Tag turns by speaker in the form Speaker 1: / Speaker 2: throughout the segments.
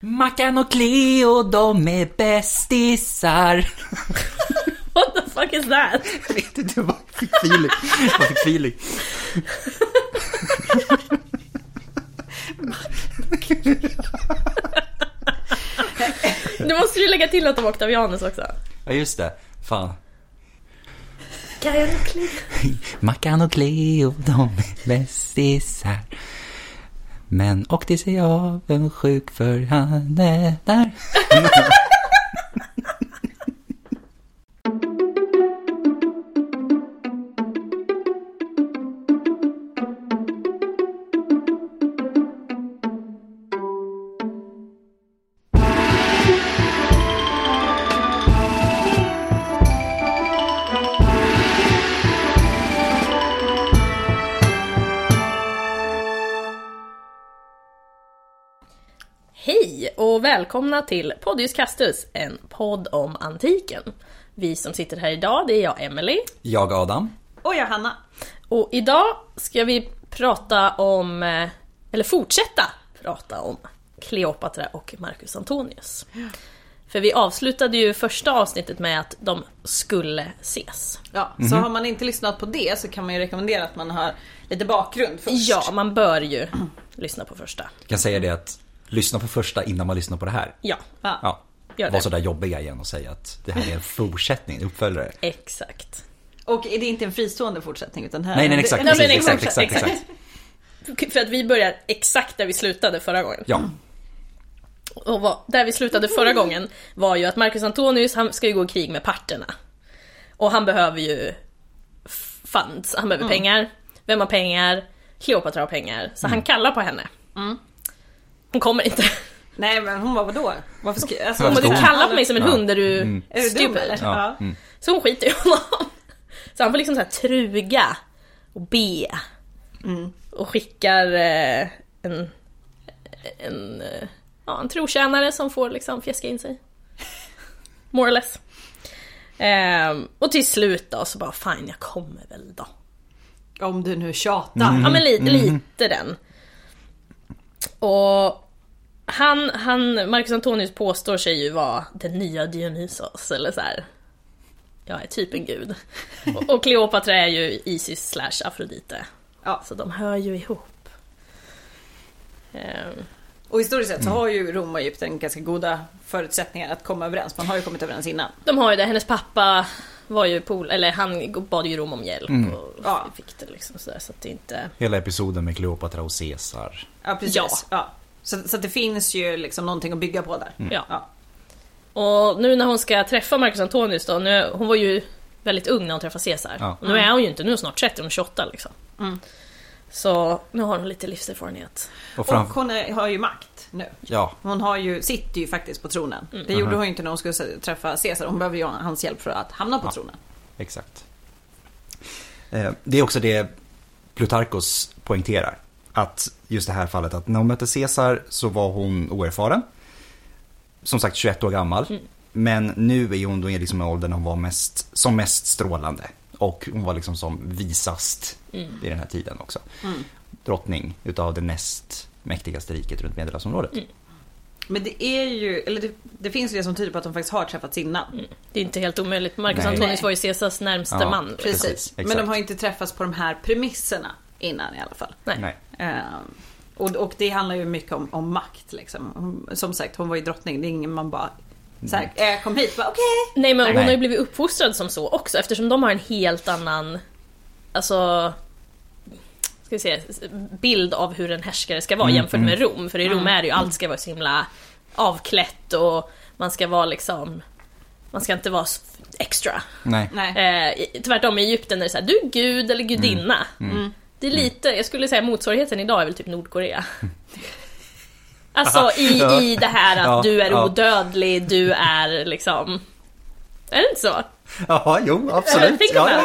Speaker 1: Mackan och Cleo, de är bästisar.
Speaker 2: What the fuck is that?
Speaker 1: Jag vet inte, vad fick feeling.
Speaker 2: Du måste ju lägga till att de Octavianus också.
Speaker 1: Ja, just det. Fan.
Speaker 2: Mackan och Cleo.
Speaker 1: Mackan och Cleo, de är bästisar. Men och det ser jag en sjuk för han är där.
Speaker 2: Hej och välkomna till Podius Castus, en podd om antiken. Vi som sitter här idag, det är jag, Emily.
Speaker 1: Jag, Adam.
Speaker 3: Och jag, Hanna.
Speaker 2: Och idag ska vi prata om, eller fortsätta prata om Kleopatra och Marcus Antonius. För vi avslutade ju första avsnittet med att de skulle ses.
Speaker 3: Ja, så har man inte lyssnat på det så kan man ju rekommendera att man har lite bakgrund först.
Speaker 2: Ja, man bör ju lyssna på första.
Speaker 1: Jag kan säga det att lyssna på första innan man lyssnar på det här.
Speaker 2: Ja.
Speaker 1: Ja. Var så där jobbiga igen och säga att det här är en fortsättning, uppföljare.
Speaker 2: Exakt.
Speaker 3: Och det är inte en fristående fortsättning utan här.
Speaker 1: Nej, exakt. Exakt.
Speaker 2: För att vi börjar exakt där vi slutade förra gången.
Speaker 1: Ja.
Speaker 2: Och där vi slutade förra gången var ju att Marcus Antonius, han ska ju gå i krig med parterna. Och han behöver ju funds, han behöver pengar. Vem har pengar? Kleopatra har pengar. Så han kallar på henne. Hon kommer inte.
Speaker 3: Nej, men hon var vadå? Varför
Speaker 2: hon måste kalla på mig som en hund, är du
Speaker 3: dum eller?
Speaker 1: Ja.
Speaker 2: Så hon skiter i honom. Så han får liksom så här truga och be. Och skickar en trotjänare som får liksom fjäska in sig. More or less. Och till slut då så bara, fine, jag kommer väl då.
Speaker 3: Om du nu tjatar.
Speaker 2: Ja, men lite den. Och Marcus Antonius påstår sig ju vara den nya Dionysos, eller så här. Jag är typ en gud. Och Kleopatra är ju Isis / Afrodite.
Speaker 3: Ja.
Speaker 2: Så de hör ju ihop.
Speaker 3: Och historiskt sett så har ju Rom och Egypten ganska goda förutsättningar att komma överens. Man har ju kommit överens innan.
Speaker 2: De har ju det, hennes pappa var ju han bad ju Rom om hjälp och fick det liksom sådär, så att det inte...
Speaker 1: Hela episoden med Kleopatra och Caesar.
Speaker 3: Ja, precis. Ja. Så det finns ju liksom någonting att bygga på där.
Speaker 2: Ja. Och nu när hon ska träffa Marcus Antonius då, hon var ju väldigt ung när hon träffade Caesar. Ja. Och nu är hon ju inte, nu är hon snart 30, hon är 28 liksom. Så nu har hon lite livserfarenhet.
Speaker 3: Och hon har ju makt nu.
Speaker 1: Ja.
Speaker 3: Hon sitter ju faktiskt på tronen. Det gjorde hon ju inte när hon skulle träffa Caesar. Hon behöver ju hans hjälp för att hamna på tronen.
Speaker 1: Exakt. Det är också det Plutarkos poängterar. Att just det här fallet, att när hon mötte Caesar så var hon oerfaren. Som sagt 21 år gammal. Men nu är hon då liksom i åldern hon var som mest strålande. Och hon var liksom som visast i den här tiden också. Drottning utav det näst mäktigaste riket runt Medelhavsområdet.
Speaker 3: Men det är ju, eller det finns ju det som tyder på att de faktiskt har träffats innan.
Speaker 2: Det är inte helt omöjligt. Marcus Antonius var ju Caesars närmsta man.
Speaker 3: Precis. Men de har inte träffats på de här premisserna innan i alla fall.
Speaker 2: Nej.
Speaker 3: Och det handlar ju mycket om makt liksom. Som sagt, hon var ju drottning. Det är ingen man bara så här, kom hit, okej.
Speaker 2: Nej, men hon har ju blivit uppfostrad som så också, eftersom de har en helt annan, alltså, ska vi se, bild av hur en härskare ska vara jämfört med Rom. För i Rom är det ju, allt ska vara så himla avklätt och man ska vara liksom, man ska inte vara extra.
Speaker 1: Nej.
Speaker 2: Tvärtom i Egypten är det så här, du är gud eller gudinna. Det är lite, jag skulle säga motsvarigheten idag är väl typ Nordkorea. Alltså i det här att du är odödlig, du är liksom... Är det inte så?
Speaker 1: Ja, jo, absolut.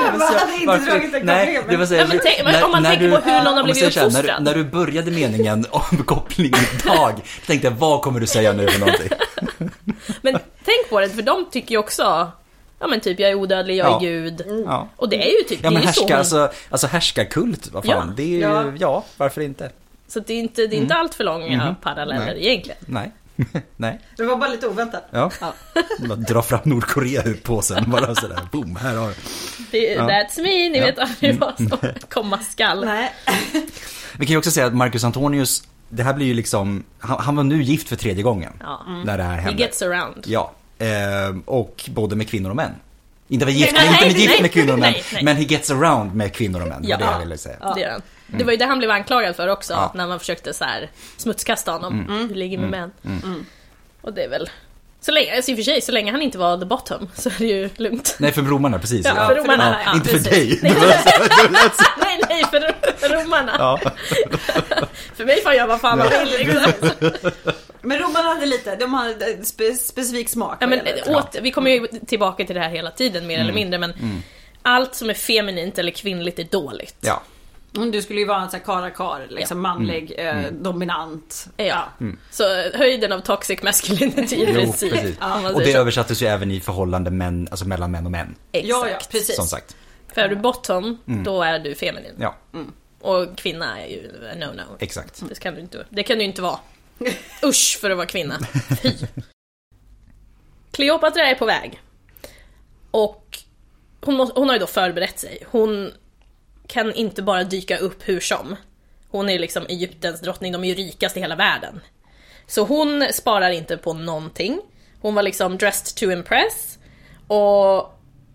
Speaker 2: Om man tänker på hur någon har blivit uppfostrad.
Speaker 1: När du började meningen om kopplingen idag, tänkte jag, vad kommer du säga nu för någonting?
Speaker 2: Men tänk på det, för de tycker ju också... Ja, men typ, jag är odödlig, jag är gud. Och det är ju typ...
Speaker 1: Ja, men alltså härskarkult, vad fan. Det är ju, varför inte?
Speaker 2: Så det är inte allt för långa paralleller egentligen.
Speaker 1: Nej. Nej.
Speaker 3: Det var bara lite oväntat.
Speaker 1: Ja. Man drar fram Nordkorea ur påsen. Bara sådär, boom, här har
Speaker 2: That's me, ni vet aldrig vad som komma skall.
Speaker 3: Nej.
Speaker 1: Vi kan ju också säga att Marcus Antonius, det här blir ju liksom, han var nu gift för 3:e gången.
Speaker 2: Ja.
Speaker 1: När det här hände.
Speaker 2: He gets around.
Speaker 1: Ja, och både med kvinnor och män. Inte var gift,
Speaker 2: Nej,
Speaker 1: inte gift
Speaker 2: nej,
Speaker 1: med kvinnor och män,
Speaker 2: nej.
Speaker 1: men he gets around med kvinnor och män.
Speaker 2: Ja.
Speaker 1: Det jag ville säga.
Speaker 2: Det är han. Det var ju det han blev anklagad för också, när man försökte så här smutskasta honom. Du ligger med män. Och det är väl så länge, alltså i och för sig, så länge han inte var the bottom så är det ju lugnt.
Speaker 1: Nej, för romarna, precis.
Speaker 2: Ja, för romarna.
Speaker 1: Ja, inte för
Speaker 2: precis.
Speaker 1: dig.
Speaker 2: Nej, för romarna.
Speaker 1: Ja.
Speaker 2: För mig får jag vad fan man vill. Liksom.
Speaker 3: Men romarna hade lite, de hade en specifik smak.
Speaker 2: Ja, men vi kommer ju tillbaka till det här hela tiden mer eller mindre, men allt som är feminint eller kvinnligt är dåligt.
Speaker 1: Ja.
Speaker 3: Du skulle ju vara en sån här karakar, liksom manlig, dominant.
Speaker 2: Ja. Så höjden av toxic masculinity i princip.
Speaker 1: Precis.
Speaker 2: om man
Speaker 1: Och det
Speaker 2: säger så.
Speaker 1: översattes ju även i förhållande män, alltså mellan män och män.
Speaker 2: Exakt.
Speaker 3: Ja, precis.
Speaker 1: Som sagt.
Speaker 2: För är du bottom, då är du feminin.
Speaker 1: Ja,
Speaker 2: Och kvinna är ju no.
Speaker 1: exakt.
Speaker 2: Det kan du inte vara. Usch för att vara kvinna. Fy. Kleopatra är på väg. Och hon har ju då förberett sig. Hon kan inte bara dyka upp hur som. Hon är liksom Egyptens drottning, de är ju rikast i hela världen. Så hon sparar inte på någonting. Hon var liksom dressed to impress. Och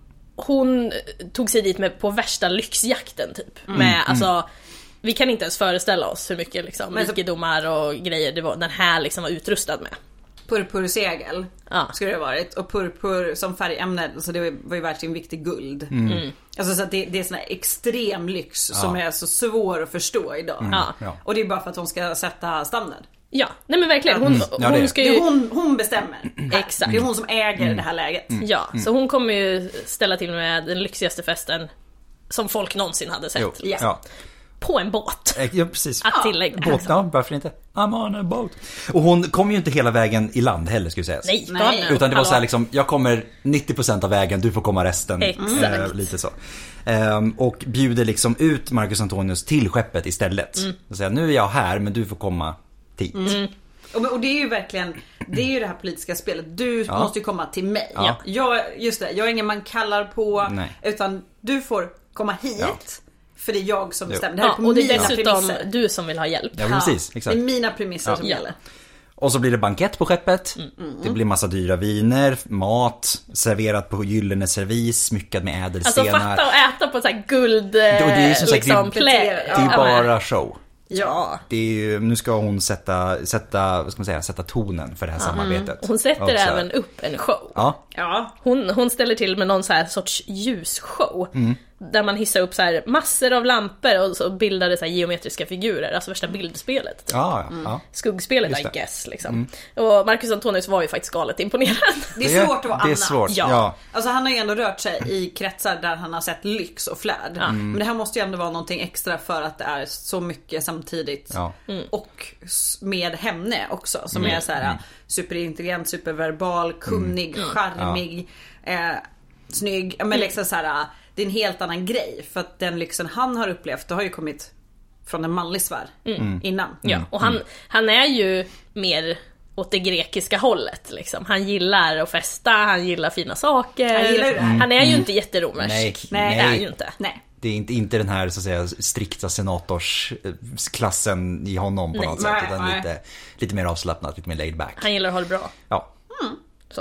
Speaker 2: hon tog sig dit på värsta lyxjakten typ. Alltså, vi kan inte ens föreställa oss hur mycket liksom, rikedomar och grejer den här liksom var utrustad med.
Speaker 3: Purpursegel skulle det ha varit. Och purpur som färgämne, så det var ju värt sin viktig guld. Alltså så att det är sån här extrem lyx som är så svår att förstå idag.
Speaker 1: Ja.
Speaker 3: Och det är bara för att hon ska sätta standard.
Speaker 2: Ja, nej men verkligen. Hon ska ju...
Speaker 3: Det är hon bestämmer.
Speaker 2: Exakt.
Speaker 3: Det är hon som äger det här läget.
Speaker 2: Ja, så hon kommer ju ställa till med den lyxigaste festen som folk någonsin hade sett.
Speaker 1: Jo.
Speaker 3: Ja.
Speaker 1: Ja.
Speaker 2: På en båt.
Speaker 1: Ja, precis.
Speaker 2: Att tillägga.
Speaker 1: Båt, ja, varför inte? I'm on a boat. Och hon kom ju inte hela vägen i land heller, skulle sägas.
Speaker 2: Nej.
Speaker 1: Utan det var så här liksom, jag kommer 90% av vägen, du får komma resten.
Speaker 2: Exakt.
Speaker 1: Lite så. Och bjuder liksom ut Marcus Antonius till skeppet istället. Och säger, nu är jag här, men du får komma dit.
Speaker 3: Och det är ju verkligen, det är ju det här politiska spelet. Du måste ju komma till mig.
Speaker 1: Ja.
Speaker 3: Jag är ingen man kallar på.
Speaker 1: Nej.
Speaker 3: Utan du får komma hit.
Speaker 1: Ja.
Speaker 3: För det är jag som bestämmer. Det här är på
Speaker 2: och det är
Speaker 3: mina
Speaker 2: dessutom
Speaker 3: premisser.
Speaker 2: du som vill ha hjälp.
Speaker 1: Ja, precis.
Speaker 3: Det
Speaker 1: Exakt.
Speaker 3: är mina premisser som gäller.
Speaker 1: Och så blir det bankett på skeppet. Det blir massa dyra viner, mat, serverat på gyllene servis, smyckat med
Speaker 2: Alltså
Speaker 1: ädelstenar.
Speaker 2: fatta och äta på så här guld
Speaker 1: det är ju som sagt,
Speaker 2: liksom,
Speaker 1: det
Speaker 2: plä.
Speaker 1: är ju bara show.
Speaker 2: Ja.
Speaker 1: Det är ju, nu ska hon sätta vad ska man säga, sätta tonen för det här samarbetet.
Speaker 2: Hon sätter
Speaker 1: Och så här-
Speaker 2: även upp en show.
Speaker 1: Ja,
Speaker 2: Hon ställer till med någon så här sorts ljusshow. Där man hissar upp så här massor av lampor och så bildar det så här geometriska figurer. Alltså värsta bildspelet.
Speaker 1: ja.
Speaker 2: Skuggspelet,
Speaker 1: Just
Speaker 2: I
Speaker 1: det.
Speaker 2: guess liksom. Och Marcus Antonius var ju faktiskt galet imponerad.
Speaker 3: Det är svårt att vara
Speaker 1: Det är
Speaker 3: Anna.
Speaker 1: svårt,
Speaker 2: Ja.
Speaker 1: ja.
Speaker 3: Alltså han har ju ändå rört sig i kretsar där han har sett lyx och flärd. Men det här måste ju ändå vara någonting extra för att det är så mycket samtidigt.
Speaker 1: Ja.
Speaker 3: Och med henne också. Som är så här superintelligent, superverbal, kunnig, charmig, snygg. Men liksom så här, det är en helt annan grej. För att den lyxen han har upplevt, det har ju kommit från en manlig sfär innan.
Speaker 2: Ja, och han är ju mer åt det grekiska hållet liksom. Han gillar att festa, han gillar fina saker.
Speaker 3: Han gillar det.
Speaker 2: Han är ju inte jätteromersk.
Speaker 3: Nej.
Speaker 2: Det är ju inte.
Speaker 3: Nej.
Speaker 1: Det är inte den här så att säga strikta senatorsklassen i honom på något sätt. Utan lite mer avslappnat, lite mer laid back.
Speaker 2: Han gillar att ha det bra.
Speaker 1: Ja.
Speaker 2: Så.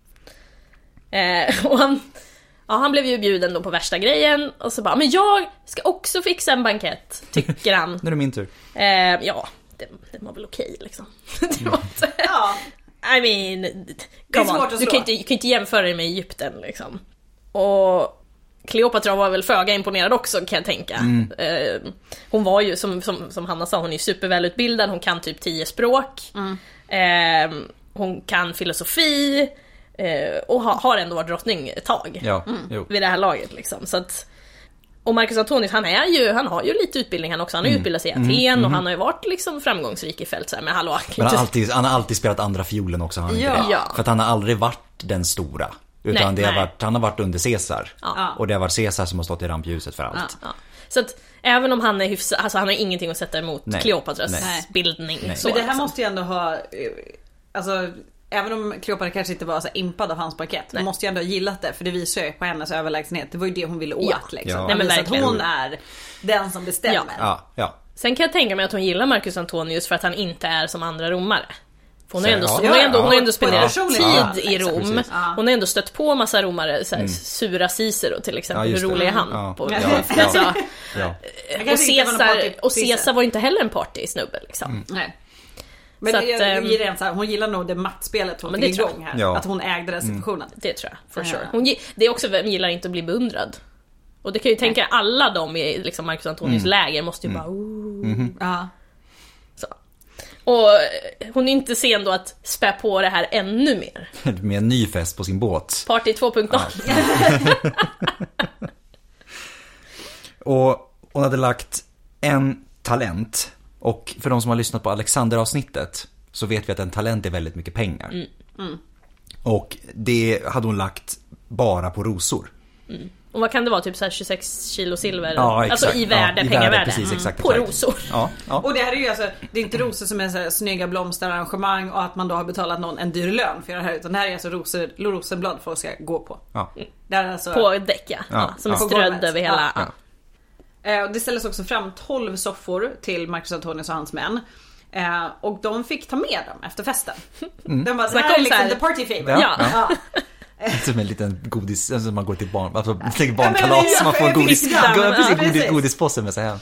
Speaker 2: Och han blev ju bjuden då på värsta grejen. Och så bara, men jag ska också fixa en bankett, tycker han.
Speaker 1: Nu är det min tur.
Speaker 2: Ja, det var väl okej liksom. Det var inte...
Speaker 3: Ja.
Speaker 2: I mean,
Speaker 3: Det är
Speaker 2: come on.
Speaker 3: svårt att
Speaker 2: Du
Speaker 3: slå.
Speaker 2: kan inte jämföra dig med Egypten liksom. Och Kleopatra var väl föga imponerad också, kan jag tänka. Hon var ju, som Hanna sa, hon är ju supervälutbildad. Hon kan typ 10 språk. Hon kan filosofi. Och har ändå varit drottning ett tag.
Speaker 1: Ja, jo.
Speaker 2: Vid det här laget liksom. Så att, och Marcus Antonius, han har ju lite utbildning han också. Han har ju utbildat sig i Aten och han har ju varit liksom framgångsrik i fält så här, men hallå.
Speaker 1: Men han har alltid spelat andra fiolen också, har han inte det?
Speaker 2: Ja.
Speaker 1: För att han har aldrig varit den stora. Utan
Speaker 2: Nej.
Speaker 1: han har varit under Caesar.
Speaker 2: Ja.
Speaker 1: Och det har varit Caesar som har stått i rampljuset för allt.
Speaker 2: Ja. Så att även om han är hyfsad, alltså han har ingenting att sätta emot
Speaker 1: Nej.
Speaker 2: Kleopatras
Speaker 1: Nej.
Speaker 2: bildning.
Speaker 1: Nej.
Speaker 2: Så,
Speaker 3: Men det här
Speaker 2: liksom.
Speaker 3: måste ju ändå ha alltså även om Kleopatra kanske inte var så impad av hans paket, hon måste ju ändå ha gillat det, för det visar ju på hennes överlägsenhet. Det var ju det hon ville åt liksom.
Speaker 1: Ja.
Speaker 2: Nej, men verkligen.
Speaker 3: Att hon är den som bestämmer.
Speaker 1: Ja.
Speaker 2: Sen kan jag tänka mig att hon gillar Marcus Antonius för att han inte är som andra romare. För hon har
Speaker 1: Så,
Speaker 2: ändå spenderat tid i
Speaker 3: exakt,
Speaker 2: Rom.
Speaker 1: precis.
Speaker 2: Hon har ändå stött på massa romare, såhär, sura Cicero till exempel.
Speaker 1: just
Speaker 2: Hur
Speaker 1: det.
Speaker 2: rolig är han?
Speaker 1: Ja.
Speaker 2: På,
Speaker 1: Ja.
Speaker 2: alltså,
Speaker 1: Ja.
Speaker 2: och Caesar var inte heller en partysnubbe liksom.
Speaker 3: Nej. Men
Speaker 2: Så
Speaker 3: jag ger en så här, hon gillar nog det mattspelet hon fick igång här.
Speaker 1: Ja.
Speaker 3: Att hon ägde den situationen.
Speaker 2: Det tror jag, for sure. Det är också, vem gillar inte att bli beundrad? Och det kan ju tänka, alla de i liksom Marcus Antonius läger måste ju bara
Speaker 3: Ja.
Speaker 2: så. Och hon är inte sen då att spä på det här ännu mer.
Speaker 1: Med en ny fest på sin båt.
Speaker 2: Party 2.0.
Speaker 1: Och hon hade lagt en talent. Och för de som har lyssnat på Alexander-avsnittet så vet vi att en talent är väldigt mycket pengar. Och det hade hon lagt bara på rosor.
Speaker 2: Och vad kan det vara? Typ så här 26 kilo silver?
Speaker 1: Ja, exakt.
Speaker 2: Alltså i värde,
Speaker 1: i
Speaker 2: pengavärde.
Speaker 1: Precis, exakt,
Speaker 2: på rosor.
Speaker 1: Ja.
Speaker 3: Och det här är ju alltså, det är inte rosor som är så här snygga blomsterarrangemang och att man då har betalat någon en dyr lön för det här, utan det här är alltså rosenblad folk ska gå på.
Speaker 1: Ja.
Speaker 3: Det är alltså,
Speaker 2: På däck, som är strödd över hela...
Speaker 3: och det ställdes också fram 12 soffor till Marcus Antonius och hans män. Och de fick ta med dem efter festen. De bara, så här är liksom the party favor.
Speaker 2: Ja.
Speaker 1: Som en liten godis, alltså man går till barn, alltså barnkalas, man får en godispåse med sig hem.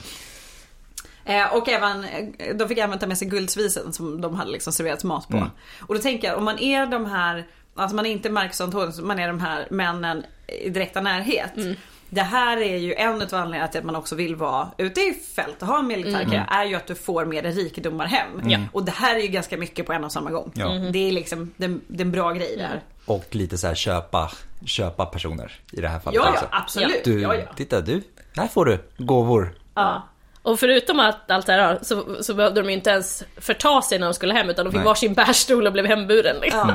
Speaker 3: Och även, de fick även ta med sig guldsvisen som de hade liksom serverat mat på. Och då tänker jag, om man är de här, alltså man är inte Marcus Antonius, man är de här männen i direkta närhet. Det här är ju en av anledningarna till att man också vill vara ute i fält och ha en militärkarriär, är ju att du får mer rikedomar hem. Och det här är ju ganska mycket på en och samma gång. Det är liksom det är en bra grej där.
Speaker 1: Och lite så här köpa personer i det här fallet.
Speaker 3: Ja,
Speaker 1: också.
Speaker 3: absolut.
Speaker 1: Titta du, här får du gåvor.
Speaker 2: Ja. Och förutom att allt det här så behövde de ju inte ens förta sig när de skulle hem, utan de fick varsin bärstol och blev hemburen liksom.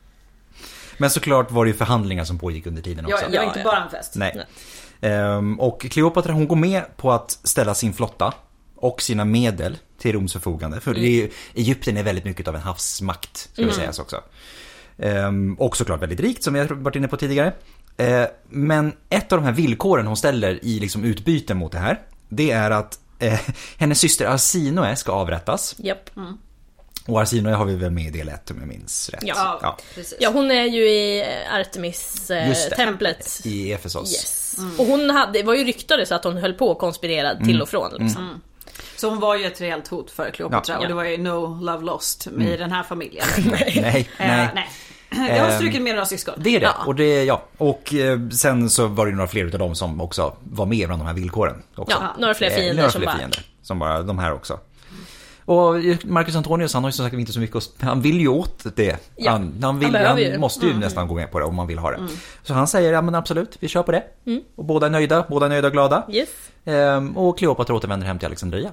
Speaker 1: Men såklart var det ju förhandlingar som pågick under tiden också.
Speaker 3: Ja, inte bara en fest.
Speaker 1: Nej. Och Kleopatra, hon går med på att ställa sin flotta och sina medel till Roms förfogande. För Egypten är väldigt mycket av en havsmakt, ska vi sägas också. Och såklart väldigt rikt, som vi har varit inne på tidigare. Men ett av de här villkoren hon ställer i liksom utbyte mot det här, det är att hennes syster Arsinoe ska avrättas.
Speaker 2: Japp.
Speaker 1: Och Arsinoe har vi väl med i del 1 om jag minns rätt.
Speaker 3: Ja, precis.
Speaker 2: Ja, hon är ju i Artemis-templet.
Speaker 1: I Efesos.
Speaker 2: Yes. Och hon var ju ryktade så att hon höll på att konspirera till och från liksom.
Speaker 3: Så hon var ju ett reellt hot för Kleopatra, och det var ju no love lost i den här familjen.
Speaker 1: Nej.
Speaker 3: Det har strukit med några syskon.
Speaker 1: Det är det. Och sen så var det några fler utav dem som också var med bland de här villkoren också.
Speaker 2: Ja, några fler fiender
Speaker 1: som bara de här också. Och Marcus Antonius, han har ju som sagt inte så mycket han vill ju åt det. Han måste ju nästan gå med på det om man vill ha det. Så han säger, ja men absolut, vi kör på det. Och båda är nöjda och glada.
Speaker 2: Yes.
Speaker 1: Och Kleopatra återvänder hem till Alexandria.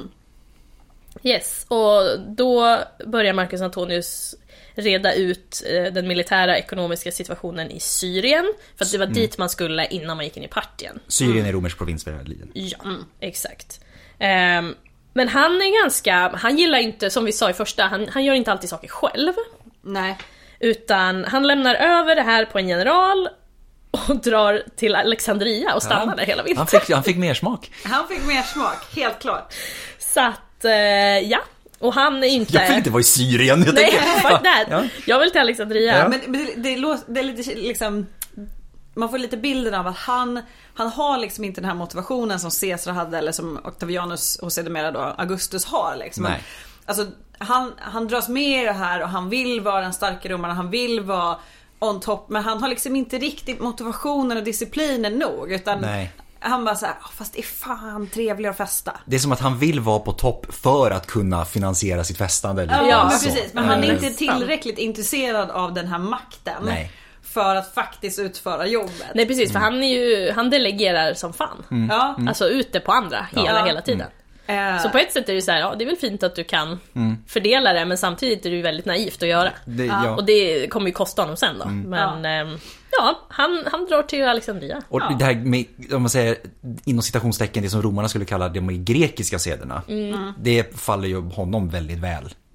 Speaker 2: Yes, och då börjar Marcus Antonius reda ut den militära ekonomiska situationen i Syrien. För att det var dit man skulle innan man gick in i Partien.
Speaker 1: Syrien är romersk provins för Liden.
Speaker 2: Ja, exakt. Men han gillar inte, som vi sa i första, han gör inte alltid saker själv.
Speaker 3: Nej.
Speaker 2: Utan han lämnar över det här på en general och drar till Alexandria och stannar där hela vintern.
Speaker 1: Han fick mer smak.
Speaker 3: Han fick mer smak, helt klart.
Speaker 2: Så att, ja. Och han är inte...
Speaker 1: Jag vill inte vara i Syrien.
Speaker 2: Nej, fuck that. Ja. Jag vill till Alexandria.
Speaker 3: Ja. Men det är lite liksom... Man får lite bilden av att han har liksom inte den här motivationen som Caesar hade, eller som Octavianus och sedermera då Augustus har liksom.
Speaker 1: Nej.
Speaker 3: Alltså han dras med i det här och han vill vara den starka romaren, han vill vara on top, men han har liksom inte riktigt motivationen och disciplinen nog, utan han bara såhär, fast det är fan trevligt att festa.
Speaker 1: Det är som att han vill vara på topp för att kunna finansiera sitt festande.
Speaker 3: Ja, men precis. Men han är inte tillräckligt intresserad av den här makten.
Speaker 1: Nej.
Speaker 3: För att faktiskt utföra jobbet.
Speaker 2: Nej, precis, för han delegerar som fan. Alltså ute på andra hela tiden. Så på ett sätt är det så här, det är väl fint att du kan fördela det, men samtidigt är det ju väldigt naivt att göra. Och det kommer ju kosta honom sen då. Men han drar till Alexandria.
Speaker 1: Och det här med, om man säger inom citationstecken, det som romarna skulle kalla de grekiska sederna, det faller ju honom väldigt väl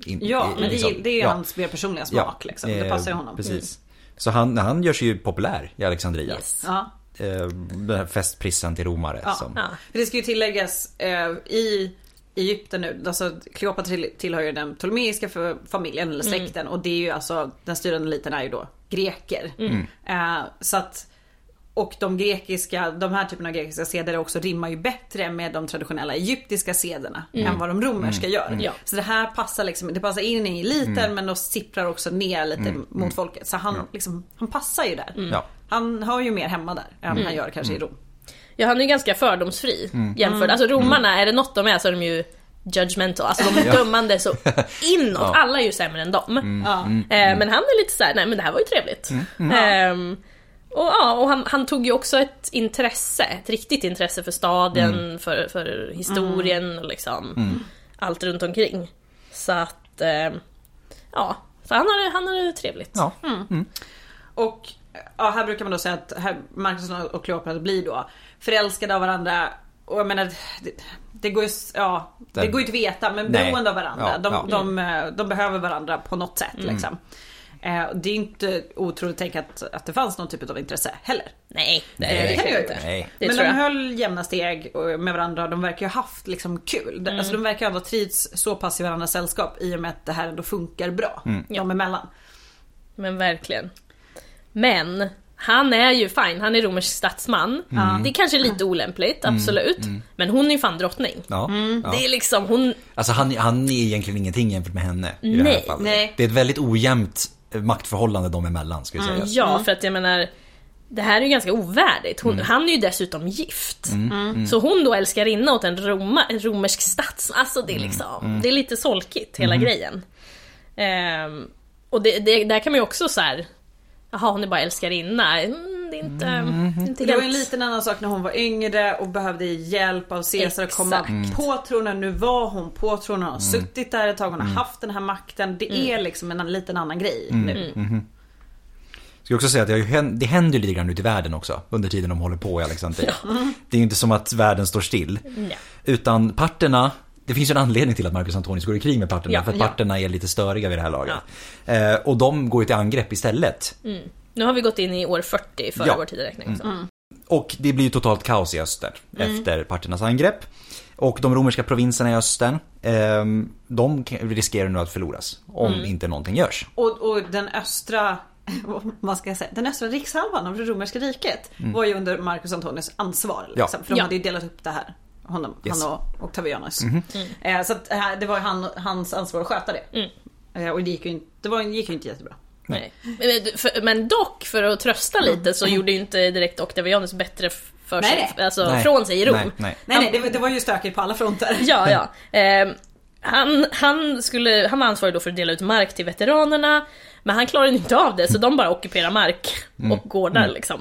Speaker 3: Ja, men
Speaker 1: liksom.
Speaker 3: det är ju hans mer personliga smak liksom. Det passar ju honom.
Speaker 1: Precis. Så han gör sig ju populär i Alexandria.
Speaker 2: Yes.
Speaker 3: Ja.
Speaker 1: Den här festprissen till romare.
Speaker 3: Ja.
Speaker 1: Som...
Speaker 2: Ja.
Speaker 3: För det ska ju tilläggas i Egypten nu, alltså Kleopatra tillhör ju den ptolemeiska familjen eller släkten och det är ju alltså, den styrande eliten är ju då greker. Så att, och de här typerna av grekiska seder också rimmar ju bättre med de traditionella egyptiska sederna än vad de romerska gör.
Speaker 2: Ja.
Speaker 3: Så det här passar liksom, det passar in i eliten men då sipprar också ner lite mot folket. Så han han passar ju där.
Speaker 1: Ja.
Speaker 3: Han har ju mer hemma där än han gör kanske i Rom.
Speaker 2: Ja, han är ju ganska fördomsfri jämfört. Alltså romarna, är det något de är så är de ju judgmental. Alltså de är dömande så inåt. Alla är ju sämre än dem. Men han är lite så här, nej men det här var ju trevligt. Och han tog ju också ett riktigt intresse för staden, för historien och liksom allt runt omkring. Så att så han har det trevligt.
Speaker 1: Ja.
Speaker 3: Och här brukar man då säga att Marcus och Kleopatra blir då förälskade av varandra. Och jag menar, det går ju det går ju inte att veta, men beroende av varandra. De behöver varandra på något sätt liksom. Det är inte otroligt att tänka att det fanns någon typ av intresse heller.
Speaker 2: Nej,
Speaker 3: det kan jag inte.
Speaker 1: Nej.
Speaker 3: Men de höll jämna steg med varandra. De verkar ju ha haft liksom kul. Alltså de verkar ha trivts så pass i varandras sällskap i och med att det här ändå funkar bra dem emellan.
Speaker 2: Men verkligen. Men han är ju fine, han är romersk statsman. Det är kanske lite olämpligt, absolut. Men hon är ju fan drottning.
Speaker 1: Ja.
Speaker 2: Det är liksom hon...
Speaker 1: Alltså han är egentligen ingenting jämfört med henne i det här fallet.
Speaker 3: Nej.
Speaker 1: Det är ett väldigt ojämnt maktförhållande dem emellan, ska vi säga.
Speaker 2: Ja, för att jag menar, det här är ju ganska ovärdigt. Han är ju dessutom gift. Så hon då älskar inna åt en romersk statsman. Alltså det är liksom, det är lite solkigt hela grejen. Och det där kan man ju också så här. Jaha, hon är bara älskarinna. Det är inte
Speaker 3: Det var en liten annan sak när hon var yngre och behövde hjälp av Caesar att komma på tronen. Nu var hon på tronen, hon har suttit där ett tag, hon har haft den här makten. Det är liksom en liten annan grej nu.
Speaker 1: Ska jag också säga att det händer lite grann ute i världen också under tiden de håller på i Alexandria. Det är ju inte som att världen står still. Utan parterna, det finns ju en anledning till att Marcus Antonius går i krig med parterna. För att parterna är lite störiga vid det här laget. Och de går ju till angrepp istället.
Speaker 2: Nu har vi gått in i år 40 för vår tideräkning också.
Speaker 1: Och det blir ju totalt kaos i öster efter parternas angrepp. Och de romerska provinserna i östern, de riskerar nu att förloras om inte någonting görs.
Speaker 3: Och den östra, vad ska jag säga, den östra rikshalvan av det romerska riket var ju under Marcus Antonius ansvar liksom, för de hade ju delat upp det här. Han och Octavianus. Så att, det var hans ansvar att sköta det. Och det gick ju inte jättebra.
Speaker 2: Nej. Men dock, för att trösta lite, så gjorde ju inte direkt Octavianus bättre för sig, alltså från sig i Rom.
Speaker 3: Nej, det var ju stökigt på alla fronter.
Speaker 2: Ja. Han var ansvarig då för att dela ut mark till veteranerna, men han klarade inte av det, så de bara ockuperar mark och gårdar liksom.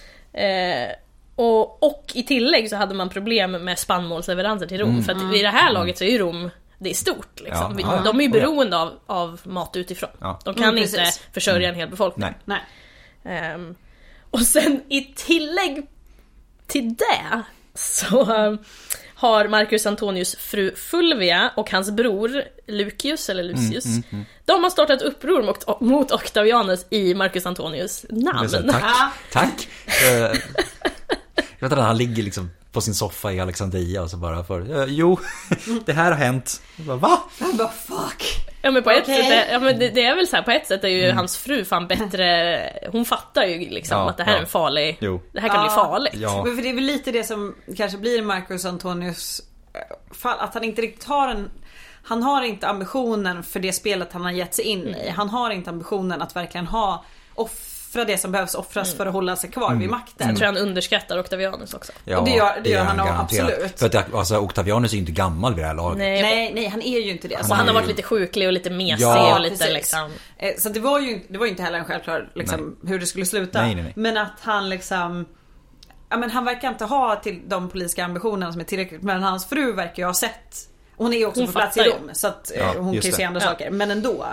Speaker 2: Och i tillägg så hade man problem med spannmålsleveranser till Rom, för att vid det här laget så är ju Rom, det är stort liksom. De är ju beroende av mat utifrån. De kan inte försörja en hel befolkning.
Speaker 3: Nej.
Speaker 2: Och sen i tillägg till det så har Marcus Antonius fru Fulvia och hans bror Lucius de har startat uppror mot Octavianus i Marcus Antonius namn.
Speaker 1: Tack. Jag vet att han ligger liksom på sin soffa i Alexandria och så bara det här har hänt. Bara, va?
Speaker 3: Jag bara, fuck.
Speaker 2: Ja, men på ett sätt, det är väl så här, på ett sätt är ju hans fru fan bättre. Hon fattar ju liksom att det här är en farlig. Det här kan bli farligt.
Speaker 3: Ja. Men för det är väl lite det som kanske blir Marcus Antonius fall, att han inte riktigt han har inte ambitionen för det spelet han har gett sig in i. Han har inte ambitionen att verkligen offra det som behövs offras för att hålla sig kvar vid makten.
Speaker 2: Jag tror han underskattar Octavianus också.
Speaker 1: Ja,
Speaker 3: och det gör han absolut.
Speaker 1: För att alltså, Octavianus är ju inte gammal vid det här laget.
Speaker 3: Nej, han är ju inte det.
Speaker 2: Och han har varit lite sjuklig och lite mesig och lite liksom.
Speaker 3: Så det var ju inte heller en självklar liksom, hur det skulle sluta.
Speaker 1: Nej.
Speaker 3: Men att han liksom, men han verkar inte ha till de politiska ambitionerna som är tillräckligt. Men hans fru verkar ju ha sett. Hon är ju också på plats i Rom, så att hon kan ju se andra saker. Men ändå.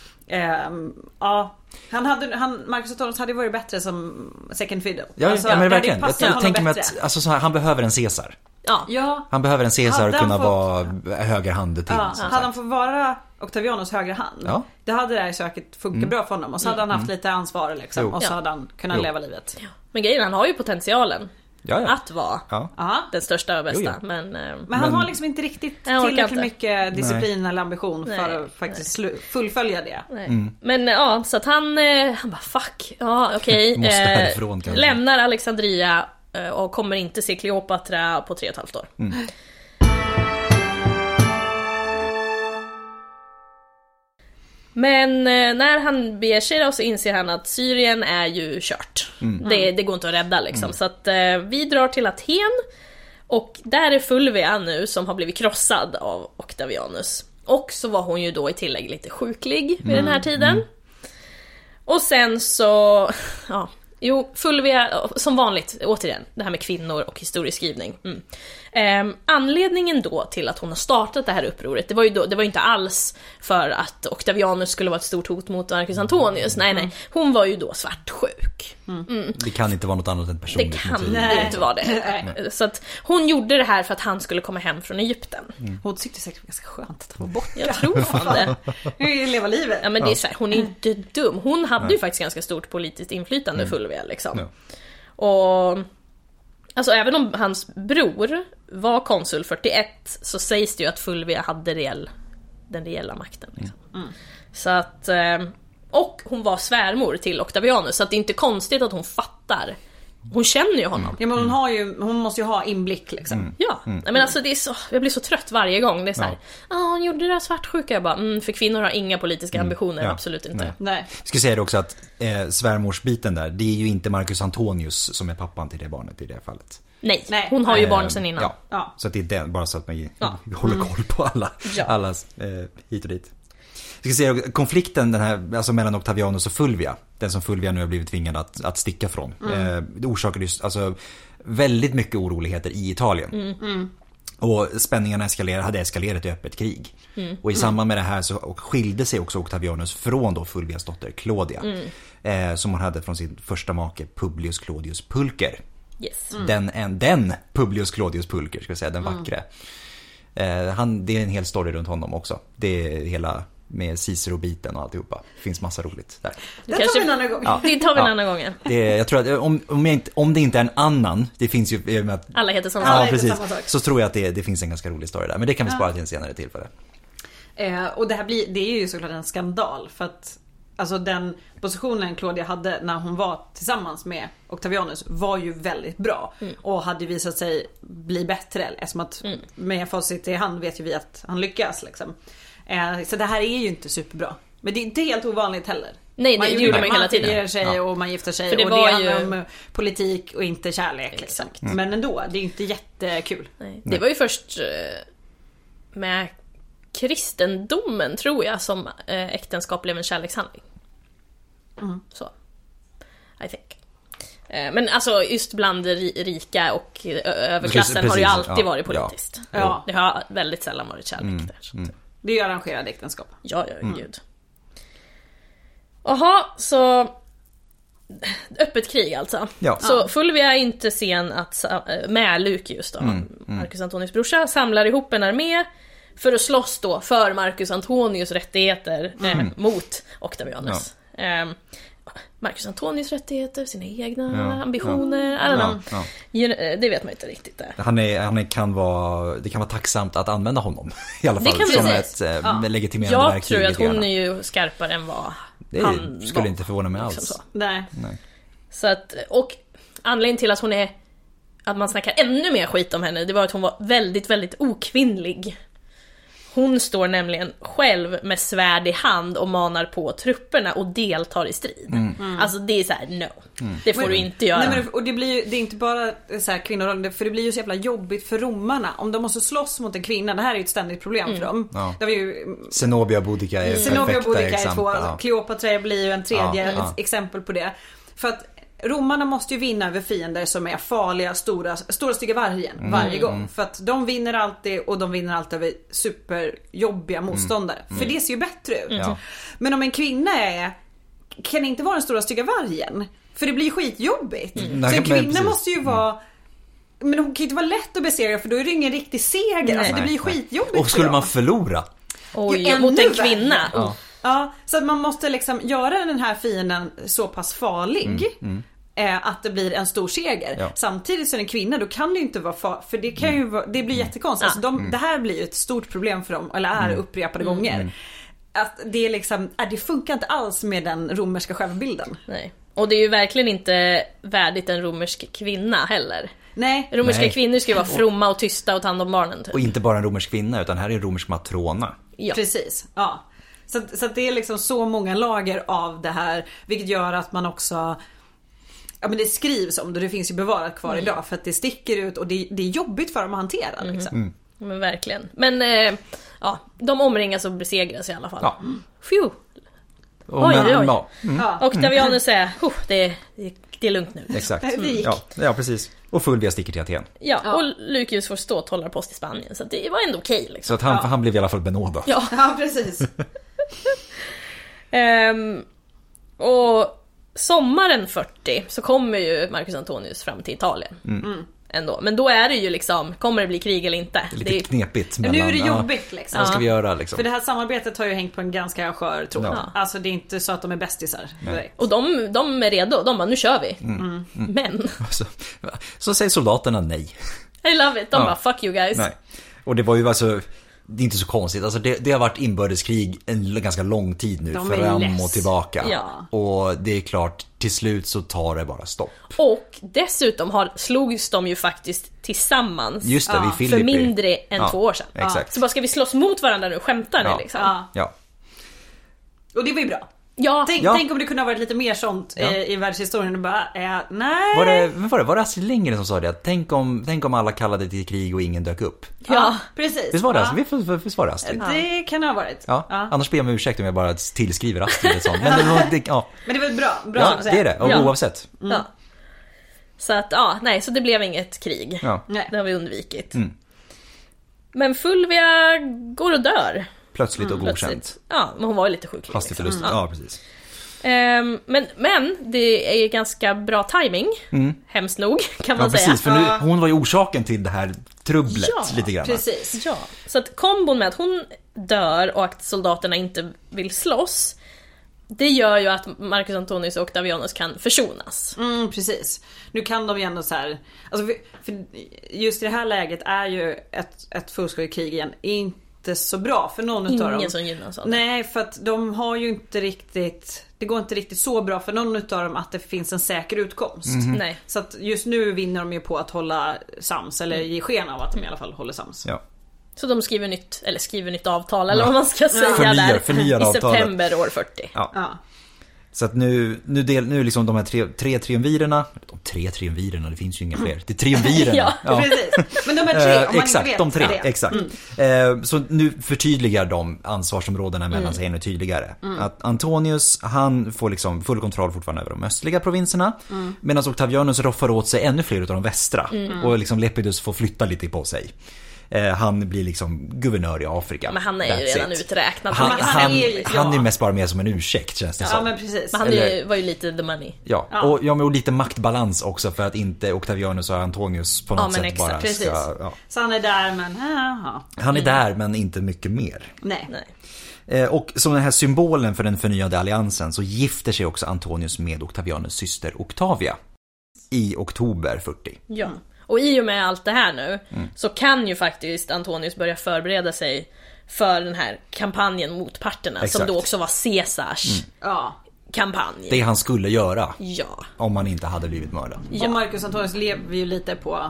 Speaker 3: Marcus Antonius hade varit bättre som second fiddle.
Speaker 1: Men verkligen. Jag tänker mig att alltså, han behöver en Caesar.
Speaker 3: Ja.
Speaker 1: Han behöver en Caesar att kunna vara högerhand till.
Speaker 3: Hade han fått vara Octavianus högra hand.
Speaker 1: Ja.
Speaker 3: Det hade det här säkert funkat bra för honom. Och så hade han haft lite ansvar liksom.
Speaker 1: Jo.
Speaker 3: Och så hade han kunnat leva livet.
Speaker 2: Men grejen, han har ju potentialen
Speaker 1: Ja.
Speaker 2: att vara
Speaker 3: Ja.
Speaker 2: den största och bästa.
Speaker 1: Jo,
Speaker 2: Men
Speaker 3: Men han har liksom inte riktigt
Speaker 2: Jag orkar
Speaker 3: tillräckligt
Speaker 2: inte.
Speaker 3: mycket disciplin eller ambition
Speaker 2: Nej.
Speaker 3: för att faktiskt fullfölja det.
Speaker 2: nej. Men ja, så att han bara fuck, ja okej.
Speaker 1: Måste härifrån, kanske.
Speaker 2: Lämnar Alexandria och kommer inte se Kleopatra på 3,5 år. Men när han beger sig då så inser han att Syrien är ju kört. Det går inte att rädda liksom. Så att vi drar till Aten. Och där är Fulvia nu som har blivit krossad av Octavianus. Och så var hon ju då i tillägg lite sjuklig vid den här tiden. Och sen så, ja, Fulvia, som vanligt, återigen, det här med kvinnor och historieskrivning. Anledningen då till att hon har startat det här upproret, det var ju inte alls för att Octavianus skulle vara ett stort hot mot Marcus Antonius. Nej, hon var ju då svartsjuk.
Speaker 1: Det kan inte vara något annat än
Speaker 2: Det
Speaker 1: personligt
Speaker 2: kan
Speaker 1: motiv.
Speaker 2: det inte vara det. Så att hon gjorde det här för att han skulle komma hem från Egypten.
Speaker 3: Hon tyckte säkert det var ganska skönt att han var borta.
Speaker 2: Jag tror fan det.
Speaker 3: Nu vill leva livet.
Speaker 2: Ja men det är så här, hon är inte dum. Hon hade ju faktiskt ganska stort politiskt inflytande, Fulvia liksom. Och alltså även om hans bror var konsul 41 så sägs det ju att Fulvia hade den reella makten liksom. Så att och hon var svärmor till Octavianus, så att det är inte konstigt att hon fattar. Hon känner ju honom.
Speaker 3: Ja, men hon måste ju ha inblick liksom.
Speaker 2: Ja, men alltså det är så, jag blir så trött varje gång. Det är så här, hon gjorde det där svartsjuka. Jag bara, för kvinnor har inga politiska ambitioner, absolut inte.
Speaker 3: Nej.
Speaker 1: Jag ska säga det också att svärmorsbiten där, det är ju inte Marcus Antonius som är pappan till det barnet i det fallet.
Speaker 2: Nej, hon har ju barn sedan innan.
Speaker 1: Ja. Så att det är den, bara så att man håller koll på alla hit och dit. Jag ska säga konflikten den här, alltså mellan Octavianus och Fulvia, den som Fulvia nu har blivit tvingad att sticka från. Det orsakade just alltså väldigt mycket oroligheter i Italien. Och spänningarna hade eskalerat i öppet krig. Och i samband med det här så skilde sig också Octavianus från då Fulvias dotter Claudia. Som hon hade från sin första make Publius Claudius Pulcher.
Speaker 2: Yes.
Speaker 1: Den Publius Claudius Pulcher, ska jag säga, den vackre. Det är en hel story runt honom också. Det är hela med Cicero-biten och alltihopa. Det finns massa roligt där.
Speaker 3: Det tar vi en annan gång.
Speaker 2: Ja. Det tar vi en annan gång.
Speaker 1: Jag tror att om det inte är en annan, det finns ju
Speaker 2: alla heter samma
Speaker 1: sak.
Speaker 2: sak.
Speaker 1: Ja, precis. Så tror jag att det finns en ganska rolig story där. Men det kan vi spara till en senare tillfälle.
Speaker 3: Och det är ju såklart en skandal för att alltså den positionen Claudia hade när hon var tillsammans med Octavianus var ju väldigt bra och hade visat sig bli bättre eftersom att med facit i hand vet ju vi att han lyckas liksom. Så det här är ju inte superbra. Men det är inte helt ovanligt heller.
Speaker 2: Nej, det gjorde man hela tiden.
Speaker 3: Man ger sig och man gifter sig.
Speaker 2: För det
Speaker 3: och
Speaker 2: var
Speaker 3: det handlar om politik och inte kärlek. Liksom. Men ändå, det är ju inte jättekul.
Speaker 2: Nej. Det var ju först med kristendomen, tror jag, som äktenskap blev en kärlekshandling. Så, I think. Men alltså just bland rika och överklassen har det ju alltid varit politiskt.
Speaker 3: Ja.
Speaker 2: Det har väldigt sällan varit kärlek där. Så.
Speaker 3: Det är ju arrangerade äktenskap.
Speaker 2: Ja, gud. Jaha, så öppet krig alltså.
Speaker 1: Ja.
Speaker 2: Så Fulvia är inte sen att med Lucius då, Marcus Antonius brorsa, samlar ihop en armé för att slåss då för Marcus Antonius rättigheter mot Octavianus. Marcus Antonius rättigheter, sina egna ambitioner, I don't know. Det vet man inte riktigt där.
Speaker 1: Det kan vara tacksamt att använda honom i alla fall
Speaker 2: Det kan
Speaker 1: som
Speaker 2: precis.
Speaker 1: ett legitimerande verktyg.
Speaker 2: Jag tror att hon är ju skarpare än vad han
Speaker 1: skulle
Speaker 2: var.
Speaker 1: Inte förvåna mig alls.
Speaker 2: Liksom så.
Speaker 3: Nej.
Speaker 2: Så att, och anledningen till att man snackar ännu mer skit om henne, det var att hon var väldigt, väldigt okvinnlig. Hon står nämligen själv med svärd i hand och manar på trupperna och deltar i strid. Alltså det är så här, det får du inte göra.
Speaker 3: Nej, men, och det är inte bara så här kvinnor, för det blir ju så jävla jobbigt för romarna om de måste slåss mot en kvinna. Det här är ju ett ständigt problem för dem.
Speaker 1: Ja.
Speaker 3: Det var ju
Speaker 1: Zenobia Boudica är
Speaker 3: två. Kleopatra blir ju en tredje exempel på det. För att romarna måste ju vinna över fiender som är farliga, stora stygga vargen varje gång. För att de vinner alltid, och de vinner alltid över superjobbiga motståndare. För det ser ju bättre ut. Men om en kvinna kan inte vara den stora stygga vargen. För det blir skitjobbigt. Så en kvinna måste ju vara... Men hon kan inte vara lätt att besegra, för då är det ingen riktig seger. Alltså det blir skitjobbigt.
Speaker 1: Och skulle man förlora?
Speaker 2: Oj, mot en kvinna.
Speaker 1: Ja.
Speaker 3: Ja, så att man måste liksom göra den här fienden så pass farlig att det blir en stor seger.
Speaker 1: Ja.
Speaker 3: Samtidigt som en kvinna, då kan det ju inte vara för det kan ju vara, det blir jättekonstigt. Alltså det här blir ju ett stort problem för dem, eller är upprepade gånger. Att det är liksom, det funkar inte alls med den romerska självbilden.
Speaker 2: Nej. Och det är ju verkligen inte värdigt en romersk kvinna heller.
Speaker 3: Nej.
Speaker 2: Romerska kvinnor ska ju vara fromma och tysta och ta hand om barnen typ.
Speaker 1: Och inte bara en romersk kvinna, utan här är en romersk matrona.
Speaker 2: Ja.
Speaker 3: Precis, ja. Så att det är liksom så många lager av det här, vilket gör att man också, ja men det skrivs om det, det finns ju bevarat kvar idag för att det sticker ut och det är jobbigt för dem att hantera liksom.
Speaker 2: Men verkligen. Men ja, de omringas och besegras i alla fall.
Speaker 1: Ja.
Speaker 2: Phew.
Speaker 1: Och
Speaker 2: Oj.
Speaker 1: Ja,
Speaker 2: Och Octavianus säger, det är lugnt nu.
Speaker 1: exakt.
Speaker 3: Det gick.
Speaker 1: Ja, precis. Och Fulvia sticker till Aten.
Speaker 2: Ja, och Lucius får ståthållarpost i Spanien. Så det var ändå okej liksom.
Speaker 1: Så att han blev i alla fall benådad.
Speaker 2: Ja.
Speaker 3: Ja, precis.
Speaker 2: Och sommaren 40 så kommer ju Marcus Antonius fram till Italien. Ändå. Men då är det ju liksom, kommer det bli krig eller inte?
Speaker 1: Lite knepigt.
Speaker 3: Nu är det jobbigt liksom.
Speaker 1: Vad ska vi göra liksom?
Speaker 3: För det här samarbetet har ju hängt på en ganska skör tråd.
Speaker 1: Ja.
Speaker 3: Alltså det är inte så att de är bästisar direkt.
Speaker 2: Och de är redo, de bara, nu kör vi. Men,
Speaker 1: Så säger soldaterna nej.
Speaker 2: I love it, de
Speaker 1: Ja.
Speaker 2: bara, fuck you guys.
Speaker 1: Nej. Och det var ju alltså, det är inte så konstigt. Alltså det har varit inbördeskrig en ganska lång tid nu.
Speaker 3: De är
Speaker 1: Fram
Speaker 3: less.
Speaker 1: och tillbaka.
Speaker 2: Ja.
Speaker 1: Och det är klart, till slut så tar det bara stopp.
Speaker 2: Och dessutom slogs de ju faktiskt tillsammans.
Speaker 1: Just det, vid
Speaker 2: För
Speaker 1: Filippi.
Speaker 2: mindre än 2 år sedan.
Speaker 1: Exakt.
Speaker 2: Så bara, ska vi slåss mot varandra nu? Skämtar ni
Speaker 1: Ja.
Speaker 2: liksom?
Speaker 3: Ja.
Speaker 1: Ja.
Speaker 3: Och det var ju bra.
Speaker 2: Ja.
Speaker 3: Tänk om det kunde ha varit lite mer sånt i världshistorien och bara, nej.
Speaker 1: Var det Astrid Lindgren som sa det? Att tänk om alla kallade till krig och ingen dök upp.
Speaker 3: Ja, precis.
Speaker 1: Visst var det,
Speaker 3: Ja.
Speaker 1: visst var det Astrid?
Speaker 3: Det kan det ha varit.
Speaker 1: Ja.
Speaker 3: Ja.
Speaker 1: Annars ber jag om ursäkt om jag bara tillskriver Astrid ett sånt. Men det var,
Speaker 3: Men det var ett bra
Speaker 1: ja,
Speaker 3: att
Speaker 1: det
Speaker 3: säga.
Speaker 1: är det. Och
Speaker 2: Ja.
Speaker 1: oavsett.
Speaker 2: Ja. Så att, så det blev inget krig.
Speaker 1: Ja.
Speaker 3: Nej.
Speaker 2: Det har vi undvikit. Men Fulvia går och dör.
Speaker 1: Plötsligt och godkänt.
Speaker 2: Plötsligt. Ja, men hon var ju lite sjuklig.
Speaker 1: Hastigt och
Speaker 2: liksom.
Speaker 1: lustigt. Ja, precis.
Speaker 2: Men det är ganska bra timing. Hemskt nog, kan man
Speaker 1: Ja,
Speaker 2: säga.
Speaker 1: precis. För nu, hon var ju orsaken till det här trubblet
Speaker 2: Ja,
Speaker 1: lite grann.
Speaker 3: Precis.
Speaker 2: Ja, så att kombon med att hon dör och att soldaterna inte vill slåss, det gör ju att Marcus Antonius och Octavianus kan försonas.
Speaker 3: Precis. Nu kan de ju ändå så här, alltså för just i det här läget är ju ett fullskaligt krig igen inte så bra för någon utav dem.
Speaker 2: Ingen som gynnas av det.
Speaker 3: Nej, för att de har ju inte riktigt, det går inte riktigt så bra för någon utav dem att det finns en säker utkomst.
Speaker 2: Nej.
Speaker 3: Så att just nu vinner de ju på att hålla sams, eller ge sken av att de i alla fall håller sams.
Speaker 1: Ja.
Speaker 2: Så de skriver nytt avtal, eller vad man ska säga
Speaker 1: Förnyar
Speaker 2: där. I
Speaker 1: avtalet.
Speaker 2: september år 40.
Speaker 3: Ja.
Speaker 1: Så att nu liksom de här tre triumvirerna. De 3 triumvirerna, det finns ju inga fler. Det är triumvirerna.
Speaker 2: Ja.
Speaker 3: Precis. Men de är 3 om man
Speaker 1: exakt,
Speaker 3: inte vet
Speaker 1: de 3,
Speaker 3: det.
Speaker 1: exakt. Så nu förtydligar de ansvarsområdena mellan sig ännu tydligare. Att Antonius, han får liksom full kontroll fortfarande över de östliga provinserna. Medan Octavianus roffar åt sig ännu fler av de västra. Och liksom Lepidus får flytta lite på sig. Han blir liksom guvernör i Afrika.
Speaker 2: Men han är ju
Speaker 1: That's
Speaker 2: redan
Speaker 1: it.
Speaker 2: uträknad.
Speaker 3: Han är
Speaker 1: är mest bara med som en ursäkt, känns det
Speaker 3: Ja,
Speaker 1: som.
Speaker 3: men precis.
Speaker 2: Men han var ju lite the money.
Speaker 1: Ja, och lite maktbalans också för att inte Octavianus och Antonius på något sätt
Speaker 2: exakt,
Speaker 1: bara
Speaker 3: precis.
Speaker 1: ska... Ja.
Speaker 3: Så han är där, men jaha.
Speaker 1: Han är där men inte mycket mer.
Speaker 3: Nej.
Speaker 1: Och som den här symbolen för den förnyade alliansen så gifter sig också Antonius med Octavianus syster Octavia i oktober 40.
Speaker 2: Ja. Och i och med allt det här nu så kan ju faktiskt Antonius börja förbereda sig för den här kampanjen mot parterna.
Speaker 1: Exakt.
Speaker 2: Som då också var Caesars kampanj.
Speaker 1: Det han skulle göra
Speaker 2: Ja.
Speaker 1: om han inte hade blivit mördad.
Speaker 3: Och Marcus Antonius lever ju lite på...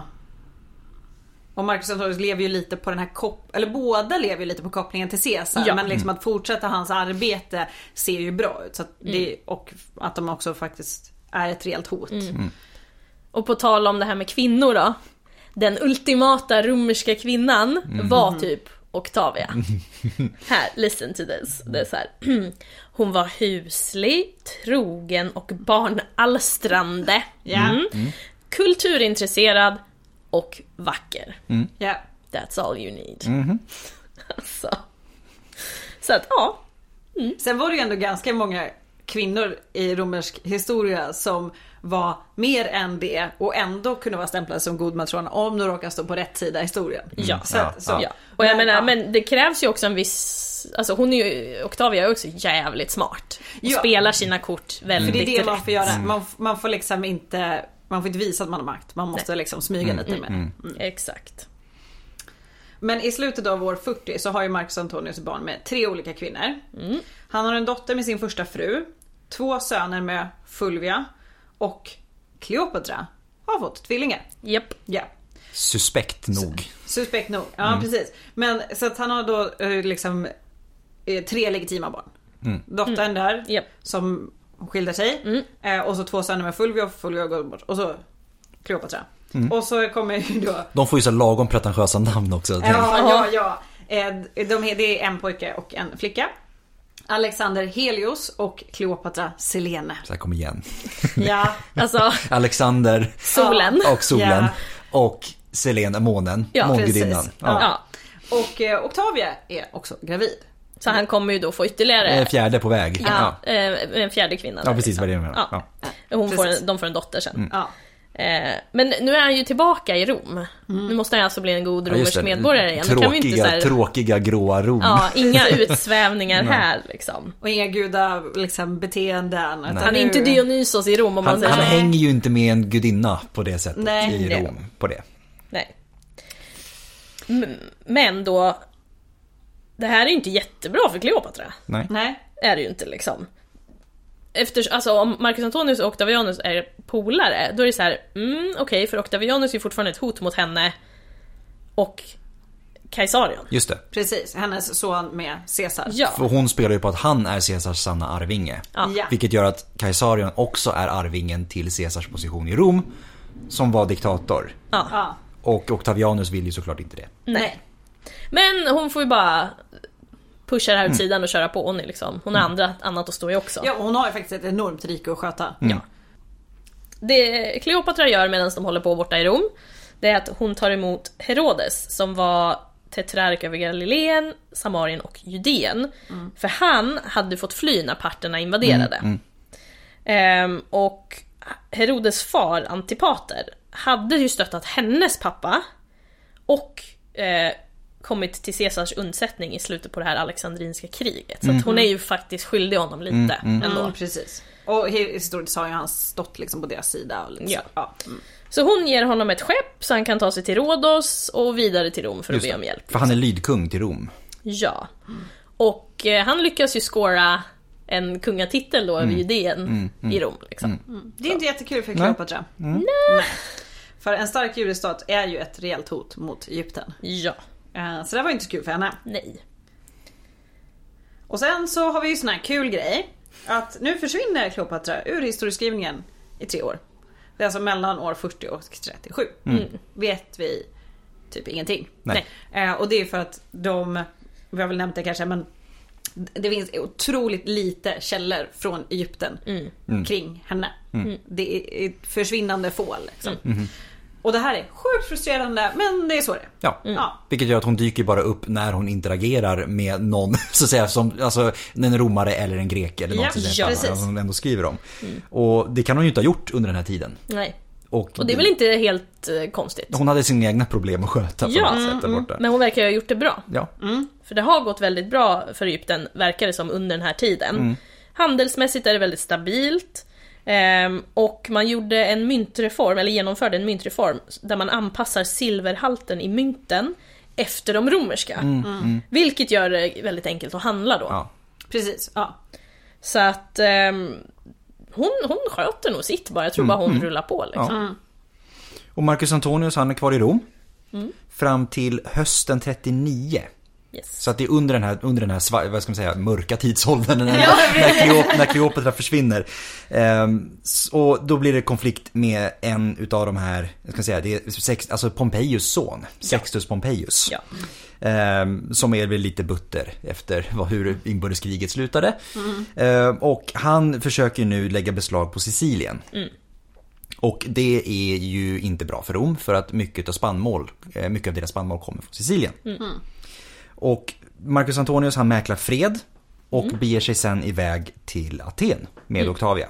Speaker 3: Och Marcus Antonius lever ju lite på den här eller båda lever ju lite på kopplingen till Caesar.
Speaker 2: Ja.
Speaker 3: Men liksom att fortsätta hans arbete ser ju bra ut. Så att och att de också faktiskt är ett reellt hot.
Speaker 2: Och på tal om det här med kvinnor då. Den ultimata romerska kvinnan var typ Octavia. Här, listen to this. Det är så här. Hon var huslig, trogen och barnalstrande. Kulturintresserad och vacker.
Speaker 3: Ja.
Speaker 2: That's all you need. Alltså. Så att,
Speaker 3: Sen var det ju ändå ganska många kvinnor i romersk historia som var mer än det och ändå kunde vara stämplade som god matron om de råkar stå på rätt sida i historien.
Speaker 2: Ja.
Speaker 3: Så.
Speaker 2: Och jag menar, men det krävs ju också en viss... Alltså Octavia är också jävligt smart. Och spelar sina kort väldigt
Speaker 3: för det är det man får göra.
Speaker 2: rätt.
Speaker 3: Man får liksom inte... Man får inte visa att man har makt. Man måste liksom smyga lite med.
Speaker 2: Exakt.
Speaker 3: Men i slutet av år 40 så har ju Marcus Antonius barn med 3 olika kvinnor. Han har en dotter med sin första fru, 2 söner med Fulvia och Kleopatra har fått tvillingar.
Speaker 2: Japp.
Speaker 3: Ja.
Speaker 1: Suspekt nog.
Speaker 3: Suspekt nog, ja precis. Men så att han har då liksom 3 legitima barn. Dottern där som skilde sig. Och så 2 söner med Fulvia och Fulvia går bort. Och så Kleopatra. Och så kommer ju då...
Speaker 1: De får ju så lagom pretentiösa namn också.
Speaker 3: Ja. Det är en pojke och en flicka. Alexander Helios och Kleopatra Selene.
Speaker 1: Så här, kom igen.
Speaker 3: Ja,
Speaker 2: alltså...
Speaker 1: Alexander
Speaker 2: solen.
Speaker 1: Och solen. Och Selene, månen. Mångudinnan.
Speaker 3: Ja. Och Octavia är också gravid.
Speaker 2: Så han kommer ju då få ytterligare...
Speaker 1: Fjärde på väg.
Speaker 2: En fjärde kvinna.
Speaker 1: Ja, precis vad det är.
Speaker 2: De får en dotter sen. Men nu är han ju tillbaka i Rom. Nu måste han alltså bli en god romersk medborgare igen. Kan vi inte så här...
Speaker 1: Tråkiga gråa Rom.
Speaker 2: Ja, inga utsvävningar här liksom.
Speaker 3: Och inga gudar liksom, beteenden.
Speaker 2: Han är inte Dionysos i Rom om man säger
Speaker 1: han
Speaker 2: så.
Speaker 1: hänger ju inte med en gudinna på det sättet i Rom. På det.
Speaker 2: Nej. Men då... Det här är ju inte jättebra för Kleopatra.
Speaker 3: Nej.
Speaker 2: Är det ju inte liksom. Alltså om Marcus Antonius och Octavianus är polare, då är det så här, okej, för Octavianus är fortfarande ett hot mot henne och Caesarion.
Speaker 1: Just det.
Speaker 3: Precis, hennes son med Caesar.
Speaker 2: Ja.
Speaker 1: För hon spelar ju på att han är Caesars sanna arvinge.
Speaker 3: Ja.
Speaker 1: Vilket gör att Caesarion också är arvingen till Caesars position i Rom, som var diktator.
Speaker 2: Ja.
Speaker 1: Och Octavianus vill ju såklart inte det.
Speaker 2: Nej. Men hon får ju bara pusha det här åt sidan och köra på hon liksom. Hon har annat att stå i också.
Speaker 3: Ja, hon har ju faktiskt ett enormt rike att sköta.
Speaker 2: Ja. Det Kleopatra gör medan de håller på borta i Rom, det är att hon tar emot Herodes som var tetrark över Galileen, Samarien och Judeen. För han hade fått fly när parterna invaderade. Och Herodes far Antipater hade ju stöttat hennes pappa och kommit till Caesars undsättning i slutet på det här alexandrinska kriget. Så att hon är ju faktiskt skyldig honom lite ändå. Precis.
Speaker 3: Och historiskt har ju han stått liksom på deras sida. Och liksom.
Speaker 2: Så hon ger honom ett skepp så han kan ta sig till Rhodos och vidare till Rom för att be om hjälp.
Speaker 1: För han är lydkung till Rom.
Speaker 2: Ja. Och han lyckas ju skåra en kungatitel då över Judeen i Rom liksom.
Speaker 3: Det är inte jättekul för Kleopatra. Nej. För en stark judestat är ju ett rejält hot mot Egypten.
Speaker 2: Ja.
Speaker 3: Så det var inte så kul för henne.
Speaker 2: Nej.
Speaker 3: Och sen så har vi ju sån här kul grej att nu försvinner Kleopatra ur historieskrivningen i 3 år. Det är alltså mellan år 40 och 37. Vet vi typ ingenting.
Speaker 1: Nej.
Speaker 3: Och det är för att vi har väl nämnt det kanske, men det finns otroligt lite källor från Egypten kring henne. Det är försvinnande få liksom. Och det här är sjukt frustrerande, men det är så det är.
Speaker 1: Ja. Vilket gör att hon dyker bara upp när hon interagerar med någon, så att säga, som alltså en romare eller en grek eller något som hon ändå skriver om. Och det kan hon ju inte ha gjort under den här tiden.
Speaker 2: Nej. Och det är väl inte helt konstigt.
Speaker 1: Hon hade sina egna problem att sköta på något sätt där borta.
Speaker 2: Men hon verkar ha gjort det bra.
Speaker 1: Ja.
Speaker 2: För det har gått väldigt bra för Egypten, verkar det som, under den här tiden. Handelsmässigt är det väldigt stabilt. Och man gjorde en myntreform, eller genomförde en myntreform där man anpassar silverhalten i mynten efter de romerska. Vilket gör det väldigt enkelt att handla då.
Speaker 3: Ja. Precis, ja.
Speaker 2: Så att hon sköter nog sitt bara. Jag tror bara hon rullar på liksom.
Speaker 1: Och Marcus Antonius, han är kvar i Rom fram till hösten 39.
Speaker 2: Yes.
Speaker 1: Så att det är under den här vad ska man säga, mörka tidsåldern när Kleopatra försvinner. Och då blir det konflikt med en utav de här, jag ska säga, det är alltså Pompejus son, Sextus Pompejus.
Speaker 2: Ja.
Speaker 1: Som är väl lite butter efter hur inbördeskriget slutade. Och han försöker nu lägga beslag på Sicilien. Och det är ju inte bra för Rom, för att mycket av deras spannmål kommer från Sicilien. Och Marcus Antonius, han mäklar fred och beger sig sen iväg till Aten med Octavia.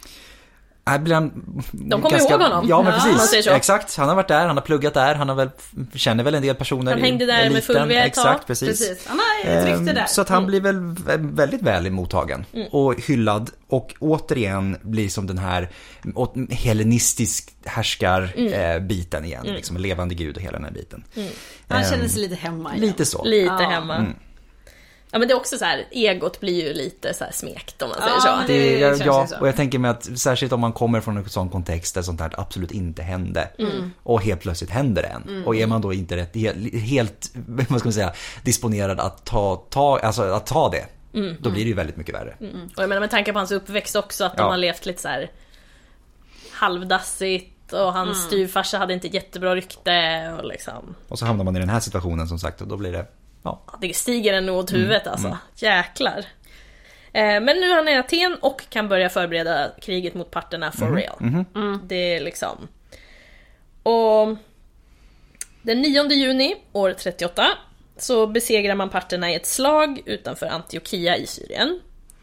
Speaker 2: De kommer ihåg honom.
Speaker 1: Ja, men
Speaker 2: man säger
Speaker 1: precis.
Speaker 2: så.
Speaker 1: Exakt. Han har varit där, han har pluggat där, han har väl, känner väl en del personer.
Speaker 2: Han hängde där med Fulvia ett tag.
Speaker 1: Exakt, precis.
Speaker 3: Han har ett rykte där.
Speaker 1: Så att han blir väl väldigt väl emottagen och hyllad. Och återigen blir som den här hellenistisk härskarbiten igen. Liksom levande gud och hela den här biten.
Speaker 3: Han känner sig lite hemma igen.
Speaker 1: Lite så.
Speaker 2: Lite hemma. Ja, men det är också så här, egot blir ju lite så här smekt om man säger så.
Speaker 1: Och jag tänker mig att särskilt om man kommer från en sån kontext där sånt här absolut inte hände och helt plötsligt händer det än. Och är man då inte helt vad ska man säga, disponerad att ta det, då blir det ju väldigt mycket värre.
Speaker 2: Och jag menar med tanke på hans uppväxt också, att de har levt lite så här halvdassigt och hans styvfarsa hade inte jättebra rykte och liksom.
Speaker 1: Och så hamnar man i den här situationen som sagt och då blir det
Speaker 2: det stiger en åt huvudet alltså. Jäklar. Men nu är han i Aten och kan börja förbereda kriget mot parterna for real. Det är liksom. Och den 9 juni år 38 så besegrar man parterna i ett slag utanför Antiochia i Syrien.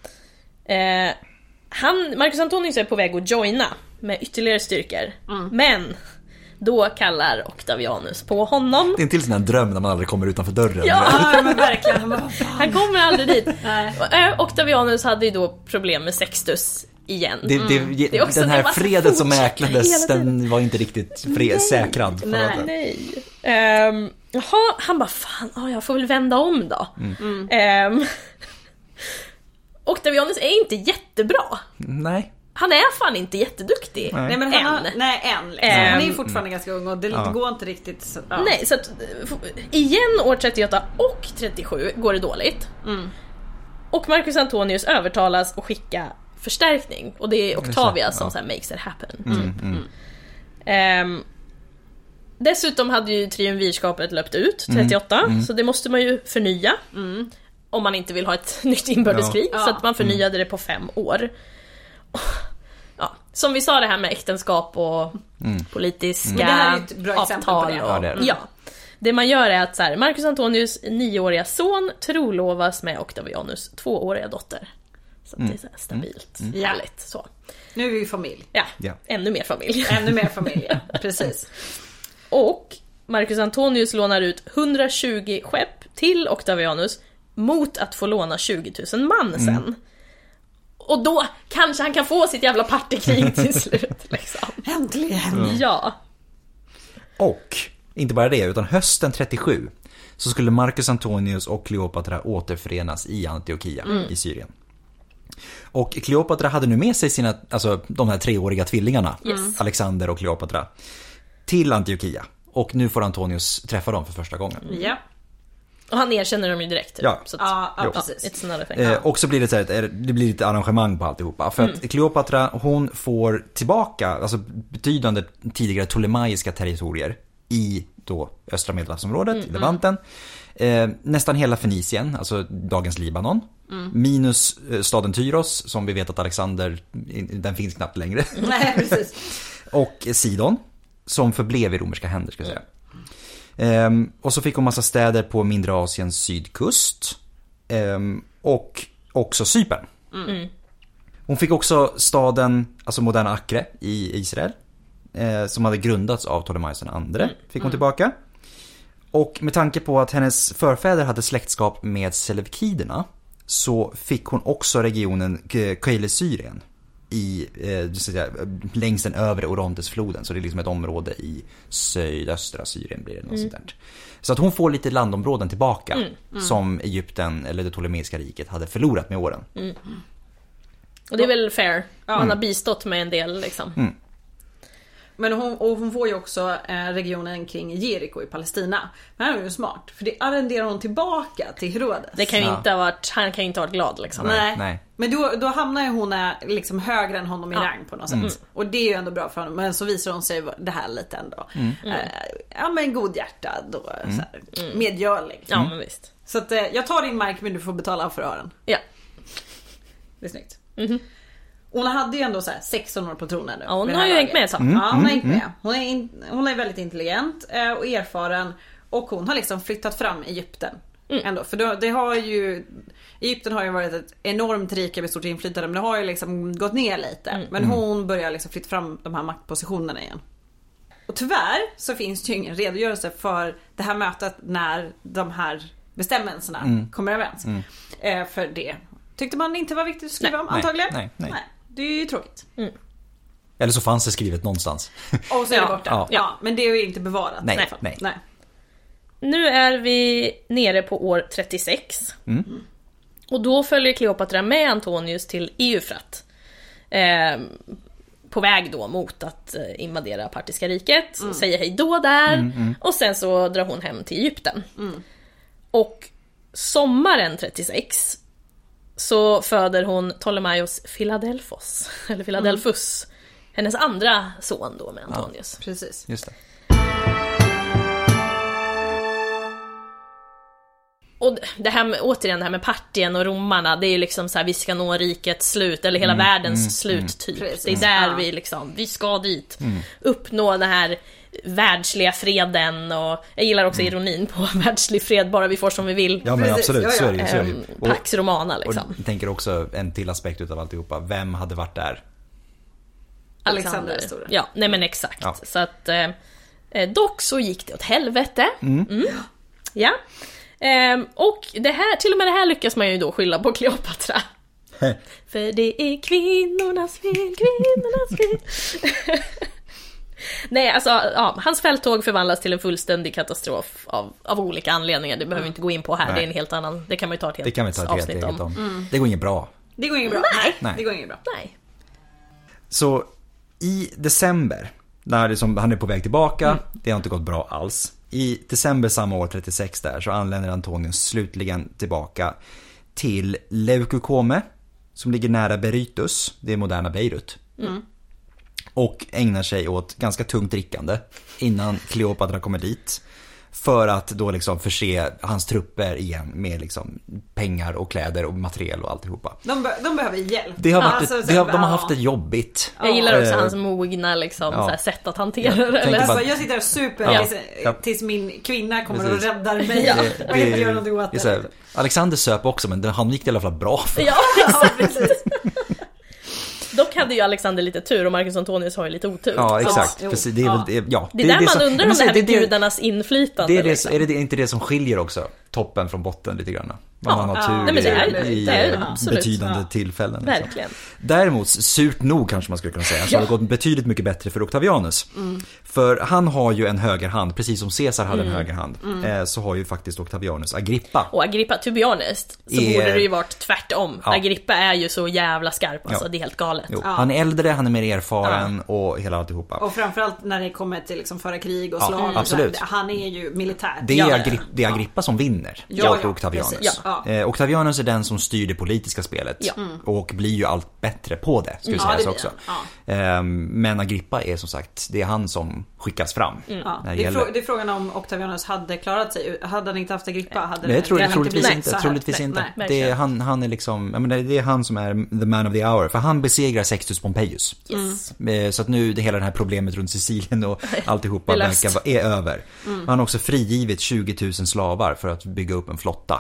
Speaker 2: Marcus Antonius är på väg att joina med ytterligare styrkor. Men då kallar Octavianus på honom.
Speaker 1: Det är en till sån här dröm när man aldrig kommer utanför dörren.
Speaker 3: Ja, men verkligen.
Speaker 2: Han kommer aldrig dit. Octavianus hade ju då problem med Sextus igen.
Speaker 1: Det också, den här freden som mäklades, den var inte riktigt säkrad.
Speaker 2: Nej. Han bara, fan, jag får väl vända om då. Octavianus är inte jättebra.
Speaker 1: Nej.
Speaker 2: Han är fan inte jätteduktig.
Speaker 3: Nej, men han är ju fortfarande ganska ung och det går inte riktigt så,
Speaker 2: Nej, så att igen år 38 och 37 går det dåligt. Och Marcus Antonius övertalas att skicka förstärkning. Och det är Octavia som så här makes it happen. Dessutom hade ju triumvirskapet löpt ut 38. Så det måste man ju förnya om man inte vill ha ett nytt inbördeskrig. Så att man förnyade det på 5 år. Som vi sa, det här med äktenskap och politiska
Speaker 3: det här är ett bra
Speaker 2: avtal
Speaker 3: exempel på det.
Speaker 2: Det man gör är att så här, Marcus Antonius 9-åriga son trolovas med Octavianus 2-åriga dotter. Så att det är så här stabilt. Härligt så.
Speaker 3: Nu är vi familj.
Speaker 2: Ja. Ännu mer familj.
Speaker 3: Ännu mer familj, precis.
Speaker 2: Och Marcus Antonius lånar ut 120 skepp till Octavianus mot att få låna 20 000 man sen. Och då kanske han kan få sitt jävla partykrig till slut liksom.
Speaker 3: Äntligen.
Speaker 2: Ja.
Speaker 1: Och inte bara det, utan hösten 37 så skulle Marcus Antonius och Kleopatra återförenas i Antiochia i Syrien. Och Kleopatra hade nu med sig de här 3-åriga tvillingarna, Alexander och Kleopatra, till Antiochia. Och nu får Antonius träffa dem för första gången.
Speaker 3: Ja.
Speaker 2: Och han erkänner dem ju direkt.
Speaker 1: Ja,
Speaker 2: så att,
Speaker 3: precis.
Speaker 2: It's another thing.
Speaker 1: Och så blir det så här, det blir lite arrangemang på alltihopa. För att Kleopatra, hon får tillbaka alltså betydande tidigare ptolemaiska territorier i då östra Medelhavsområdet, i Levanten. Nästan hela Fenicien, alltså dagens Libanon. Minus staden Tyros, som vi vet att Alexander, den finns knappt längre.
Speaker 3: Nej, precis.
Speaker 1: Och Sidon, som förblev i romerska händer, ska jag säga. Och så fick hon massa städer på mindre Asiens sydkust och också Cypern. Hon fick också staden, alltså moderna Acre i Israel, som hade grundats av Ptolemaios II, fick hon tillbaka. Och med tanke på att hennes förfäder hade släktskap med selevkiderna så fick hon också regionen Keile-Syrien längs den övre Orontesfloden, så det är liksom ett område i sydöstra Syrien blir det något sånt där. Så att hon får lite landområden tillbaka som Egypten eller det ptolemeiska riket hade förlorat med åren.
Speaker 2: Och det är väl fair. Man har bistått med en del liksom.
Speaker 3: Men hon får ju också regionen kring Jeriko i Palestina. Men han är ju smart, för det arrenderar hon tillbaka till Herodes.
Speaker 2: Det kan ju inte ha varit, han kan ju inte ha varit glad liksom.
Speaker 3: Nej. Men då hamnar ju hon liksom högre än honom i rang på något sätt. Och det är ju ändå bra för honom. Men så visar hon sig det här lite ändå. Men godhjärtad och så här, medgörlig.
Speaker 2: Ja, men visst.
Speaker 3: Så att jag tar din mark, men du får betala för ören.
Speaker 2: Ja.
Speaker 3: Det är snyggt. Hon hade ju ändå så här 16 år på tronen nu.
Speaker 2: Ja, hon har ju hängt med så.
Speaker 3: Ja, hon har hängt med. Hon är väldigt intelligent och erfaren. Och hon har liksom flyttat fram Egypten Ändå. För det har ju... Egypten har ju varit ett enormt rike med stort inflytande, men det har ju liksom gått ner lite. Men hon börjar liksom flytta fram de här maktpositionerna igen. Och tyvärr så finns det ju ingen redogörelse för det här mötet när de här bestämmelserna kommer överens. För det tyckte man inte var viktigt att skriva om, antagligen.
Speaker 1: Nej.
Speaker 3: Det är ju tråkigt.
Speaker 1: Eller så fanns det skrivet någonstans.
Speaker 3: Och så är det borta. Ja, men det är ju inte bevarat.
Speaker 1: Nej.
Speaker 2: Nu är vi nere på år 36. Och då följer Kleopatra med Antonius till Eufrat. På väg då mot att invadera Partiska riket. Säger hej då där. Och sen så drar hon hem till Egypten. Och sommaren 36 så föder hon Ptolemaios Philadelphos. Eller Philadelphus. Hennes andra son då med Antonius.
Speaker 3: Ja, precis.
Speaker 1: Just det.
Speaker 2: Och det här med, återigen det här med Partien och romarna, det är ju liksom så här, vi ska nå rikets slut eller hela världens slut typ. Det är där vi liksom, vi ska dit. Uppnå den här världsliga freden, och jag gillar också ironin på världslig fred, bara vi får som vi vill.
Speaker 1: Ja, men absolut, så är det ju.
Speaker 2: Pax Romana liksom.
Speaker 1: Och jag tänker också en till aspekt utav alltihopa. Vem hade varit där?
Speaker 3: Alexander Stora.
Speaker 2: Ja, nej men exakt. Ja. Så att dock så gick det åt helvete. Ja. Och det här, till och med det här lyckas man ju då skylla på Kleopatra. För det är kvinnornas fel. Nej, alltså hans fälttåg förvandlas till en fullständig katastrof av olika anledningar. Det behöver vi inte gå in på här. Nej. Det är en helt annan, det kan man ju ta ett helt avsnitt om.
Speaker 1: Det går inget bra.
Speaker 3: Det går inget bra.
Speaker 2: Nej.
Speaker 3: Det går inget bra.
Speaker 2: Nej.
Speaker 1: Så i december, när liksom, han är på väg tillbaka, det har inte gått bra alls. I december samma år 36 där så anländer Antonius slutligen tillbaka till Leukukome, som ligger nära Berytus, det är moderna Beirut. Och ägnar sig åt ganska tungt drickande innan Kleopatra kommer dit. För att då liksom förse hans trupper igen med liksom pengar och kläder och material och alltihopa.
Speaker 3: De behöver hjälp.
Speaker 1: De har haft det jobbigt.
Speaker 2: Jag gillar också hans mogna liksom, så här, sätt att hantera det.
Speaker 3: Jag sitter och super tills min kvinna kommer och räddar mig. Och inte gör någonting åt det.
Speaker 1: Alexander söp också, men han gick det i alla fall bra för.
Speaker 2: Ja, precis. Dock hade ju Alexander lite tur och Marcus Antonius har ju lite otur.
Speaker 1: Ja, exakt. Det är
Speaker 2: där man undrar om det här med gudarnas inflytande.
Speaker 1: Är det inte det som skiljer också toppen från botten lite grann? Man har tur
Speaker 2: i
Speaker 1: betydande tillfällen.
Speaker 2: Verkligen.
Speaker 1: Däremot, surt nog kanske man skulle kunna säga, så har det gått betydligt mycket bättre för Octavianus. För han har ju en högerhand, precis som Caesar hade en högerhand. Så har ju faktiskt Octavianus Agrippa.
Speaker 2: Och Agrippa, to be honest, så borde det ju varit tvärtom. Agrippa är ju så jävla skarp, alltså det är helt galet.
Speaker 1: Han är äldre, han är mer erfaren och hela alltihopa.
Speaker 3: Och framförallt när det kommer till liksom föra krig och slag.
Speaker 1: Absolut.
Speaker 3: Han är ju militär.
Speaker 1: Det är Agrippa som vinner. Octavianus. Octavianus är den som styr det politiska spelet och blir ju allt bättre på det, skulle sägas också. Men Agrippa är som sagt, det är han som skickas fram.
Speaker 3: Det är frågan om Octavianus hade klarat sig. Hade han inte haft Agrippa?
Speaker 1: Nej, troligtvis inte. Det är han är liksom, det är han som är the man of the hour. För han besegrar Sextus Pompeius. Så att nu det hela det här problemet runt Sicilien och alltihopa är över. Han har också frigivit 20 000 slavar för att bygga upp en flotta.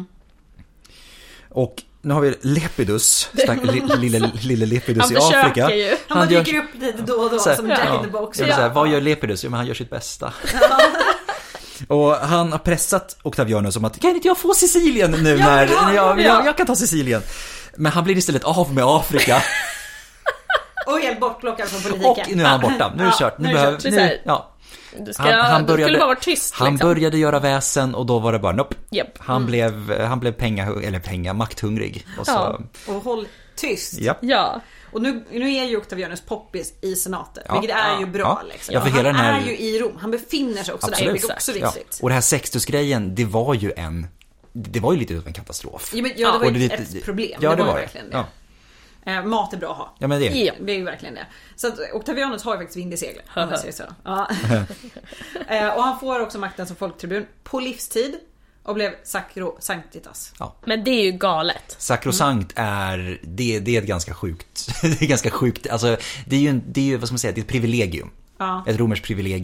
Speaker 1: Och nu har vi Lepidus, lille Lepidus i Afrika.
Speaker 3: Han dyker upp lite då och då som Jack in the Box.
Speaker 1: Vad gör Lepidus? Han gör sitt bästa. Och han har pressat Octavianus om att kan inte jag få Sicilien nu när jag kan ta Sicilien. Men han blir istället av med Afrika.
Speaker 3: Och helt bortplockad från politiken.
Speaker 1: Och nu är han borta. Nu är det kört.
Speaker 2: Du skulle bara vara tyst.
Speaker 1: Han började göra väsen och då var det bara nope. Han blev makthungrig
Speaker 3: och håll tyst.
Speaker 2: Ja.
Speaker 3: Och nu är ju Octavianus poppis i senaten, vilket är ju bra liksom.
Speaker 1: För
Speaker 3: han är ju i Rom. Han befinner sig också där, vilket också viktigt.
Speaker 1: Och det här Sextus-grejen, det var ju lite av en katastrof.
Speaker 3: Det var ju ett problem.
Speaker 1: Ja, det var
Speaker 3: verkligen det. Mat är bra att ha.
Speaker 1: Ja, men det
Speaker 3: är ju verkligen det. Så att Octavianus har ju faktiskt vind i seglen, om man säger så. Och han får också makten som folktribun på livstid och blev sacrosanctitas.
Speaker 2: Men det är ju galet.
Speaker 1: Sacrosanct är ett ganska sjukt. Det är ganska sjukt. Alltså det är ju vad ska man säga, det är ett privilegium. Ett romerskt privilegium.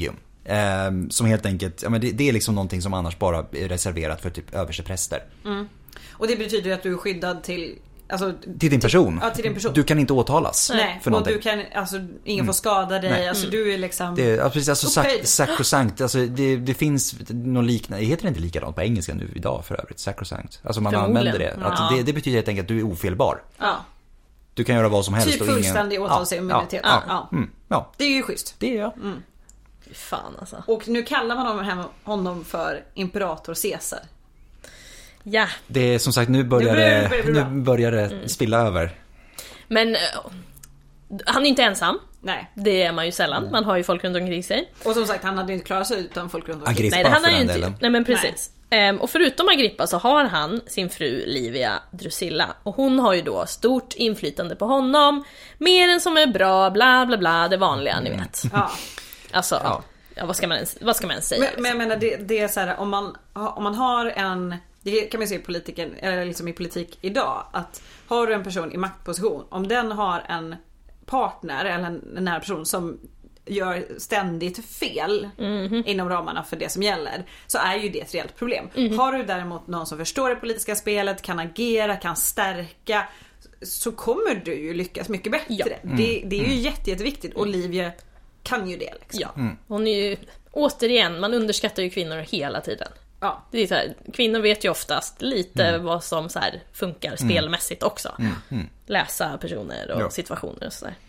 Speaker 1: Som helt enkelt, ja, men det är liksom någonting som annars bara är reserverat för typ överstepräster.
Speaker 3: Och det betyder ju att du är skyddad till... Alltså,
Speaker 1: till din person.
Speaker 3: Ja, till din person.
Speaker 1: Du kan inte åtalas.
Speaker 3: Nej,
Speaker 1: för någonting.
Speaker 3: och du kan, alltså, ingen får skada dig. Alltså, du är liksom...
Speaker 1: Precis, alltså sacrosanct. Alltså, det finns någon liknande, heter det inte likadant på engelska nu idag för övrigt? Sacrosanct. Alltså man använder det. Att det betyder helt enkelt att du är ofelbar.
Speaker 3: Ja.
Speaker 1: Du kan göra vad som helst.
Speaker 3: Typ fullständig åtalsimmunitet. Ja. Det är ju schysst.
Speaker 1: Det är jag.
Speaker 2: Fan alltså.
Speaker 3: Och nu kallar man honom för Imperator Caesar.
Speaker 2: Ja.
Speaker 1: Det är som sagt, nu börjar det spilla över. Men
Speaker 2: han är inte ensam.
Speaker 3: Nej.
Speaker 2: Det är man ju sällan. Man har ju folk runt omkring sig.
Speaker 3: Och som sagt, han hade inte klarat sig utan folk runt omkring.
Speaker 1: Agrippa, nej, det han ju inte.
Speaker 2: Nej, men precis. Och förutom Agrippa så har han sin fru Livia Drusilla. Och hon har ju då stort inflytande på honom. Mer än som är bra, bla bla bla, det vanliga, ni vet.
Speaker 3: Ja.
Speaker 2: Alltså, vad ska man ens säga?
Speaker 3: Men jag menar, det är så här, om man har en... Det kan man se i politiken, eller liksom i politik idag, att har du en person i maktposition, om den har en partner eller en nära person som gör ständigt fel inom ramarna för det som gäller, så är ju det ett reellt problem. Har du däremot någon som förstår det politiska spelet, kan agera, kan stärka, så kommer du ju lyckas mycket bättre. Ja. Det är ju jätteviktigt. Olivia kan ju det liksom.
Speaker 2: Ja. Hon är ju, återigen, man underskattar ju kvinnor hela tiden. Ja. Det är så här, kvinnor vet ju oftast lite vad som så här funkar spelmässigt också. Läsa personer och situationer och sådär.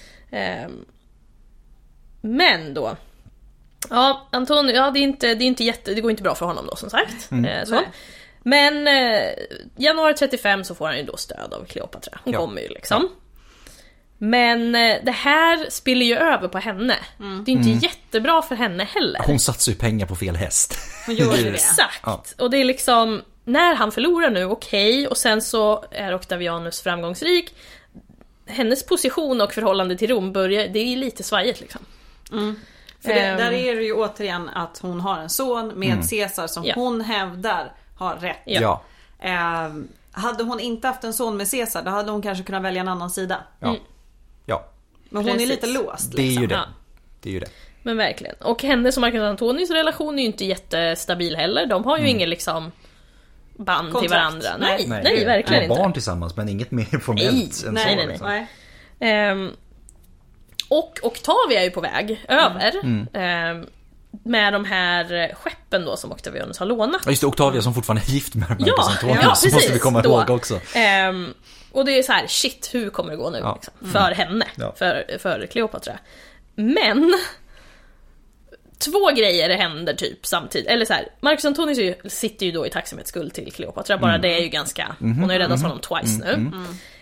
Speaker 2: Men då, ja, Antonio, det är inte det går inte bra för honom då, som sagt. Så. Men januari 35 så får han ju då stöd av Kleopatra. Hon kommer ju liksom. Men det här spiller ju över på henne. Det är inte jättebra för henne heller.
Speaker 1: Hon satsar ju pengar på fel häst.
Speaker 3: Hon gör det.
Speaker 2: Exakt. Ja. Och det är liksom, när han förlorar nu, okej. Och sen så är Octavianus framgångsrik. Hennes position och förhållande till Rom börjar, det är lite svajigt liksom.
Speaker 3: För där är det ju återigen att hon har en son med Caesar som hon hävdar har rätt.
Speaker 1: Ja.
Speaker 3: Hade hon inte haft en son med Caesar, då hade hon kanske kunnat välja en annan sida.
Speaker 1: Ja.
Speaker 3: Men hon är lite låst.
Speaker 1: Det är
Speaker 3: liksom.
Speaker 1: ju det. Det är ju det.
Speaker 2: Men verkligen. Och hennes och Marcus Antonius relation är ju inte jättestabil heller. De har ju ingen liksom band till varandra. Nej, verkligen inte.
Speaker 1: De har barn tillsammans, men inget mer formellt än
Speaker 2: nej,
Speaker 1: så.
Speaker 2: Nej.
Speaker 1: Liksom.
Speaker 2: Och Octavia är ju på väg över. Med de här skeppen då som Octavianus har lånat.
Speaker 1: Ja, just det, Octavia som fortfarande är gift med Marcus Antonius.
Speaker 2: Ja,
Speaker 1: så måste vi komma ihåg också.
Speaker 2: Och det är så här, shit, hur kommer det gå nu liksom, för henne, för Kleopatra. Men 2 grejer händer typ samtidigt. Eller så här, Marcus Antonius sitter ju då i tacksamhetsskuld till Kleopatra. Bara det är ju ganska, hon har ju räddat honom twice nu.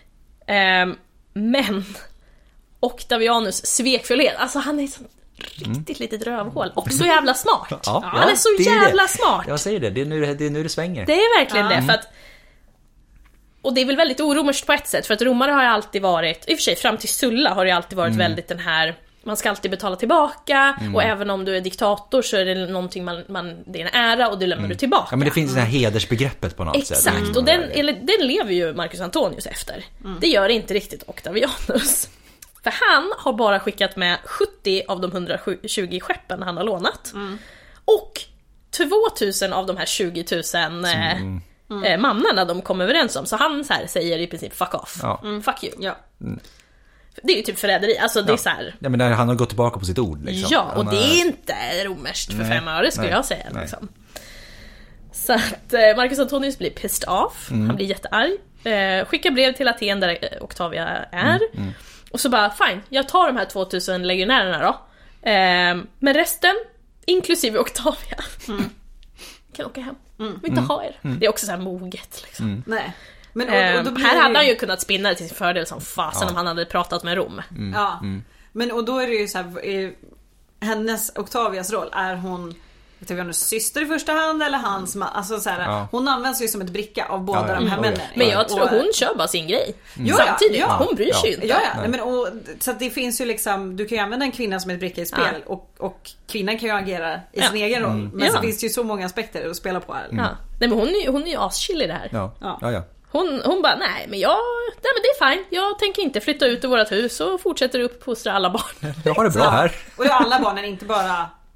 Speaker 2: Men Octavianus svekfullhet, alltså han är så riktigt litet rövhål. Och så jävla smart. Han är så jävla smart.
Speaker 1: Jag säger det, det är nu det svänger.
Speaker 2: Det är verkligen det, för att, och det är väl väldigt oromerskt på ett sätt, för att romare har ju alltid varit, i och för sig fram till Sulla har det alltid varit väldigt den här, man ska alltid betala tillbaka, och även om du är diktator så är det någonting det är en ära och det lämnar du tillbaka.
Speaker 1: Ja, men det finns det här hedersbegreppet på något sätt.
Speaker 2: Exakt, och den lever ju Marcus Antonius efter. Det gör inte riktigt Octavianus. För han har bara skickat med 70 av de 120 skeppen han har lånat. Och 2000 av de här 20 000 mannarna de kom överens om. Så han så här säger i princip fuck off. Fuck you. Ja. Det är ju typ förräderi. Alltså det är så här.
Speaker 1: Ja, men han har gått tillbaka på sitt ord liksom.
Speaker 2: Ja, och det är inte romerskt för 5 öre skulle jag säga liksom. Så att Marcus Antonius blir pissed off. Han blir jättearg. Skickar brev till Aten där Octavia är. Och så bara, fine, jag tar de här 2000 legionärerna då. Men resten, inklusive Octavia, kan åka hem. Vill inte ha er. Det är också så här moget liksom.
Speaker 3: Nej. Men, och då
Speaker 2: här hade han ju kunnat spinna det till sin fördel som fasen om han hade pratat med Rom.
Speaker 3: Men och då är det ju så här, hennes Octavias roll, är hon Octavianus syster i första hand eller hans man? Alltså så här, hon används ju som ett bricka av båda de här männen.
Speaker 2: Men jag tror hon kör bara sin grej. Samtidigt, hon bryr sig inte.
Speaker 3: Nej, men, så att det finns ju liksom, du kan ju använda en kvinna som ett bricka i spel och kvinnan kan ju agera i sin egen roll. Men så finns det ju så många aspekter att spela på här.
Speaker 2: Nej, men hon är ju aschill i det här.
Speaker 1: Ja.
Speaker 2: Hon bara, nej men det är fine. Jag tänker inte flytta ut ur vårt hus och fortsätter uppfostra alla barn.
Speaker 1: Jag har det bra här.
Speaker 3: Och alla barnen, inte bara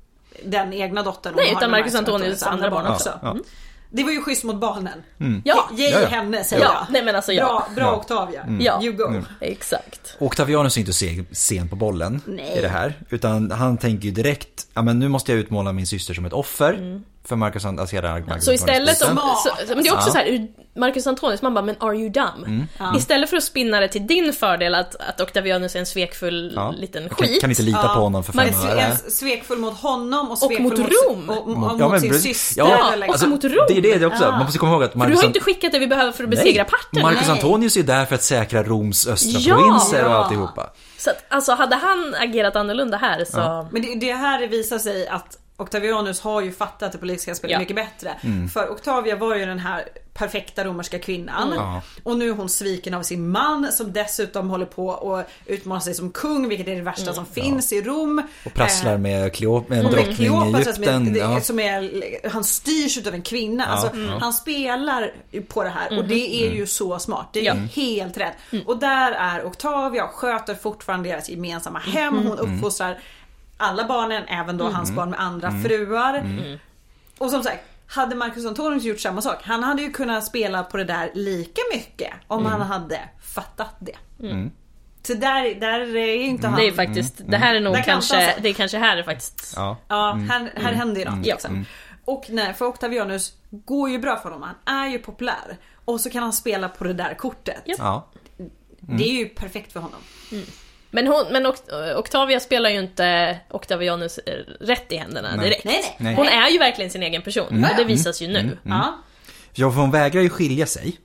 Speaker 3: den egna dottern.
Speaker 2: Nej, utan Marcus Antonius andra barn också.
Speaker 3: Ja. Det var ju schysst mot barnen.
Speaker 2: Ja.
Speaker 3: Ge henne, säger jag.
Speaker 2: Nej, men alltså,
Speaker 3: bra Octavia. You go.
Speaker 2: Exakt.
Speaker 1: Octavianus är inte sen på bollen i det här. Utan han tänker ju direkt, ja men nu måste jag utmåla min syster som ett offer. För Marcus Antonius.
Speaker 2: Så istället men det är också så här, Marcus Antonius, man bara, men are you dumb? Istället för att spinna det till din fördel att Octavianus är en svekfull liten skit.
Speaker 1: Kan inte lita på honom för 5 öre.
Speaker 3: Svekfull mot honom och
Speaker 2: svekfull mot Rom.
Speaker 3: Och mot sin syster.
Speaker 2: Ja, och mot Rom.
Speaker 1: Det är det också. Man måste komma ihåg att
Speaker 2: du har inte skickat det vi behöver för att besegra parten.
Speaker 1: Marcus Antonius är där för att säkra Roms östra provinser och alltihopa.
Speaker 2: Så att, alltså hade han agerat annorlunda här så...
Speaker 3: Men det här visar sig att Octavianus har ju fattat det politiska spelet mycket bättre. För Octavia var ju den här perfekta romerska kvinnan. Och nu är hon sviken av sin man som dessutom håller på att utmana sig som kung, vilket är det värsta som finns i Rom.
Speaker 1: Och prasslar med en drottning i Egypten.
Speaker 3: Han styrs utav en kvinna. Alltså, han spelar på det här och det är ju så smart. Det är helt rätt. Och där är Octavia och sköter fortfarande deras gemensamma hem. Hon uppfostrar alla barnen, även då hans barn med andra fruar. Och som sagt, hade Marcus Antonius gjort samma sak, han hade ju kunnat spela på det där lika mycket om han hade fattat det. Så där är inte han.
Speaker 2: Det är faktiskt, det här är nog kanske, det är kanske här det faktiskt.
Speaker 3: Här händer ju något liksom. Och för Octavianus går ju bra för honom, han är ju populär. Och så kan han spela på det där kortet. Det är ju perfekt för honom.
Speaker 2: Men Octavia spelar ju inte Octavianus rätt i händerna direkt.
Speaker 3: Nej.
Speaker 2: Hon är ju verkligen sin egen person. Och det visas ju nu.
Speaker 1: Ja, för hon vägrar ju skilja sig.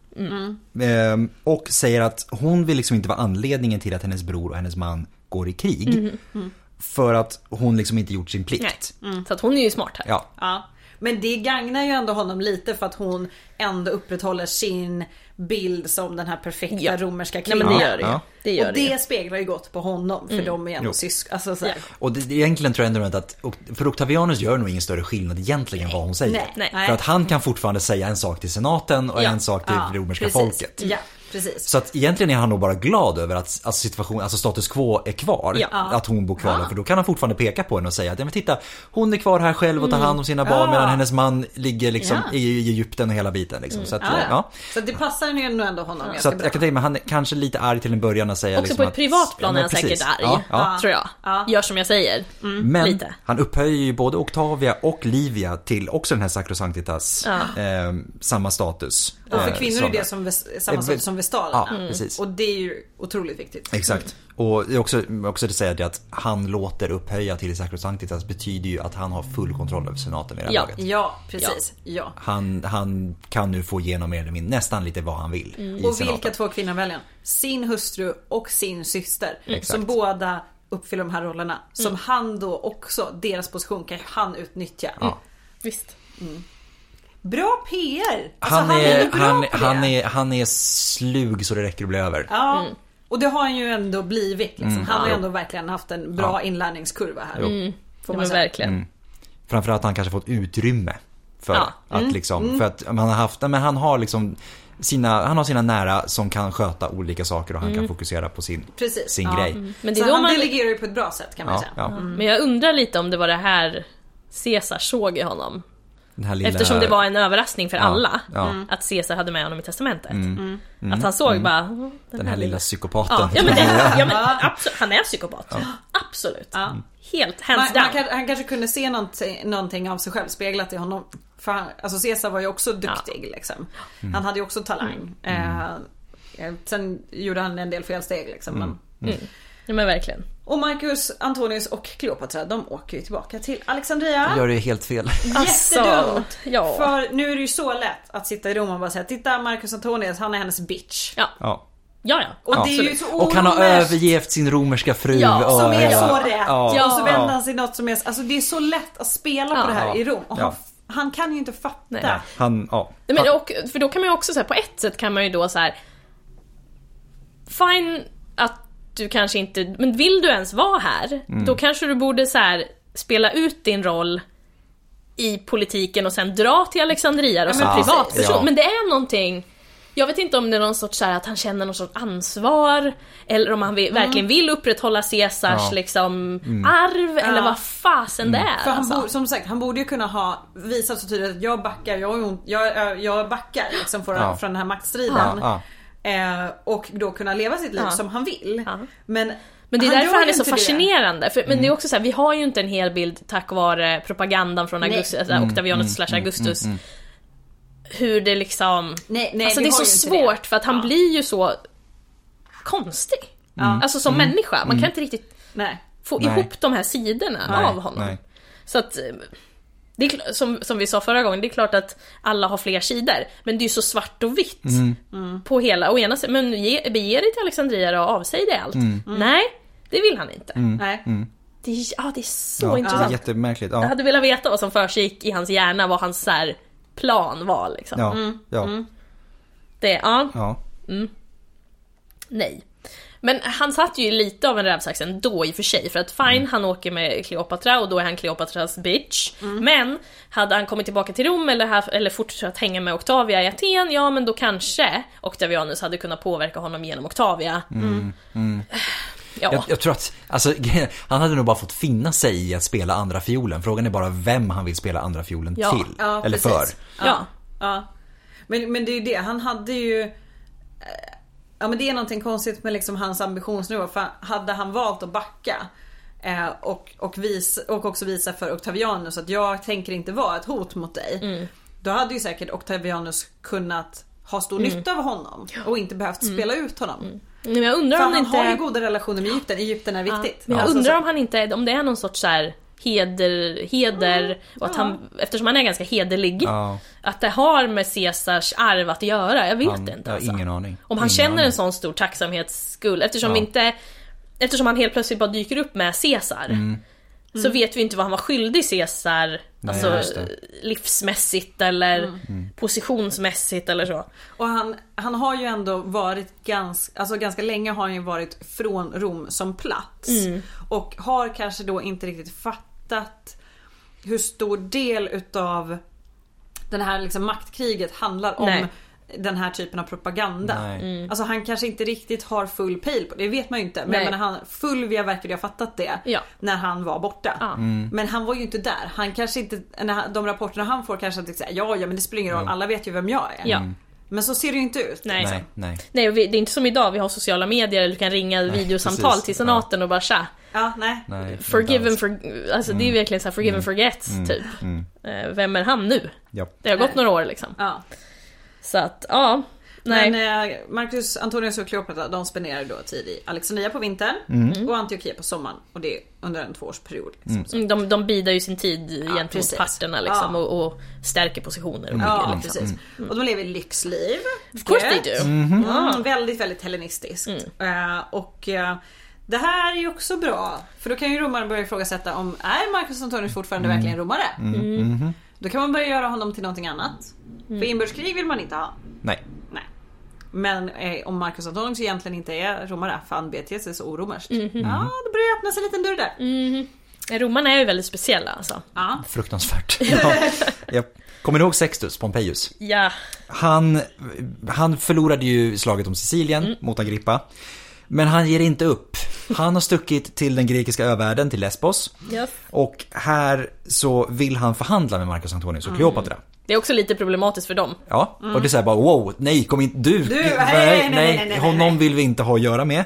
Speaker 1: Och säger att hon vill liksom inte vara anledningen till att hennes bror och hennes man går i krig. För att hon liksom inte gjort sin plikt.
Speaker 2: Så att hon är ju smart här.
Speaker 3: Ja. Men det gagnar ju ändå honom lite för att hon ändå upprätthåller sin bild som den här perfekta romerska kvinnan.
Speaker 2: Nej, men det gör det. Det gör
Speaker 3: och det speglar ju gott på honom, för de är ändå syskon. Alltså, så här.
Speaker 1: Och det egentligen tror jag ändå att för Octavianus gör nog ingen större skillnad egentligen vad hon säger.
Speaker 3: Nej.
Speaker 1: För att han kan fortfarande säga en sak till senaten och en sak till det romerska folket.
Speaker 3: Ja. Precis.
Speaker 1: Så att egentligen är han nog bara glad över att situation, alltså status quo är kvar. Att hon bor kvar där, för då kan han fortfarande peka på henne och säga att men titta, hon är kvar här själv och tar hand om sina barn medan hennes man ligger liksom i Egypten och hela biten liksom. Så att,
Speaker 3: så det passar ju ändå honom ganska
Speaker 1: så att
Speaker 3: bra.
Speaker 1: Jag kan tänka mig, han är kanske lite arg till en början att säga
Speaker 2: också
Speaker 1: liksom
Speaker 2: på ett privat plan är han säkert arg, tror jag. Gör som jag säger.
Speaker 1: Men
Speaker 2: lite.
Speaker 1: Han upphöjer ju både Octavia och Livia till också den här Sacrosanctitas samma status.
Speaker 3: Och för kvinnor är det som samma sak som vestalerna.
Speaker 1: Precis.
Speaker 3: Och det är ju otroligt viktigt.
Speaker 1: Exakt. Och det är också att säga det att han låter upphöja till Sacrosanctitas betyder ju att han har full kontroll över senaten med det här laget.
Speaker 3: Ja, precis. Ja.
Speaker 1: Han kan nu få igenom mer eller mindre nästan lite vad han vill i
Speaker 3: och
Speaker 1: senaten.
Speaker 3: vilka 2 kvinnor väljer? Sin hustru och sin syster.
Speaker 1: Exakt.
Speaker 3: Som båda uppfyller de här rollerna. Som han då också, deras position kan han utnyttja.
Speaker 2: Visst.
Speaker 3: Bra PR.
Speaker 1: Alltså, han är slug så det räcker att bli över.
Speaker 3: Ja. Och det har han ju ändå blivit liksom. Han har ju ändå verkligen haft en bra inlärningskurva här. Får man säga.
Speaker 2: Verkligen.
Speaker 1: Framförallt han kanske fått utrymme för att liksom för att man har haft, men han har liksom han har sina nära som kan sköta olika saker och han kan fokusera på sin grej.
Speaker 3: Men det är så han delegerar ju på ett bra sätt kan man säga.
Speaker 2: Men jag undrar lite om det var det här Caesar såg i honom. Eftersom det var en överraskning för alla att Caesar hade med honom i testamentet. Att han såg bara
Speaker 1: den här lilla psykopaten.
Speaker 2: Men absolut, han är psykopat. Absolut. Helt hands down.
Speaker 3: Han kanske kunde se någonting av sig själv speglat i honom. För alltså Caesar var ju också duktig liksom. Han hade ju också talang. Sen gjorde han en del felsteg liksom.
Speaker 2: Ja, men verkligen.
Speaker 3: Och Marcus Antonius och Kleopatra, de åker ju tillbaka till Alexandria.
Speaker 1: Gör det helt fel.
Speaker 3: Jättedumt. För nu är det ju så lätt att sitta i Rom och bara säga, titta Marcus Antonius, han är hennes bitch.
Speaker 2: Ja.
Speaker 3: Och det är ju så
Speaker 1: och han har övergett sin romerska fru.
Speaker 3: Som är så rätt. Och så vänder han sig något som är, alltså det är så lätt att spela på det här i Rom. Och han kan ju inte fatta.
Speaker 2: Nej. För då kan man ju också så här, på ett sätt kan man ju då så här, fine att du kanske inte, men vill du ens vara här, då kanske du borde så här spela ut din roll i politiken och sen dra till Alexandria och som privatperson. Men det är någonting, Jag vet inte om det är någon sorts så här, att han känner någon sorts ansvar, eller om han verkligen vill upprätthålla Caesars liksom arv, eller vad fasen det är.
Speaker 3: För han
Speaker 2: alltså.
Speaker 3: som sagt, han borde ju kunna ha visat så tydligt att jag backar, jag backar liksom från den här maktstriden. Och då kunna leva sitt liv som han vill. Men
Speaker 2: det är därför han är så fascinerande. Men det är också så här, vi har ju inte en hel bild tack vare propagandan från Augustus, Octavianus / Augustus. Hur det liksom...
Speaker 3: Nej,
Speaker 2: alltså det är så svårt för att han blir ju så konstig. Alltså som människa. Man kan inte riktigt få ihop de här sidorna av honom. Så att... Det är, som vi sa förra gången, det är klart att alla har fler sidor, men det är ju så svart och vitt på hela. Och ena sidan, men bege dig till Alexandria och avsäg dig allt. Nej, det vill han inte. Nej. Det är så intressant.
Speaker 1: Det är jättemärkligt.
Speaker 2: Jag hade velat veta vad som försiggick i hans hjärna, vad hans så här plan var liksom. Det, nej. Men han satt ju lite av en rävsax ändå i och för sig. För att han åker med Kleopatra och då är han Kleopatras bitch. Men hade han kommit tillbaka till Rom eller fortsatt hänga med Octavia i Aten, ja men då kanske Octavianus hade kunnat påverka honom genom Octavia. Ja.
Speaker 4: Jag tror att han hade nog bara fått finna sig i att spela andra fiolen. Frågan är bara vem han vill spela andra fiolen till. Eller
Speaker 3: precis.
Speaker 4: för.
Speaker 3: Ja. Men det är ju det, han hade ju... Ja, men det är någonting konstigt med liksom hans ambitionsnivå. För hade han valt att backa och också visa för Octavianus att jag tänker inte vara ett hot mot dig, då hade ju säkert Octavianus kunnat ha stor nytta av honom och inte behövt spela ut honom.
Speaker 2: Men jag undrar
Speaker 3: för
Speaker 2: om
Speaker 3: han
Speaker 2: inte...
Speaker 3: har ju goda relationer med Egypten. Egypten är viktigt.
Speaker 2: Men jag undrar om han inte, om det är någon sorts så här heder och att han, eftersom han är ganska hederlig, att det har med Caesars arv att göra. Jag vet inte alltså.
Speaker 4: Ingen aning.
Speaker 2: Om han känner en sån stor tacksamhetsskuld, eftersom han helt plötsligt bara dyker upp med Caesar, så vet vi inte vad han var skyldig Caesar. Alltså livsmässigt eller positionsmässigt eller så. Och han har ju ändå varit ganska länge har han ju varit från Rom som plats. Och har kanske då inte riktigt fattat hur stor del utav den här liksom maktkriget handlar om den här typen av propaganda. Alltså han kanske inte riktigt har full pejl på det, det vet man ju inte. Men Fulvia verkade ha fattat det när han var borta. Men han var ju inte där. Han kanske inte, de rapporterna han får kanske inte säga ja men det spelar ingen roll, alla vet ju vem jag är. Men så ser det ju inte ut. Nej, det är inte som idag, vi har sociala medier eller du kan ringa videosamtal till senaten och bara tja. Forgive and alltså det är verkligen så här, forgive and forget typ. Vem är han nu? Det har gått några år liksom. Så att, nej.
Speaker 3: Men Marcus Antonius och Kleopatra, de spenderar då tid i Alexandria på vintern och Antiochia på sommaren. Och det är under en 2-årsperiod liksom.
Speaker 2: De bidar ju sin tid gentemot parterna liksom, och stärker positioner och bygger, liksom.
Speaker 3: Precis. Och de lever lyxliv.
Speaker 2: Of course they do.
Speaker 3: Väldigt, väldigt hellenistiskt. Och det här är ju också bra. För då kan ju romare börja ifrågasätta om är Marcus Antonius fortfarande verkligen romare? Då kan man börja göra honom till någonting annat. För inbördeskrig vill man inte ha.
Speaker 4: Nej.
Speaker 3: Men om Marcus Antonius egentligen inte är romare, för han beter sig så oromerskt. Då börjar det öppna sig en liten dörr där.
Speaker 2: Romarna är ju väldigt speciella alltså.
Speaker 4: Fruktansvärt. Jag kommer ihåg Sextus Pompeius.
Speaker 2: Ja.
Speaker 4: Han förlorade ju slaget om Sicilien mot Agrippa. Men han ger inte upp. Han har stuckit till den grekiska övärlden, till Lesbos. Och här så vill han förhandla med Marcus Antonius och Kleopatra.
Speaker 2: Det är också lite problematiskt för dem.
Speaker 4: Ja, och det är så här bara, wow, nej, kom in, nej, honom vill vi inte ha att göra med.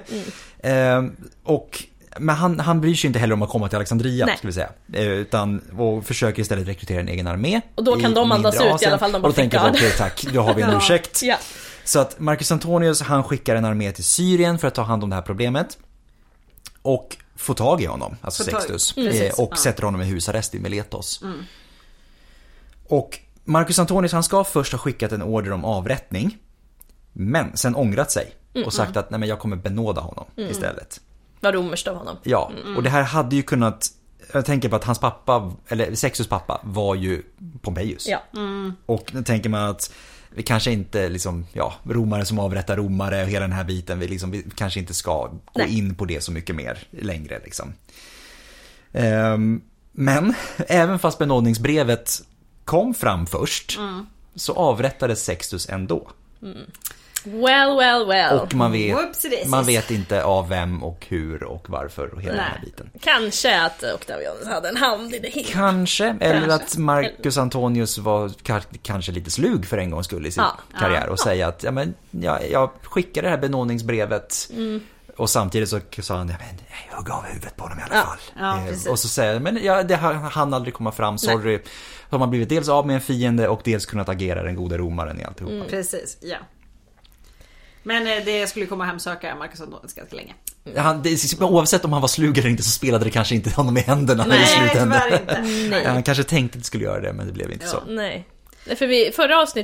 Speaker 4: Men han bryr sig inte heller om att komma till Alexandria, ska vi säga. Och försöker istället rekrytera en egen armé.
Speaker 2: Och då kan de andas ut i alla fall, de bara
Speaker 4: och tänker, okej, tack, då har vi en ursäkt. Så att Marcus Antonius, han skickar en armé till Syrien för att ta hand om det här problemet. Och får tag i honom, alltså Sextus. Och sätter honom i husarrest i Miletos. Och Marcus Antonius, han ska först ha skickat en order om avrättning, men sen ångrat sig och sagt att nej, men jag kommer benåda honom istället.
Speaker 2: Vad romerskt av honom.
Speaker 4: Ja, och det här hade ju kunnat, jag tänker på att hans pappa, eller Sextus pappa, var ju Pompeius. Och då tänker man att vi kanske inte liksom, romare som avrättar romare och hela den här biten, vi kanske inte ska gå in på det så mycket mer längre liksom. Men även fast benådningsbrevet kom fram först, så avrättades Sextus ändå.
Speaker 2: Well.
Speaker 4: Och man vet inte av vem och hur och varför och hela den här biten.
Speaker 2: Kanske att Octavianus hade en hand i det hela.
Speaker 4: Kanske. Eller att Marcus Antonius var kanske lite slug för en gångs skull i sin karriär och säga att jag skickar det här benådningsbrevet. Och samtidigt så sa han, jag hugg av huvudet på honom i alla fall. Och så säger han, men det hann aldrig komma fram, sorry. Så har man blivit dels av med en fiende och dels kunnat agera den goda romaren i alltihopa.
Speaker 3: Precis, ja. Men det skulle komma hemsöka Marcus Antonius ganska länge.
Speaker 4: Oavsett om han var slug eller inte så spelade det kanske inte honom i händerna i slutändan.
Speaker 3: Nej,
Speaker 4: han kanske tänkte att det skulle göra det, men det blev inte så.
Speaker 2: Nej, för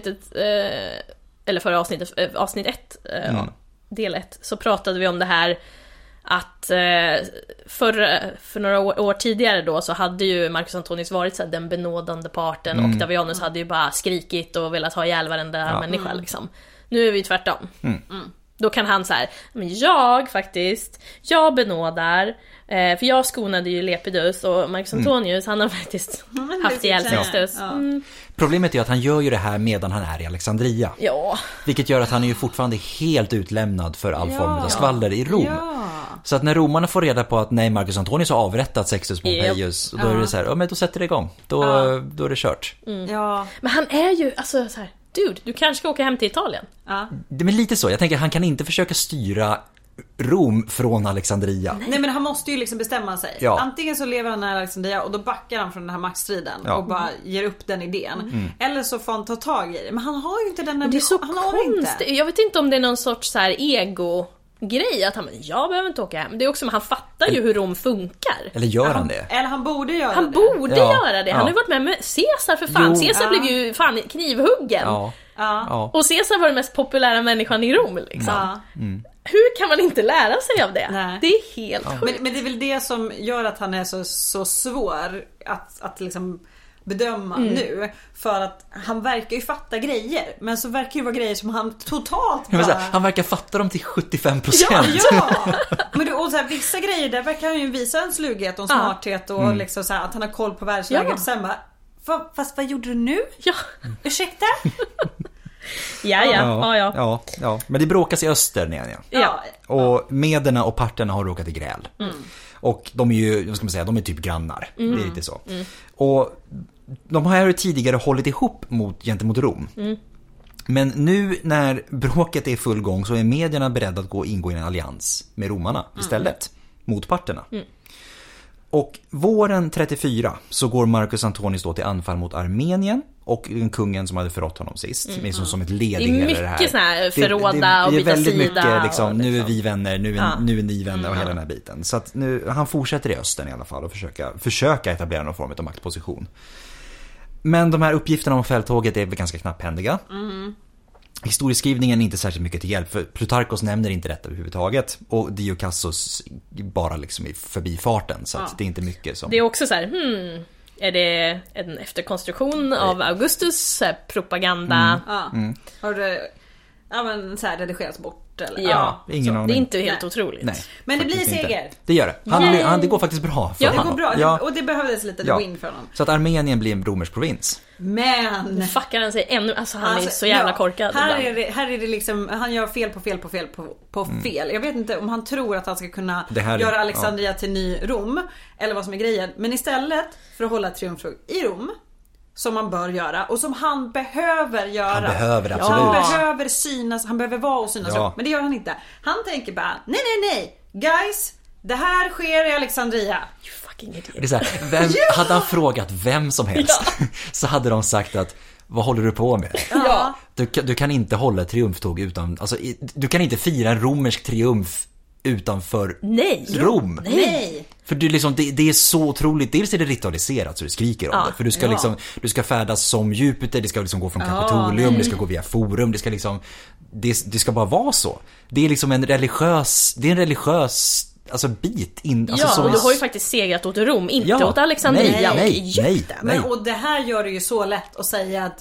Speaker 2: avsnitt 1 del 1 så pratade vi om det här att för några år tidigare då så hade ju Marcus Antonius varit så här, den benådande parten och Octavianus hade ju bara skrikit och velat ha ihjäl varenda människa liksom. Nu är vi tvärtom. Då kan han så här, men jag benådar, för jag skonade ju Lepidus och Marcus Antonius, han har faktiskt haft ihjäl Sextus.
Speaker 4: Problemet är att han gör ju det här medan han är i Alexandria.
Speaker 2: Ja.
Speaker 4: Vilket gör att han är ju fortfarande helt utlämnad för all form av skvaller i Rom. Så att när romarna får reda på att nej, Marcus Antonius har avrättat Sextus Pompeius, då är det så här, men då sätter det igång. Då är det kört.
Speaker 2: Men han är ju alltså så här, dude, du kanske ska åka hem till Italien.
Speaker 4: Det är lite så. Jag tänker han kan inte försöka styra Rom från Alexandria.
Speaker 3: Nej, men han måste ju liksom bestämma sig. Antingen så lever han i Alexandria och då backar han från den här maktstriden och bara ger upp den idén. Eller så får han ta tag i det. Men han har ju inte den här...
Speaker 2: Det är så konstigt. Jag vet inte om det är någon sorts så här ego-grej att jag behöver inte åka hem. Det är också, men han fattar ju hur Rom funkar.
Speaker 4: Eller gör han det?
Speaker 3: Eller han borde göra det.
Speaker 2: Han borde göra det. Han har ju varit med Caesar för fan. Caesar blev ju fan knivhuggen. Och Caesar var den mest populära människan i Rom liksom. Hur kan man inte lära sig av det? Nej. Det är helt sjukt.
Speaker 3: Men det är väl det som gör att han är så svår att liksom bedöma nu. För att han verkar ju fatta grejer. Men så verkar ju vara grejer som han totalt bara...
Speaker 4: Han verkar fatta dem till 75%.
Speaker 3: Ja. Men och så här, vissa grejer där verkar han ju visa en slughet och en smarthet och liksom så här, att han har koll på världsläget. Och sen bara, fast vad gjorde du nu? Ursäkta?
Speaker 2: Ja.
Speaker 4: Men det bråkas i öster och mederna och parterna har råkat i gräl. Och de är ju, vad ska man säga, de är typ grannar. Det är lite så. Och de har ju tidigare hållit ihop gentemot Rom. Men nu när bråket är i full gång så är medierna beredda att ingå i en allians med romarna istället mot parterna. Och våren 34 så går Marcus Antonius då till anfall mot Armenien och den kungen som hade förrått honom sist. Liksom som ett led i hela det här.
Speaker 2: Det är mycket sån här förråda och byta sida. Det är väldigt mycket
Speaker 4: liksom, nu är vi vänner, nu är ni vänner och hela den här biten. Så att nu, han fortsätter i östern i alla fall och försöka etablera någon form av maktposition. Men de här uppgifterna om fälttåget är väl ganska knapphändiga. Historieskrivningen är inte särskilt mycket till hjälp, för Plutarkos nämner inte detta överhuvudtaget och Diocassus bara liksom i förbifarten, så att det är inte mycket som...
Speaker 2: Det är också så här, är det en efterkonstruktion av Augustus propaganda?
Speaker 3: Har det så här redigerats bort eller?
Speaker 2: Ingen aning. Det är inte helt otroligt.
Speaker 3: Nej, men det blir seger.
Speaker 4: Inte. Det gör det. Det går faktiskt bra för
Speaker 3: honom. Det går bra. Och det behövdes lite win för honom.
Speaker 4: Så att Armenien blir en romersk provins.
Speaker 3: Men
Speaker 2: fuckar han sig ännu, alltså han är så jävla korkad.
Speaker 3: Här är det liksom, han gör fel på fel. Jag vet inte om han tror att han ska kunna göra Alexandria till ny Rom eller vad som är grejen, men istället för att hålla triumftåg i Rom, som man bör göra och som han behöver göra. Han
Speaker 4: behöver absolut.
Speaker 3: Han behöver synas, han behöver vara och synas. Men det gör han inte. Han tänker bara, nej. Guys, det här sker i Alexandria.
Speaker 2: You fucking idiot.
Speaker 4: Det är så här, hade han frågat vem som helst så hade de sagt att vad håller du på med? Du kan inte hålla ett triumftåg utan, alltså, du kan inte fira en romersk triumf utanför Rom.
Speaker 3: Nej.
Speaker 4: För det är så otroligt. Dels är det ritualiserat så du skriker om det. För du ska du ska färdas som Jupiter. Det ska liksom gå från Kapitolium. Det ska gå via Forum. Det ska liksom det ska bara vara så. Det är liksom en religiös alltså bit in, alltså
Speaker 2: och du har ju faktiskt segrat åt Rom, inte åt Alexandria och Egypten.
Speaker 3: Men och det här gör det ju så lätt att säga att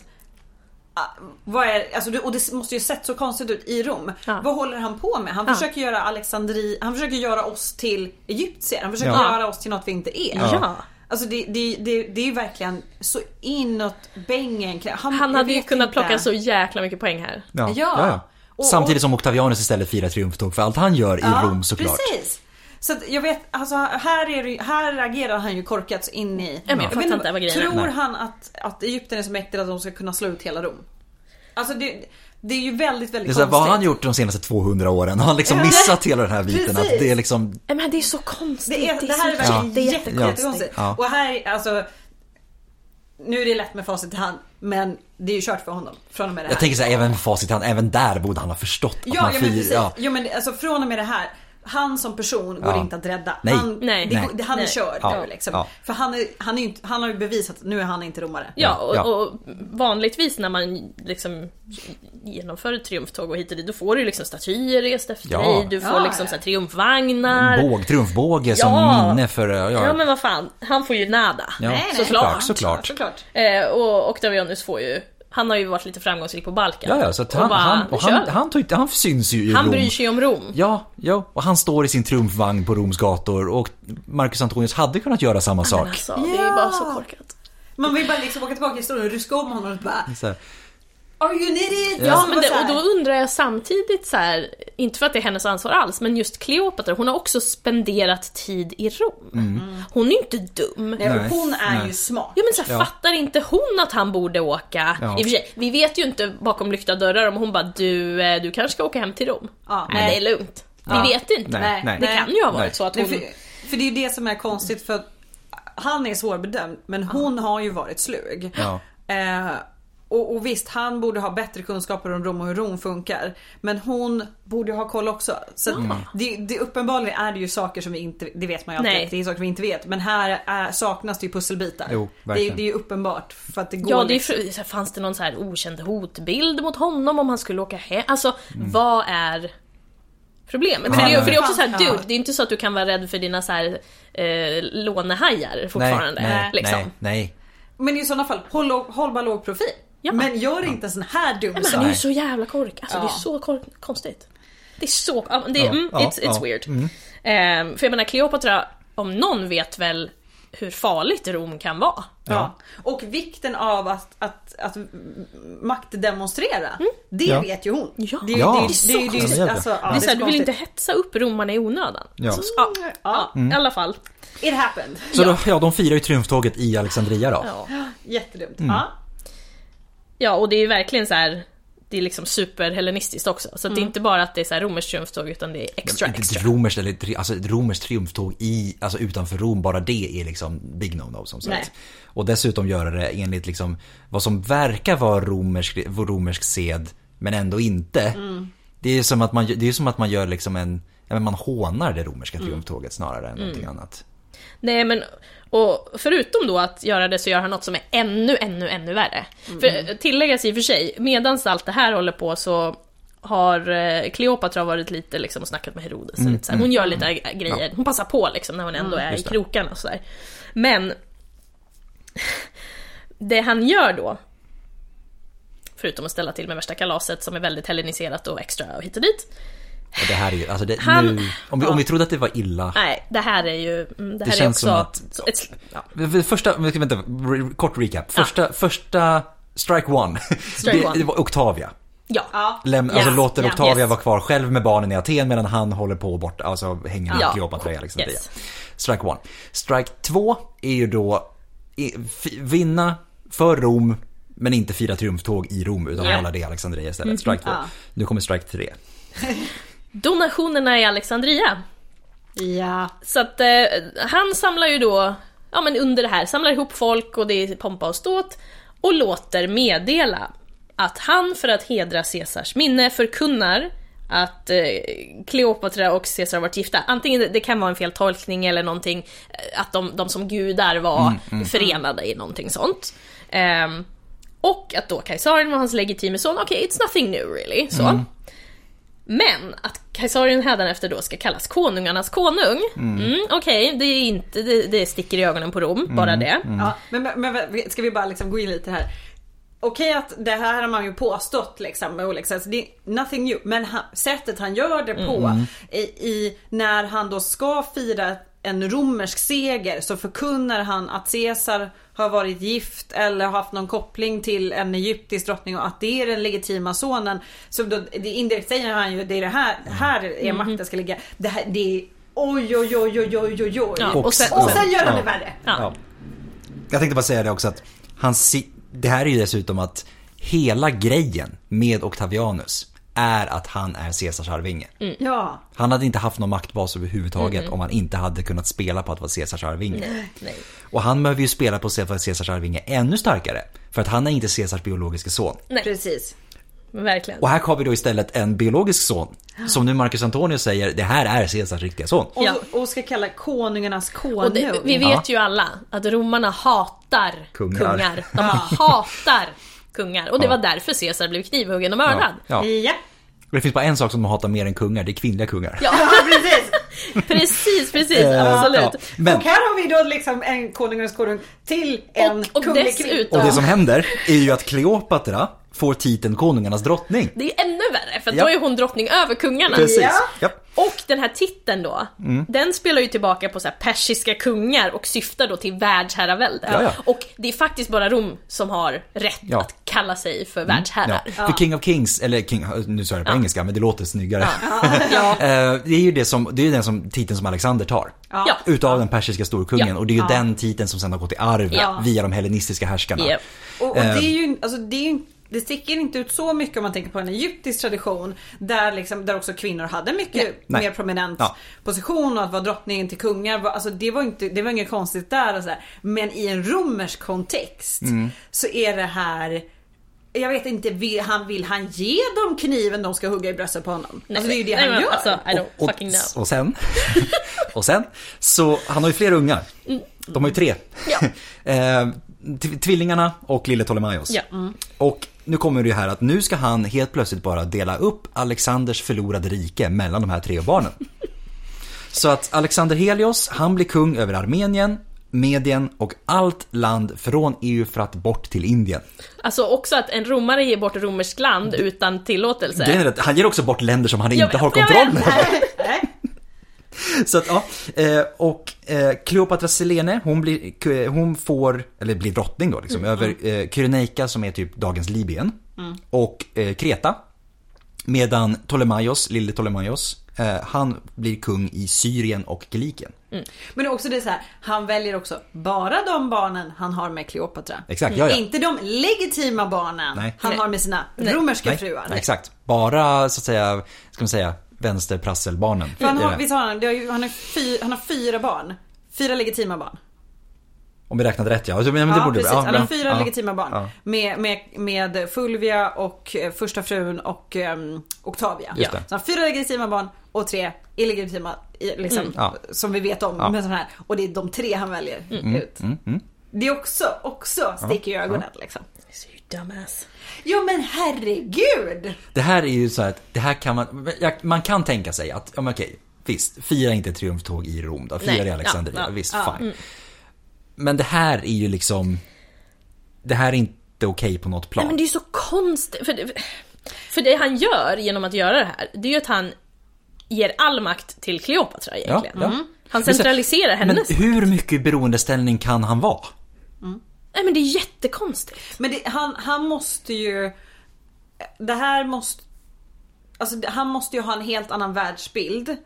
Speaker 3: vad är, alltså, och det måste ju sett så konstigt ut i Rom. Vad håller han på med? Han försöker göra Alexandria, han försöker göra oss till egyptier. Han försöker göra oss till något vi inte är. Alltså det är ju verkligen så inåt bängen.
Speaker 2: Han hade ju kunnat plocka så jäkla mycket poäng här.
Speaker 3: Ja.
Speaker 4: Samtidigt som Octavianus istället firar triumftåg för allt han gör i Rom såklart.
Speaker 3: Precis. Så att jag vet, alltså här agerar han ju korkat in i...
Speaker 2: Jag fattar inte vad grejen är.
Speaker 3: Tror han att Egypten är så mäktigt att de ska kunna slå ut hela Rom? Alltså det är ju väldigt, väldigt konstigt.
Speaker 4: Vad har han gjort de senaste 200 åren? Har han liksom missat hela den här biten? Att det är liksom...
Speaker 2: Men det är så konstigt.
Speaker 3: Det här är verkligen jättekonstigt.
Speaker 4: Ja.
Speaker 3: Och här, alltså... Nu är det lätt med facit i hand, men det är ju kört för honom från och med det här.
Speaker 4: Jag tänker så här, även facit i hand, även där borde han ha förstått att man
Speaker 3: Jo, men alltså från och med det här, han som person går inte att rädda.
Speaker 4: Nej.
Speaker 3: Han är körd nu liksom.
Speaker 4: Ja.
Speaker 3: För han har ju bevisat att nu är han inte romare.
Speaker 2: Och vanligtvis när man liksom genomför ett triumftåg och hit och dit, då får du liksom statyer rest efter dig. Du får liksom så här triumfvagnar.
Speaker 4: Triumfbåge som minne för...
Speaker 2: Ja, men vad fan. Han får ju nada.
Speaker 4: Ja, såklart.
Speaker 2: Och Octavianus får ju... Han har ju varit lite framgångsrik på Balkan.
Speaker 4: Ja, så att han syns ju i Rom.
Speaker 2: Han bryr sig om Rom.
Speaker 4: Ja, och han står i sin triumfvagn på Roms gator och Marcus Antonius hade kunnat göra samma sak.
Speaker 2: Men alltså, det är ju bara så korkat.
Speaker 3: Man vill bara liksom åka tillbaka i historien och ruska om honom och bara... Are you an idiot?
Speaker 2: Ja, men och då undrar jag samtidigt så här, inte för att det är hennes ansvar alls, men just Kleopatra, hon har också spenderat tid i Rom. Hon är ju inte dum.
Speaker 3: Nej, hon är ju smart.
Speaker 2: Ja, men så här, fattar inte hon att han borde åka? Ja. I och för sig, vi vet ju inte bakom lyckta dörrar om hon bara, du kanske ska åka hem till Rom. Nej, det är lugnt. Vi vet inte.
Speaker 4: Nej.
Speaker 2: Det kan ju ha varit så att hon...
Speaker 3: För det är ju det som är konstigt, för han är svårbedömd, men hon har ju varit slug.
Speaker 4: Ja.
Speaker 3: Och visst, han borde ha bättre kunskaper om Rom och hur Rom funkar. Men hon borde ha koll också. Så det uppenbarligen är det ju saker som vi inte... Det vet man ju alltid. Det är saker vi inte vet. Men här saknas det ju pusselbitar.
Speaker 4: Jo,
Speaker 3: det är ju uppenbart. För att det går
Speaker 2: fanns det någon så här okänd hotbild mot honom om han skulle åka hem? Alltså, vad är problemet? För det är också så här, det är inte så att du kan vara rädd för dina så här lånehajar fortfarande.
Speaker 4: Nej.
Speaker 3: Men i sådana fall, håll bara låg profil. Ja. Men gör inte en sån här dum sak.
Speaker 2: Han är ju så jävla kork. Alltså det är så konstigt. Det är så... It's weird. För jag menar, Kleopatra, om någon vet väl hur farligt Rom kan vara.
Speaker 3: Ja. Och vikten av att maktdemonstrera. Det vet ju hon.
Speaker 2: Ja.
Speaker 3: Det är så
Speaker 2: du vill inte hetsa upp romarna i onödan. I alla fall.
Speaker 3: It happened.
Speaker 4: Så de firar ju triumftåget i Alexandria då.
Speaker 3: Jättedumt.
Speaker 2: Ja, och det är ju verkligen så här, det är liksom superhellenistiskt också. Så det är inte bara att det är så här romerskt triumftåg, utan det är extra.
Speaker 4: Ett romerskt triumftåg utanför Rom, bara det är liksom big no som sagt. Och dessutom göra det enligt liksom vad som verkar vara romersk sed, men ändå inte. Det är som att man gör liksom man hånar det romerska triumftåget snarare än någonting annat.
Speaker 2: Nej, men och förutom då att göra det, så gör han något som är ännu värre. För tilläggas i och för sig, medans allt det här håller på, så har Kleopatra varit lite liksom och snackat med Herodes. Lite så här. Hon gör lite grejer. Hon passar på liksom när hon ändå är i krokarna och så där. Men det han gör då, förutom att ställa till med värsta kalaset som är väldigt helleniserat och extra och hit och dit.
Speaker 4: Och det här är ju, alltså om vi trodde att det var illa.
Speaker 2: Nej, det här är ju... Det här
Speaker 4: känns
Speaker 2: är också...
Speaker 4: som att... Vänta, kort recap. Första Strike One. Det var Octavia. Låter Octavia vara kvar själv med barnen i Aten medan han håller på bort, alltså hänger med Kleopatra i Alexandria. Strike 1. Strike 2 är ju då vinna för Rom, men inte fira triumftåg i Rom, utan hålla det i Alexandria istället. Strike 2. Nu kommer Strike 3.
Speaker 2: Donationerna i Alexandria.
Speaker 3: Ja.
Speaker 2: Så att han samlar ju då, men under det här, samlar ihop folk och det är pompa och ståt, och låter meddela att han, för att hedra Caesars minne, förkunnar att Kleopatra och Caesar har varit gifta. Antingen det kan vara en feltolkning eller någonting, att de som gudar var förenade i någonting sånt. Och att då Kaisaren var hans legitima son. Okej, it's nothing new really. Så. Men att Kaisaren hädanefter då ska kallas konungarnas konung. Okej, det är inte det sticker i ögonen på Rom, bara det.
Speaker 3: Ja, men ska vi bara liksom gå in lite här. Okej, att det här har man ju påstått liksom, med olika sätt. Det är nothing new. Men sättet han gör det på i när han då ska fira en romersk seger så förkunnar han att Caesar har varit gift eller haft någon koppling till en egyptisk drottning och att det är den legitima sonen. Så då, det indirekt säger han ju, det är det här är makten ska ligga. Det är oj.
Speaker 2: Ja,
Speaker 3: och sen gör han det värre.
Speaker 4: Ja. Jag tänkte bara säga det också att det här är ju dessutom att hela grejen med Octavianus är att han är Caesars arvinge.
Speaker 3: Ja.
Speaker 4: Han hade inte haft någon maktbas överhuvudtaget om han inte hade kunnat spela på att vara Caesars arvinge.
Speaker 2: Nej.
Speaker 4: Och han behöver ju spela på att vara Caesars arvinge ännu starkare. För att han är inte Caesars biologiska son.
Speaker 2: Nej.
Speaker 3: Precis.
Speaker 2: Verkligen.
Speaker 4: Och här har vi då istället en biologisk son. Som nu Marcus Antonius säger, det här är Caesars riktiga son.
Speaker 3: Och ska kalla konungarnas konung.
Speaker 2: Och vi vet ju alla att romarna hatar kungar. De hatar kungar. Och det var därför Caesar blev knivhuggen och mördad.
Speaker 3: Ja.
Speaker 4: Och det finns bara en sak som de hatar mer än kungar, det är kvinnliga kungar.
Speaker 3: Ja, precis.
Speaker 2: Precis, absolut.
Speaker 4: Ja. Men,
Speaker 3: och här har vi då liksom en konungens konung till en kunglig kvinna.
Speaker 4: Och det som händer är ju att Kleopatra får titeln konungarnas drottning.
Speaker 2: Det är ännu värre, för då är hon drottning över kungarna.
Speaker 4: Precis. Ja.
Speaker 2: Och den här titeln då, den spelar ju tillbaka på så här persiska kungar och syftar då till världsherravälde.
Speaker 4: Ja. Och
Speaker 2: det är faktiskt bara Rom som har rätt att kalla sig för världsherrar.
Speaker 4: Ja. För King of Kings, eller King, nu sa jag det på engelska, men det låter snyggare. Det är ju den som titeln som Alexander tar.
Speaker 2: Ja.
Speaker 4: Utav den persiska storkungen. Och det är ju den titeln som sen har gått i arv via de hellenistiska härskarna.
Speaker 3: Och det är ju, alltså det är ju det sticker inte ut så mycket om man tänker på en egyptisk tradition där också kvinnor hade mycket mer prominent position och att vara drottningen till kungar. Alltså det var inget konstigt där och så här. Men i en romersk kontext så är det här, jag vet inte, vill han ge dem kniven de ska hugga i bröstet på honom? Alltså det är ju det han gör.
Speaker 2: Alltså, I don't fucking know.
Speaker 4: Och sen så han har ju flera ungar. De har ju 3. Tvillingarna och lille Ptolemaios. Och nu kommer det ju här att nu ska han helt plötsligt bara dela upp Alexanders förlorade rike mellan de här 3 barnen. Så att Alexander Helios, han blir kung över Armenien, Medien och allt land från Eufrat bort till Indien.
Speaker 2: Alltså också att en romare ger bort romersk land utan tillåtelse.
Speaker 4: Han ger också bort länder som han inte har kontroll med. Så att och Kleopatra Selene, hon blir drottning då liksom, över Kyreneika som är typ dagens Libyen och Kreta, medan lille Ptolemaios, han blir kung i Syrien och Kilikien.
Speaker 3: Men också det är så här, han väljer också bara de barnen han har med Kleopatra.
Speaker 4: Exakt,
Speaker 3: inte de legitima barnen han har med sina romerska fruar.
Speaker 4: Nej, exakt. Bara så att säga, ska man säga, vänsterprasselbarnen.
Speaker 3: Han har 4 barn. 4 legitima barn.
Speaker 4: Om vi räknade rätt, ja. Men
Speaker 3: det borde precis. Han har 4 legitima barn. Med Fulvia och första frun och Octavia. Så han har 4 legitima barn och 3 illegitima liksom, som vi vet om. Med sån här. Och det är de 3 han väljer ut. Det är också sticker i ögonen liksom.
Speaker 2: Dumbass.
Speaker 3: Jo men herregud.
Speaker 4: Det här är ju så att det här kan man kan tänka sig att okej, visst, 4 inte triumftåg i Rom då, 4 i Alexandria, visst, fine. Men det här är ju liksom, det här är inte okej på något plan.
Speaker 2: Nej, men det är ju så konstigt för det han gör genom att göra det här, det är ju att han ger all makt till Kleopatra egentligen. Han centraliserar hennes.
Speaker 4: Men hur mycket beroendeställning kan han vara?
Speaker 2: Nej, men det är jättekonstigt.
Speaker 3: Men han måste ju, det här måste, alltså han måste ju ha en helt annan världsbild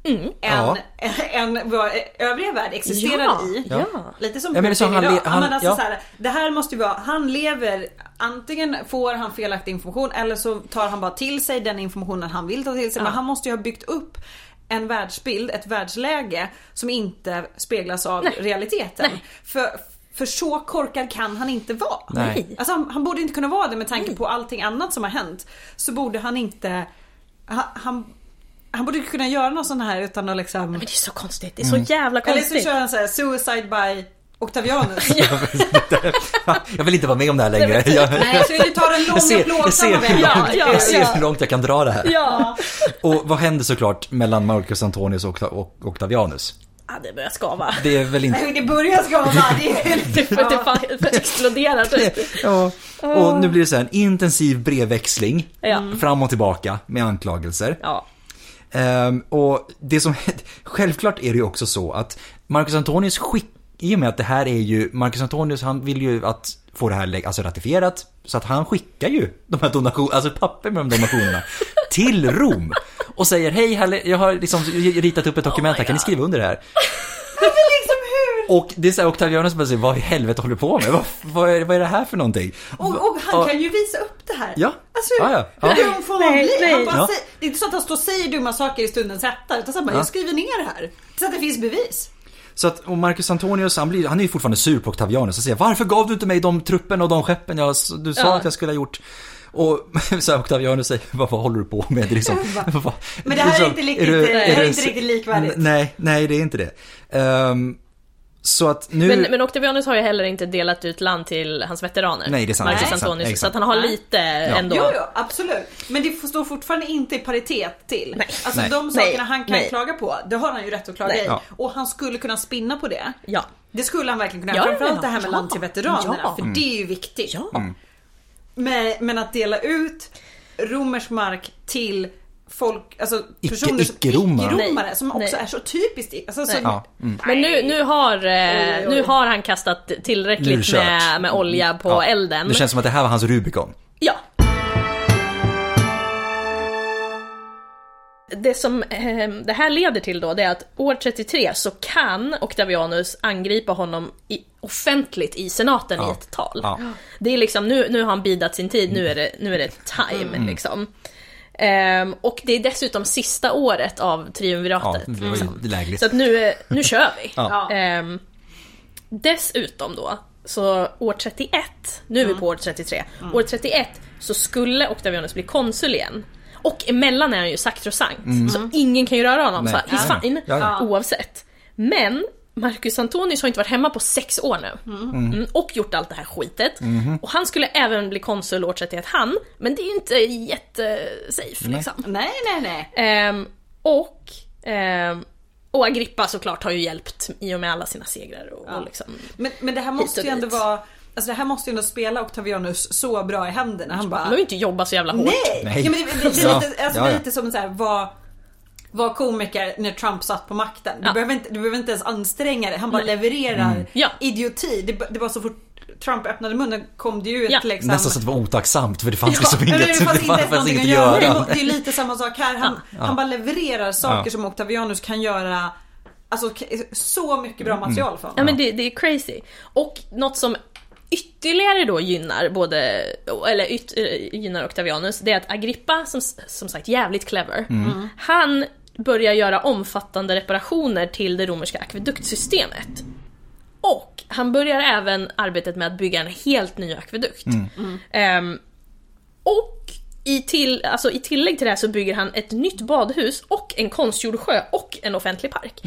Speaker 3: än vad övriga värld existerar i. Lite som Putin idag. Så här, det här måste ju vara, han lever, antingen får han felaktig information eller så tar han bara till sig den informationen han vill ta till sig. Men han måste ju ha byggt upp en världsbild, ett världsläge som inte speglas av realiteten. För så korkad kan han inte vara.
Speaker 2: Nej.
Speaker 3: Alltså han borde inte kunna vara det med tanke på allting annat som har hänt. Så borde han inte, han borde kunna göra något sånt här utan att liksom...
Speaker 2: Men det är så konstigt, det är så jävla konstigt.
Speaker 3: Eller så kör han så här, suicide by Octavianus.
Speaker 4: Jag vill inte vara med om det här längre.
Speaker 3: Nej, så du tar en lång plågsamma väg.
Speaker 4: Jag ser hur långt jag kan dra det här. Och vad händer såklart mellan Marcus Antonius och Octavianus?
Speaker 2: Det börjar skava.
Speaker 4: Det är väl inte...
Speaker 3: Det börjar skava.
Speaker 2: Det exploderar typ.
Speaker 4: Och nu blir det så här en intensiv brevväxling fram och tillbaka med anklagelser. Och det som, självklart är det ju också så att Marcus Antonius i och med att det här är ju, Marcus Antonius han vill ju att få det här alltså ratifierat, så att han skickar ju de här donationerna, alltså papper med de donationerna till Rom och säger hej, jag har liksom ritat upp ett dokument här, kan ni skriva under det här? Och det är så här, Octavianus bara säger, vad i helvete håller du på med? Vad är det här för någonting?
Speaker 3: Och han kan ju visa upp det här.
Speaker 4: Ja.
Speaker 3: Alltså, hur får man bli? Han bara säger, det är inte så att han står och säger dumma saker i stundens hetta, utan så bara, jag skriver ner det här. Så att det finns bevis.
Speaker 4: Så att, och Marcus Antonius, han är ju fortfarande sur på Octavianus och säger, varför gav du inte mig de truppen och de skeppen du sa att jag skulle ha gjort? Och så här, Octavianus säger, vad håller du på med? Liksom,
Speaker 3: men det här är inte riktigt likvärdigt.
Speaker 4: Nej, det är inte det. Så att nu...
Speaker 2: men Octavianus har ju heller inte delat ut land till hans veteraner.
Speaker 4: Nej, det är sant.
Speaker 2: Marcus Antonius, exakt. Så att han har lite ändå.
Speaker 3: Jo, absolut. Men det står fortfarande inte i paritet till. Nej. Alltså de sakerna han kan klaga på, det har han ju rätt att klaga i. Ja. Och han skulle kunna spinna på det. Ja. Det skulle han verkligen kunna. Framförallt det här med land till veteranerna. För det är ju viktigt. Ja. Men att dela ut romersk mark till folk, alltså personer som icke-romare som också är så typiskt
Speaker 2: Men nu har han kastat tillräckligt med olja på elden.
Speaker 4: Det känns som att det här var hans Rubicon.
Speaker 2: Ja. Det som det här leder till då, det är att år 33 så kan Octavianus angripa honom offentligt i senaten i ett tal. Ja. Det är liksom, nu har han bidat sin tid, nu är det time liksom. Och det är dessutom sista året av triumviratet.
Speaker 4: Ja, det är lägligt.
Speaker 2: Så att nu kör vi. Ja. Dessutom då, så år 31, nu är vi på år 33. År 31 så skulle Octavianus bli konsul igen. Och emellan är han ju sakrosankt. Så ingen kan ju röra honom. Så he's fine, oavsett. Men Marcus Antonius har inte varit hemma på 6 år nu. Och gjort allt det här skitet. Och han skulle även bli konsul år 31 men det är ju inte jättesafe liksom.
Speaker 3: Nej.
Speaker 2: Och Agrippa såklart har ju hjälpt i och med alla sina segrar och liksom.
Speaker 3: Men det här måste ju ändå vara, alltså det här måste ju ändå spela Octavianus så bra i händerna. Han bara,
Speaker 2: han behöver inte jobba så jävla hårt.
Speaker 3: Nej. Ja, men det är lite som så här, var komiker när Trump satt på makten. Du behöver inte ens anstränga dig. Han bara levererar idioti. Det var så fort Trump öppnade munnen kom det ju ut liksom.
Speaker 4: Nästan så att det var otacksamt, för det fanns liksom inget att göra.
Speaker 3: Det är lite samma sak här. Han bara levererar saker som Octavianus kan göra. Alltså så mycket bra material för honom.
Speaker 2: Ja, men det är crazy. Och något som ytterligare då gynnar gynnar Octavianus, det är att Agrippa, som sagt jävligt clever, han börjar göra omfattande reparationer till det romerska akveduktsystemet. Och han börjar även arbetet med att bygga en helt ny akvedukt. Och i tillägg till det här så bygger han ett nytt badhus och en konstgjord sjö och en offentlig park.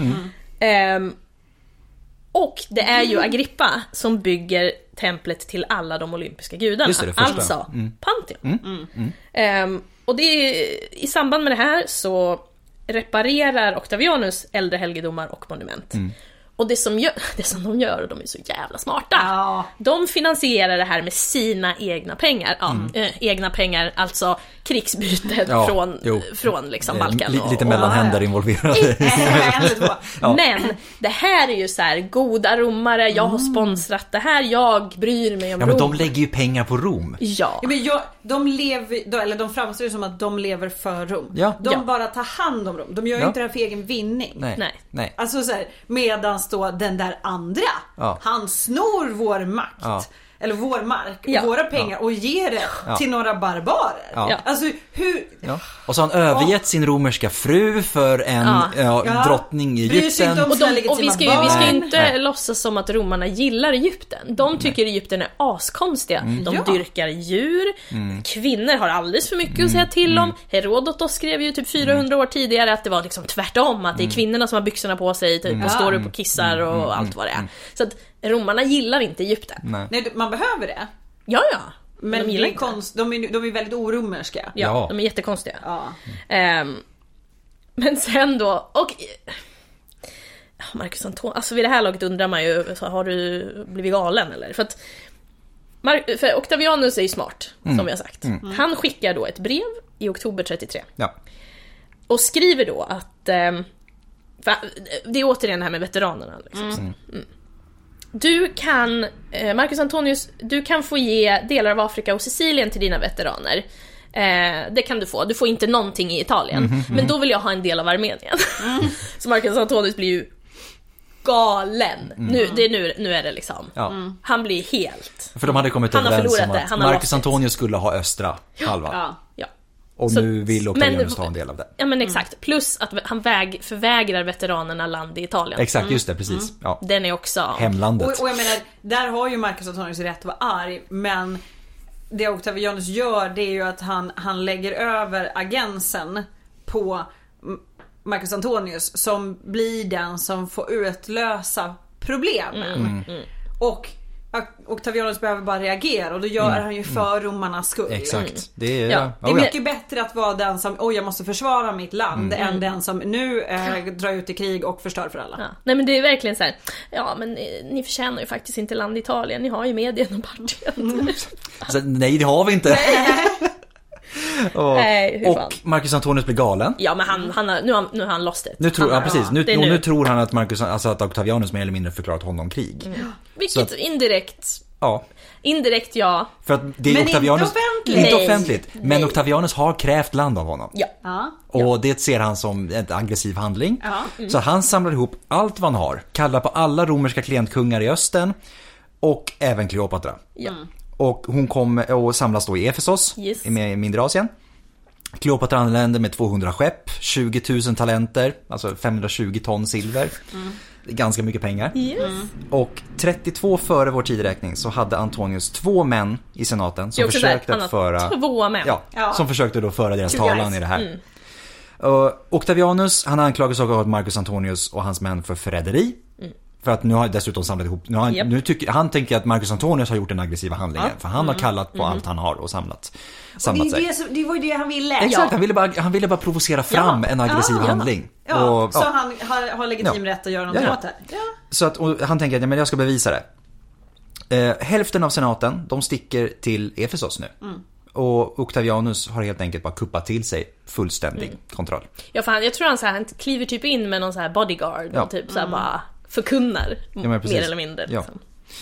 Speaker 2: Och det är ju Agrippa som bygger templet till alla de olympiska gudarna. Alltså Pantheon. Och det är, i samband med det här så reparerar Octavianus äldre helgedomar och monument. Och det som de gör, och de är så jävla smarta. De finansierar det här med sina egna pengar. Egna pengar, alltså krigsbytet från liksom Balkan.
Speaker 4: Lite mellanhänder involverade.
Speaker 2: Men det här är ju så här, goda romare, jag har sponsrat det här, jag bryr mig om Rom.
Speaker 4: Men de lägger ju pengar på Rom.
Speaker 2: Ja.
Speaker 3: Men de framstår som att de lever för Rom. De bara tar hand om Rom. De gör ju inte det här för egen vinning.
Speaker 4: Nej.
Speaker 3: Alltså så här, medans då den där andra, han snor vår makt. Eller vår mark och våra pengar och ger det till några barbarer. Alltså hur...
Speaker 4: Och så har han övergett sin romerska fru för en drottning i Egypten.
Speaker 2: Och vi ska ju inte låtsas som att romarna gillar Egypten. De tycker Egypten är askonstiga. De dyrkar djur. Kvinnor har alldeles för mycket att säga till om. Herodotos skrev ju typ 400 år tidigare att det var liksom tvärtom. Att det är kvinnorna som har byxorna på sig typ, och står upp och kissar och allt vad det är. Så att romarna gillar inte Egypten.
Speaker 3: Nej, man behöver det.
Speaker 2: Ja.
Speaker 3: Men de är väldigt oromerska.
Speaker 2: Ja, de är jättekonstiga. Men sen då, och Marcus Antonius, alltså vid det här laget undrar man ju, så har du blivit galen eller? För Octavianus är ju smart, som vi har sagt. Han skickar då ett brev i oktober 33. Och skriver då att det är återigen det här med veteranerna liksom. Du kan, Marcus Antonius, du kan få ge delar av Afrika och Sicilien till dina veteraner. Det kan du få. Du får inte någonting i Italien. Men då vill jag ha en del av Armenien. Så Marcus Antonius blir ju galen. Nu är det liksom. Han blir helt.
Speaker 4: För de hade kommit överens om att Marcus Antonius skulle ha östra halva.
Speaker 2: Ja.
Speaker 4: Och så, nu vill Octavianus ta en del av det.
Speaker 2: Ja, men exakt. Plus att han förvägrar veteranerna land i Italien.
Speaker 4: Exakt, just det, precis. Ja.
Speaker 2: Den är också
Speaker 4: hemlandet.
Speaker 3: Och jag menar, där har ju Marcus Antonius rätt att vara arg. Men det Octavianus gör, det är ju att han lägger över agensen på Marcus Antonius, som blir den som får utlösa problemen. Och Octavianus behöver bara reagera, och då gör han ju för romarnas skull.
Speaker 4: Exakt.
Speaker 3: Det är mycket bättre att vara den som jag måste försvara mitt land än den som nu drar ut i krig och förstör för alla.
Speaker 2: Nej, men det är verkligen så här. Ja, men ni förtjänar ju faktiskt inte land i Italien. Ni har ju medien och partiet.
Speaker 4: Alltså, nej, det har vi inte. Och Marcus Antonius blir galen.
Speaker 2: Ja, men nu har han lost it.
Speaker 4: Nu tror han att att Octavianus mer eller mindre förklarat honom krig.
Speaker 2: Vilket indirekt.
Speaker 4: Ja.
Speaker 2: Indirekt, ja.
Speaker 4: För att det är men Octavianus, inte offentligt. Men Octavianus har krävt land av honom.
Speaker 2: Ja.
Speaker 4: Och det ser han som en aggressiv handling. Så han samlar ihop allt vad han har. Kallar på alla romerska klientkungar i östen. Och även Kleopatra. Och hon kom och samlas då i Efesos, i mindre Asien. Kleopatra anländer med 200 skepp, 20 000 talenter, alltså 520 ton silver. Det är ganska mycket pengar. Och 32 före vår tideräkning så hade Antonius 2 män i senaten som försökte att föra
Speaker 2: 2 män.
Speaker 4: Som försökte då föra deras talan i det här. Octavianus, han anklagas också av Marcus Antonius och hans män för förräderi. För att nu har dessutom samlat ihop. Han tänker att Marcus Antonius har gjort den aggressiva handlingen. För han har kallat på allt han har och samlat sig.
Speaker 3: Det var ju det han ville.
Speaker 4: Exakt, han ville bara provocera fram en aggressiv handling.
Speaker 3: Så han har legitim rätt att göra något åt det.
Speaker 4: Så att han tänker att jag ska bevisa det. Hälften av senaten, de sticker till Efesos nu. Och Octavianus har helt enkelt bara kuppat till sig fullständig kontroll.
Speaker 2: Ja, för jag tror han kliver typ in med någon så här bodyguard och typ så här bara förkunnar mer eller mindre liksom.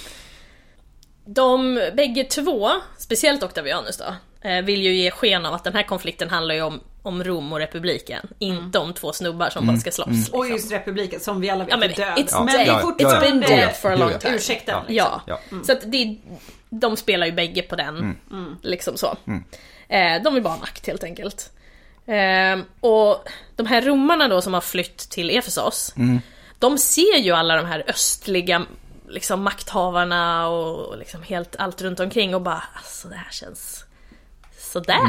Speaker 2: De bägge två, speciellt Octavianus då, vill ju ge sken av att den här konflikten handlar ju om Rom och republiken, inte om 2 snubbar som bara ska slåss liksom.
Speaker 3: Och just republiken som vi alla vet är död.
Speaker 2: It's been dead for a long time.
Speaker 3: Ursäkta.
Speaker 2: Så att de spelar ju bägge på den liksom så. De vill bara ha makt helt enkelt. Och de här romarna då som har flytt till Efesos, de ser ju alla de här östliga liksom makthavarna och liksom helt allt runt omkring och bara, alltså det här känns sådär.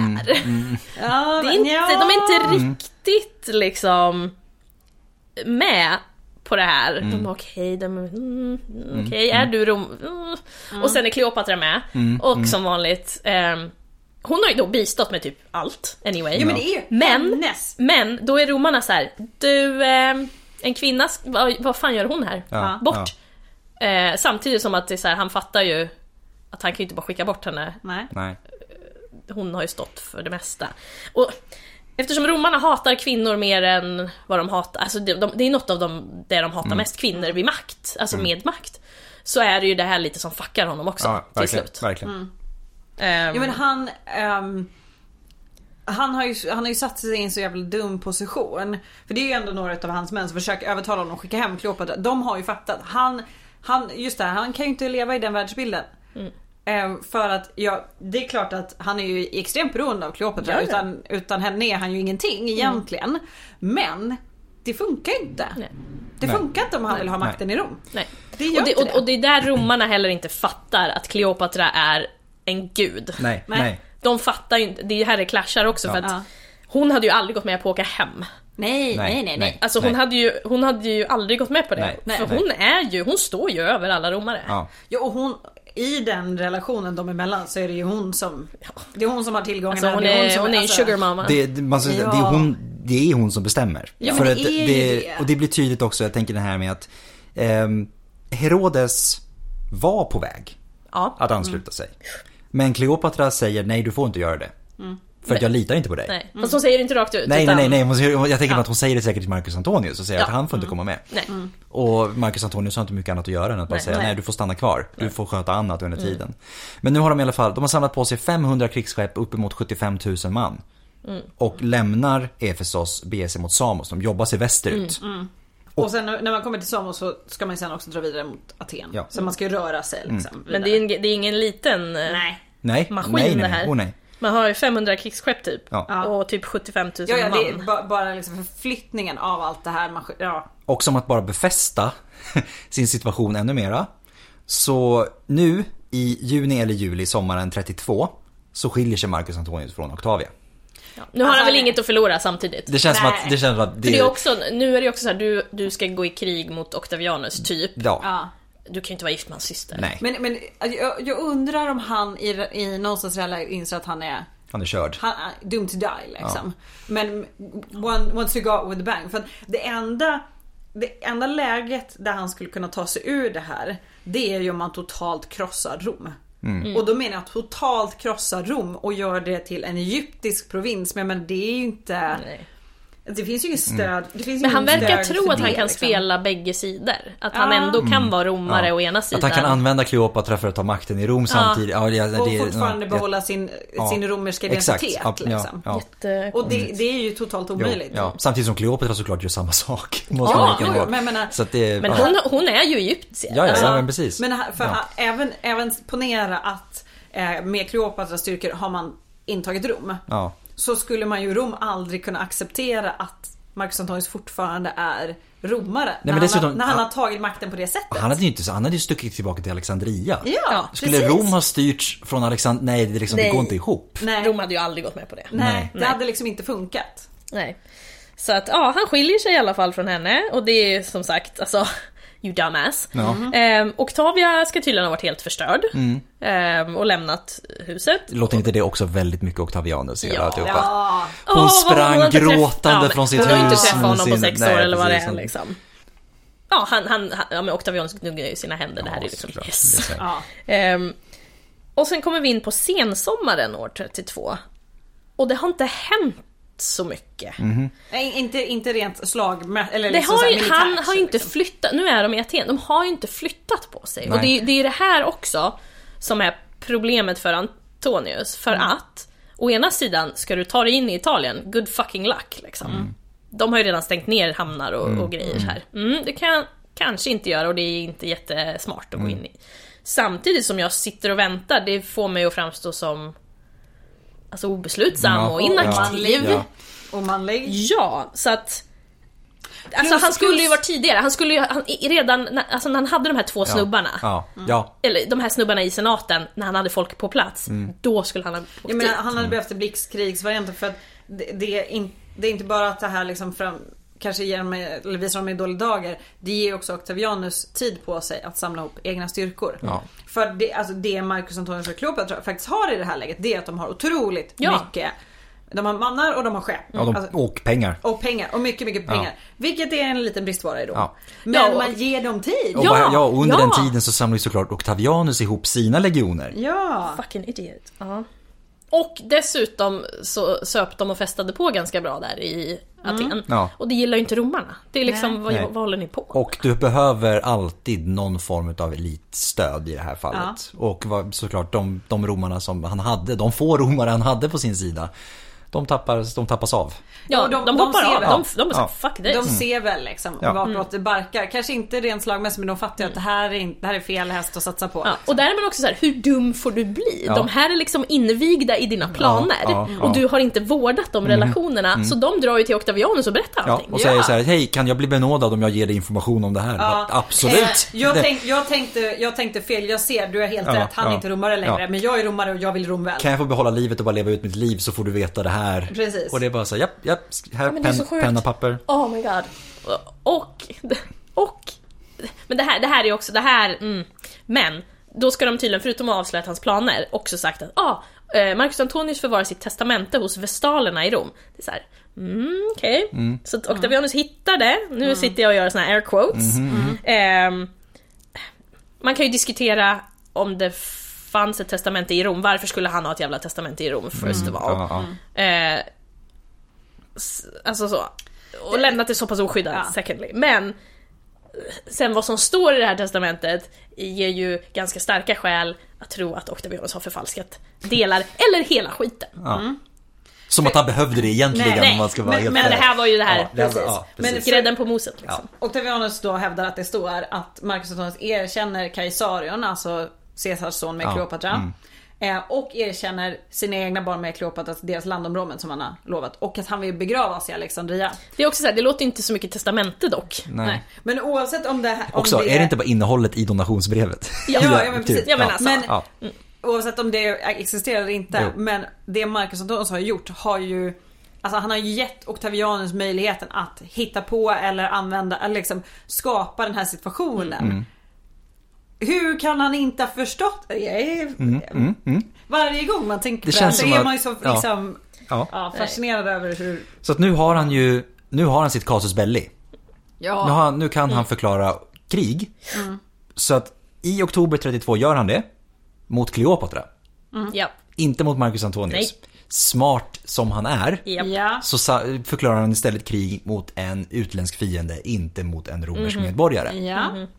Speaker 2: De är inte riktigt liksom med på det här. De är okej, är du Rom? Och sen är Kleopatra med. Och som vanligt hon har ju då bistått med typ allt anyway.
Speaker 3: Ja, men det är
Speaker 2: men då är romarna så här: du, en kvinna, vad fan gör hon här? Bort. Samtidigt som att det är så här, han fattar ju att han kan ju inte bara skicka bort henne.
Speaker 3: Nej.
Speaker 2: Hon har ju stått för det mesta. Och eftersom romarna hatar kvinnor mer än vad de hatar, alltså det är något av det de hatar mest, kvinnor vid makt, alltså med makt, så är det ju det här lite som fuckar honom också till slut.
Speaker 4: Verkligen.
Speaker 3: Ja, men han har ju satt sig i en så jävla dum position. För det är ju ändå några av hans män som försöker övertala honom att skicka hem Kleopatra. De har ju fattat. Han kan ju inte leva i den världsbilden. För att det är klart att han är ju extremt beroende av Kleopatra. Utan henne är han ju ingenting egentligen. Men det funkar inte. Det funkar inte om han vill ha makten i Rom.
Speaker 2: Nej. Och det är där romarna heller inte fattar att Kleopatra är en gud.
Speaker 4: Nej.
Speaker 2: De fattar ju inte, det här är clashar också för att hon hade ju aldrig gått med på att åka hem.
Speaker 3: Nej.
Speaker 2: Alltså hon hade ju aldrig gått med på det. För hon står ju över alla romare.
Speaker 3: Ja, och hon, i den relationen de emellan, så är det ju hon som det är hon som har tillgångarna.
Speaker 2: Alltså hon är en sugar mama.
Speaker 4: Det är hon som bestämmer.
Speaker 3: Ja,
Speaker 4: för och det blir tydligt också, jag tänker det här med att Herodes var på väg att ansluta sig. Men Kleopatra säger nej, du får inte göra det. För att jag litar inte på dig.
Speaker 2: Nej, fast hon säger det inte rakt ut.
Speaker 4: Nej. Jag tänker att hon säger det säkert till Marcus Antonius och säger att han får inte komma med. Och Marcus Antonius har inte mycket annat att göra än att bara säga nej, du får stanna kvar. Du får sköta annat under tiden. Men nu har de i alla fall, de har samlat på sig 500 krigsskepp uppemot 75 000 man. Och lämnar Efesos, beger sig mot Samos. De jobbar sig västerut.
Speaker 3: Och sen när man kommer till Samos så ska man sen också dra vidare mot Aten. Ja. Så man ska ju röra sig liksom.
Speaker 2: Men det är ingen liten maskin det här.
Speaker 4: Nej.
Speaker 2: Man har ju 500 krigsskepp typ. Och typ 75 000 man.
Speaker 3: Ja, det är bara liksom förflyttningen av allt det här.
Speaker 4: Och som att bara befästa sin situation ännu mera. Så nu i juni eller juli sommaren 32 så skiljer sig Marcus Antonius från Octavia.
Speaker 2: Ja. Nu har han väl inget att förlora samtidigt.
Speaker 4: Det känns som att
Speaker 2: det är också, nu är det också så här, du ska gå i krig mot Octavianus typ.
Speaker 3: Ja.
Speaker 2: Du kan ju inte vara gift med hans syster.
Speaker 4: Nej.
Speaker 3: Men jag undrar om han i någonstans inser att han är
Speaker 4: körd.
Speaker 3: Han är doomed to die liksom. Men once you go with the bang. För det enda läget där han skulle kunna ta sig ur det här, det är ju om man totalt krossar Rom. Och då menar jag totalt krossa Rom och gör det till en egyptisk provins. Men det är ju inte... Nej. Det finns ju inget stöd.
Speaker 2: Men han verkar tro att han kan spela bägge sidor. Att han ändå kan vara romare å ena sidan.
Speaker 4: Att han kan använda Kleopatra för att ta makten i Rom samtidigt.
Speaker 3: Och fortfarande behålla sin romerska identitet. Liksom. Och det är ju totalt omöjligt.
Speaker 4: Samtidigt som Kleopatra såklart gör samma sak.
Speaker 2: Men hon är ju egyptier.
Speaker 4: Ja, men precis.
Speaker 3: Men även ponera att med Kleopatras styrkor har man intagit Rom. Ja. Så skulle man ju Rom aldrig kunna acceptera att Marcus Antonius fortfarande är romare. Nej, när han har tagit makten på det sättet.
Speaker 4: Han hade ju stuckit tillbaka till Alexandria.
Speaker 3: Ja,
Speaker 4: skulle precis. Rom ha styrts från Alexandria? Nej, det går inte ihop.
Speaker 2: Nej. Rom hade ju aldrig gått med på det.
Speaker 3: Nej. Det hade liksom inte funkat.
Speaker 2: Nej. Så att han skiljer sig i alla fall från henne. Och det är som sagt, alltså... You dumbass. Octavia ska tydligen ha varit helt förstörd och lämnat huset.
Speaker 4: Låter inte det också väldigt mycket Octavianus? Hon sprang gråtande från sitt hus.
Speaker 2: Hon har inte träffat honom på 6 år eller vad det är liksom. Ja, men Octavianus gnuggar ju sina händer. Det här är liksom yes. Och sen kommer vi in på sensommaren år 32. Och det har inte hänt så mycket.
Speaker 3: Inte rent slag eller
Speaker 2: det liksom han har ju inte flyttat. Nu är de i Aten. De har ju inte flyttat på sig. Nej. Och det är det här också som är problemet för Antonius. För att å ena sidan ska du ta dig in i Italien. Good fucking luck liksom. De har ju redan stängt ner hamnar och grejer här. Det kan jag kanske inte göra. Och det är inte jättesmart att gå in i. Samtidigt som jag sitter och väntar, det får mig att framstå som alltså obeslutsam och inaktiv.
Speaker 3: Och manlig.
Speaker 2: Ja, så att alltså han skulle ju vara tidigare. Han skulle ju redan alltså när han hade de här 2 snubbarna. Eller de här snubbarna i senaten när han hade folk på plats. Då skulle han ha åkt dit.
Speaker 3: Han hade behövt blixtkrigsvarianten för att det är inte bara att det här liksom kanske eller visar dem i dåliga dagar. Det ger också Octavianus tid på sig att samla ihop egna styrkor. För det Marcus Antonius och Kleopatra faktiskt har i det här läget, det är att de har otroligt mycket. De har mannar och de har skepp.
Speaker 4: Och pengar.
Speaker 3: Och mycket pengar. Vilket är en liten bristvara i då. Men man ger dem tid.
Speaker 4: Och under den tiden så samlar ju såklart Octavianus ihop sina legioner.
Speaker 2: Fucking idiot. Och dessutom så söp de och festade på ganska bra där i Aten. Och det gillar ju inte romarna. Det är liksom, vad håller ni på?
Speaker 4: Och du behöver alltid någon form av elitstöd i det här fallet. Och såklart de romarna som han hade, de få romare han hade på sin sida, de tappas av.
Speaker 2: Ja, de hoppar av. De fuck this.
Speaker 3: De ser väl liksom vartåt det barkar. Kanske inte rent slagmässigt, men de fattar att det här är fel häst att satsa på.
Speaker 2: Och där är man också så här, hur dum får du bli? De här är liksom invigda i dina planer. Och du har inte vårdat de relationerna. Så de drar ju till Octavianus och berättar allting.
Speaker 4: Och säger så här, hej, kan jag bli benådad om jag ger dig information om det här? Absolut.
Speaker 3: Jag tänkte fel, jag ser, du är helt rätt. Han är inte romare längre, men jag är romare och jag vill Rom väl.
Speaker 4: Kan jag få behålla livet och bara leva ut mitt liv så får du veta det här.
Speaker 3: Precis.
Speaker 4: Och det är bara så här, penna papper.
Speaker 2: Oh my god. Och men det här är också det här. Men då ska de tydligen, förutom att avslöja hans planer, också sagt att Marcus Antonius förvarar sitt testamente hos vestalerna i Rom. Det är så här. Okej. Så att Octavianus hittar det. Nu sitter jag och gör såna här air quotes. Man kan ju diskutera om det fanns ett testamente i Rom. Varför skulle han ha ett jävla testamente i Rom first of all? Alltså så. Och lämnat det så pass oskyddat, secondly. Men sen vad som står i det här testamentet ger ju ganska starka skäl att tro att Octavianus har förfalskat delar eller hela skiten.
Speaker 4: Som att han behövde det egentligen, om man ska vara helt
Speaker 2: men det här var ju det här.
Speaker 4: Precis.
Speaker 2: Men grädden på moset liksom.
Speaker 3: Octavianus då hävdar att det står att Marcus Antonius erkänner Kaisarion, alltså Caesars son med Kleopatra. Och erkänner sina egna barn med Kleopatra, deras landområden som han har lovat. Och att han vill begravas i Alexandria.
Speaker 2: Det är också så här, det låter inte så mycket testamente dock.
Speaker 3: Nej. Men oavsett om det här...
Speaker 4: Också, är det inte bara innehållet i donationsbrevet?
Speaker 3: Men precis.
Speaker 2: Ja, men alltså.
Speaker 3: Oavsett om det existerar eller inte. Men det Marcus Antonius har gjort har ju... Alltså han har ju gett Octavianus möjligheten att hitta på eller använda, eller liksom skapa den här situationen. Hur kan han inte ha förstått? Varje gång man tänker på det så är man ju så liksom, fascinerad över hur...
Speaker 4: Så att nu har han sitt casus belli. Nu kan han förklara krig. Så att i oktober 32 gör han det mot Kleopatra. Inte mot Marcus Antonius.
Speaker 2: Nej.
Speaker 4: Smart som han är, så förklarar han istället krig mot en utländsk fiende, inte mot en romersk medborgare.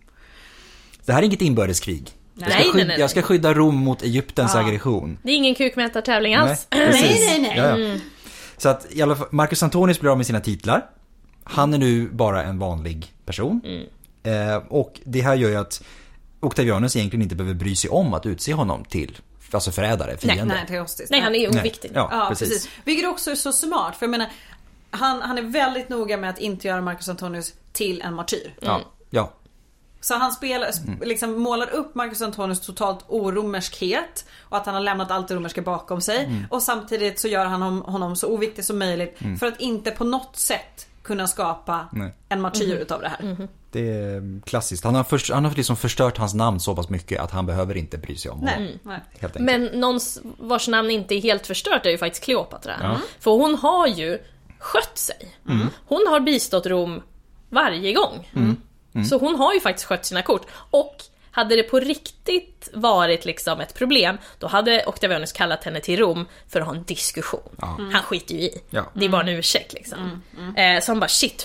Speaker 4: Det här är inget inbördeskrig. Jag ska skydda Rom mot Egyptens aggression.
Speaker 2: Det är ingen kukmätartävling alls.
Speaker 3: Nej.
Speaker 4: Så att i alla fall, Marcus Antonius blir av med sina titlar. Han är nu bara en vanlig person. Och det här gör ju att Octavianus egentligen inte behöver bry sig om att utse honom till förrädare, fiende.
Speaker 2: Nej, han är ju oviktig.
Speaker 3: Ja, precis. Vilket också är så smart. För jag menar, han är väldigt noga med att inte göra Marcus Antonius till en martyr.
Speaker 4: Ja.
Speaker 3: Så han liksom målar upp Marcus Antonius totalt oromerskhet och att han har lämnat allt det romerska bakom sig. Och samtidigt så gör han honom så oviktig som möjligt för att inte på något sätt kunna skapa en martyr utav det här.
Speaker 4: Det är klassiskt. Han har liksom förstört hans namn så pass mycket att han behöver inte bry sig om honom. Helt enkelt.
Speaker 2: Men någon vars namn inte är helt förstört är ju faktiskt Kleopatra. För hon har ju skött sig. Hon har bistått Rom varje gång. Så hon har ju faktiskt skött sina kort. Och hade det på riktigt varit liksom ett problem, då hade Octavianus kallat henne till Rom för att ha en diskussion. Han skiter ju i. Det är bara en ursäkt liksom. Så han bara, shit,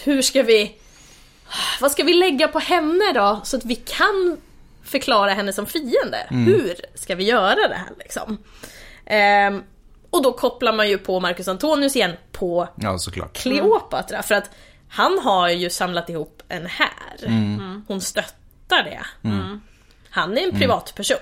Speaker 2: vad ska vi lägga på henne då, så att vi kan förklara henne som fiende? Hur ska vi göra det här liksom? Och då kopplar man ju på Marcus Antonius igen på Kleopatra. För att han har ju samlat ihop en här. Hon stöttar det. Han är en privatperson.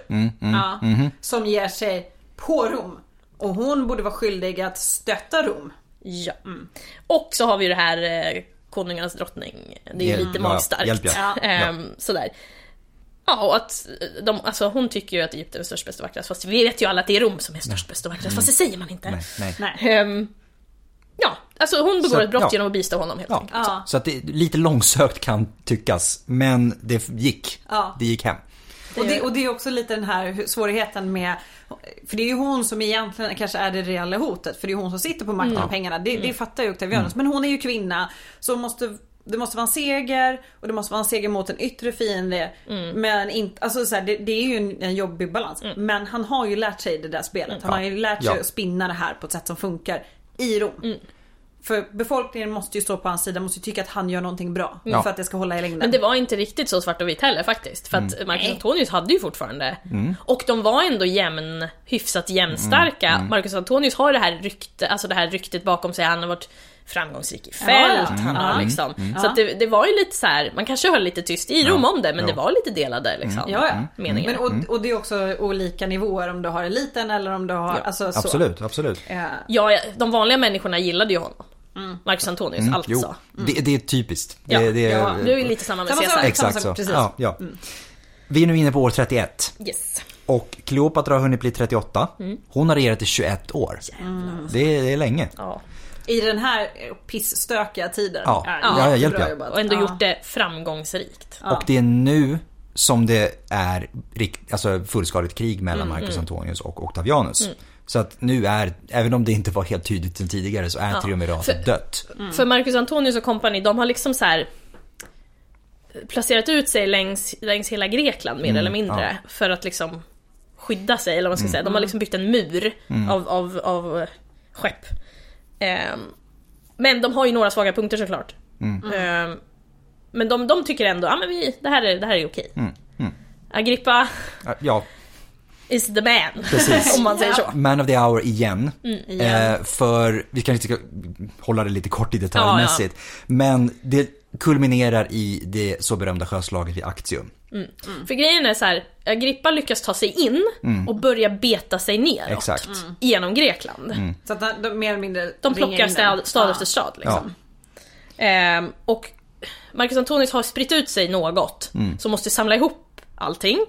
Speaker 3: Som ger sig på Rom. Och hon borde vara skyldig att stötta Rom.
Speaker 2: Ja. Och så har vi det här konungarnas drottning. Det är ju lite magstarkt. Sådär. Ja, och att hon tycker ju att Egypten är störst, bäst och vackrast. Fast vi vet ju alla att det är Rom som är störst, bäst och vackrast. Fast det säger man inte.
Speaker 3: Nej.
Speaker 2: Ja, alltså hon begår ett brott genom att bistå honom helt enkelt.
Speaker 4: Så att det lite långsökt kan tyckas, men det gick. Det gick hem.
Speaker 3: Och det är också lite den här svårigheten med, för det är ju hon som egentligen kanske är det reella hotet, för det är hon som sitter på makten och pengarna. Det fattar ju Octavianus, men hon är ju kvinna, så det måste vara en seger, och det måste vara en seger mot en yttre fiende. Men inte, alltså så här, det är ju en jobbig balans. Men han har ju lärt sig det där spelet. Han har ju lärt sig att spinna det här på ett sätt som funkar i Rom. För befolkningen måste ju stå på hans sida, måste ju tycka att han gör någonting bra för att det ska hålla i längden.
Speaker 2: Men det var inte riktigt så svart och vitt heller faktiskt. För att Marcus Antonius hade ju fortfarande. Och de var ändå hyfsat jämnstarka. Marcus Antonius har det här ryktet bakom sig. Han har varit framgångsrik i fält. Han har liksom. Så att det var ju lite så här, man kanske höll lite tyst i Rom om det, men det var lite delade liksom. Meningar.
Speaker 3: Men, och det är också olika nivåer om du har eliten eller om du har
Speaker 4: Absolut.
Speaker 2: Ja, de vanliga människorna gillade ju honom. Marcus Antonius, alltså.
Speaker 4: Det är typiskt.
Speaker 2: Du är lite samma med Caesar.
Speaker 4: Exakt så. Vi är nu inne på år 31.
Speaker 2: Yes.
Speaker 4: Och Kleopatra har hunnit bli 38. Hon har regerat i 21 år. Det är länge.
Speaker 3: I den här pissstökiga tiden.
Speaker 4: Jag hjälper jag.
Speaker 2: Och ändå gjort det framgångsrikt.
Speaker 4: Och det är nu som det är fullskaligt krig mellan Marcus Antonius och Octavianus. Så att nu även om det inte var helt tydligt sedan tidigare, så är triumviratet dött.
Speaker 2: För Marcus Antonius och kompani, de har liksom så här placerat ut sig längs hela Grekland mer eller mindre, för att liksom skydda sig, eller vad man ska säga. De har liksom byggt en mur av skepp. Men de har ju några svaga punkter såklart. Men de tycker ändå, men det här är okej. Agrippa is the man.
Speaker 4: Precis.
Speaker 2: Om man säger så.
Speaker 4: Man of the hour igen. För vi kan inte hålla det lite kort i detaljmässigt. Men det kulminerar i det så berömda sjöslaget vid Actium.
Speaker 2: För grejen är så här, Agrippa lyckas ta sig in och börja beta sig neråt genom Grekland.
Speaker 3: Så att de mer eller mindre
Speaker 2: de plockar stad efter stad liksom. Och Marcus Antonius har spritt ut sig något, så måste samla ihop allting.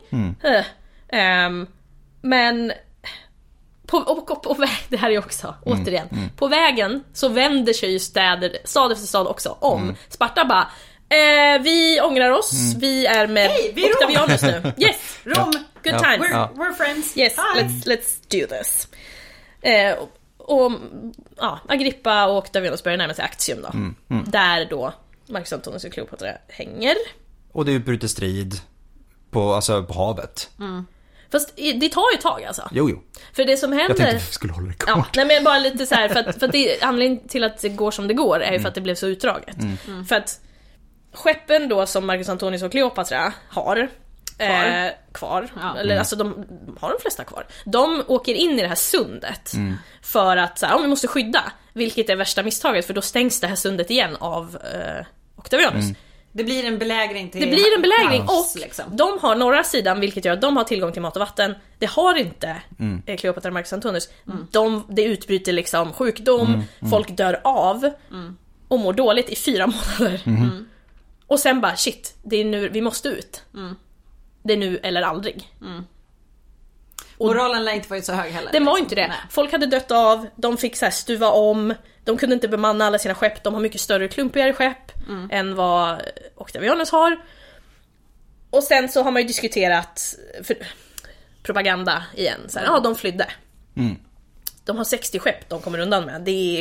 Speaker 2: Men på väg, det här är också återigen, på vägen så vänder sig ju stad efter stad också om. Sparta bara, vi ångrar oss, vi är med Octavianus nu. Yes,
Speaker 3: Rom,
Speaker 2: good time.
Speaker 3: We're friends.
Speaker 2: Yes, let's do this. Och Agrippa och Octavianus börjar närma sig Actium då. Där då Marcus Antonius och Kleopatra hänger.
Speaker 4: Och det utbryter strid på havet.
Speaker 2: Fast det tar ju ett tag alltså.
Speaker 4: Jo.
Speaker 2: För det som händer...
Speaker 4: Jag tänkte att vi skulle hålla det kort.
Speaker 2: Nej men bara lite så här, för att det, anledningen till att det går som det går är ju för att det blev så utdraget. För att skeppen då som Marcus Antonius och Kleopatra har kvar. Eller alltså de har de flesta kvar. De åker in i det här sundet för att så här, vi måste skydda, vilket är värsta misstaget, för då stängs det här sundet igen av Octavianus.
Speaker 3: Det blir en belägring
Speaker 2: och liksom. De har norra sidan, vilket gör att de har tillgång till mat och vatten. Det har inte Kleopatra och Marcus Antonius. Det utbryter liksom sjukdom, folk dör av och mår dåligt i 4 månader. Och sen bara, shit, det är nu vi måste ut. Det är nu eller aldrig.
Speaker 3: Och moralen lär inte varit så hög heller.
Speaker 2: Det var inte det. Nej. Folk hade dött av, de fick så här stuva om, de kunde inte bemanna alla sina skepp, de har mycket större, klumpigare skepp än vad Octavianus har. Och sen så har man ju diskuterat propaganda igen. Så här, de flydde. De har 60 skepp de kommer undan med. Det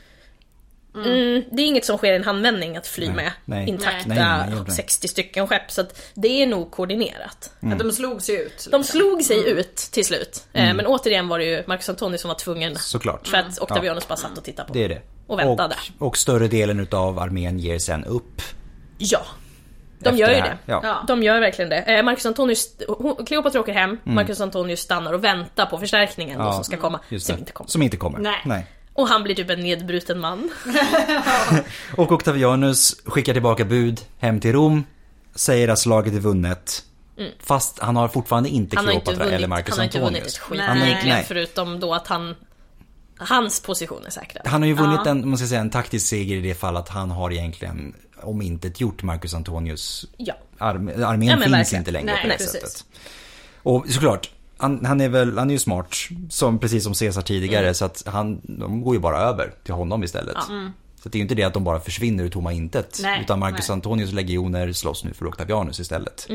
Speaker 2: är inget som sker i en handvändning att fly med intakta 60 stycken skepp, så att det är nog koordinerat.
Speaker 3: De slog sig ut.
Speaker 2: Liksom. De slog sig ut till slut. Men återigen var det ju Marcus Antonius som var tvungen.
Speaker 4: Såklart.
Speaker 2: För att Octavianus bara satt och tittade på.
Speaker 4: Det är det.
Speaker 2: Och väntade.
Speaker 4: Och större delen utav armén ger sen upp.
Speaker 2: Ja. De gör ju det. Ja. De gör verkligen det. Marcus Antonius, Kleopatra åker hem, Marcus Antonius stannar och väntar på förstärkningen då, som ska komma.
Speaker 4: Som inte kommer. Nej.
Speaker 2: Och han blir typ en nedbruten man.
Speaker 4: Och Octavianus skickar tillbaka bud hem till Rom, säger att slaget är vunnet. Fast han har fortfarande inte Kleopatra eller Marcus Antonius.
Speaker 2: Han har inte vunnit skit, förutom då att hans position är säkrad.
Speaker 4: Han har ju vunnit en taktisk seger i det fall att han har egentligen om inte gjort Marcus Antonius. Armén finns verkligen inte längre på det sättet. Och såklart han är ju smart, precis som Caesar tidigare, så att de går ju bara över till honom istället. Så det är ju inte det att de bara försvinner ur tomma intet, utan Marcus Antonius legioner slåss nu för Octavianus istället.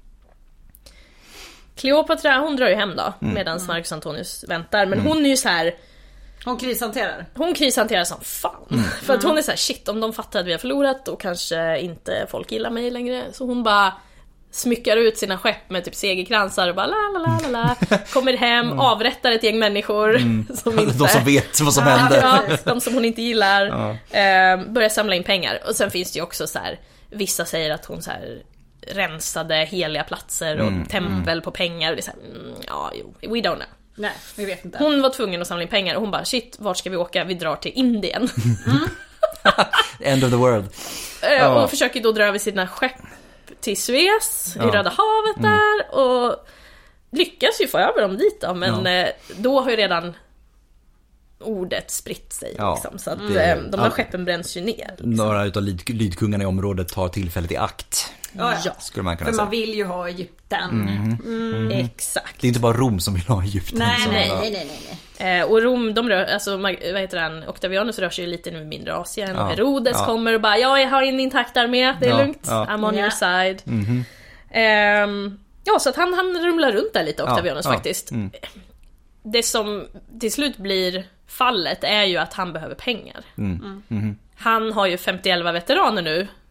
Speaker 2: Kleopatra, hon drar ju hem då medan Marcus Antonius väntar, men hon är ju så här. Hon krishanterar som fan. För att hon är så här, shit, om de fattar att vi har förlorat och kanske inte folk gillar mig längre. Så hon bara smyckar ut sina skepp med typ segerkransar och bara la kommer hem, avrättar ett gäng människor som inte,
Speaker 4: de som vet vad som händer.
Speaker 2: De som hon inte gillar. Börjar samla in pengar. Och sen finns det ju också så här, vissa säger att hon så här rensade heliga platser och tempel på pengar, och det är så här, we don't know.
Speaker 3: Nej, vi vet inte.
Speaker 2: Hon var tvungen att samla in pengar och hon bara, shit, vart ska vi åka? Vi drar till Indien.
Speaker 4: End of the world.
Speaker 2: Och försöker då dra över sina skepp till Suez i Röda havet där, och lyckas ju få över dem dit då, men då har ju redan ordet spritt sig liksom, så att de här skeppen bränns ju ner liksom.
Speaker 4: Några utav lydkungarna i området tar tillfället i akt. Skulle man kunna säga.
Speaker 3: Man vill ju ha Egypten.
Speaker 2: Exakt.
Speaker 4: Det är inte bara Rom som vill ha Egypten.
Speaker 3: Nej.
Speaker 2: Och Rom, de rör, alltså vad heter han, Octavianus rör sig ju lite nu i mindre Asien, och Herodes kommer och bara, jag har en intakt armé, det är lugnt, I'm on your side. Så att han rumlar runt där lite, Octavianus faktiskt. Det som till slut blir fallet är ju att han behöver pengar. Han har ju 51 veteraner nu,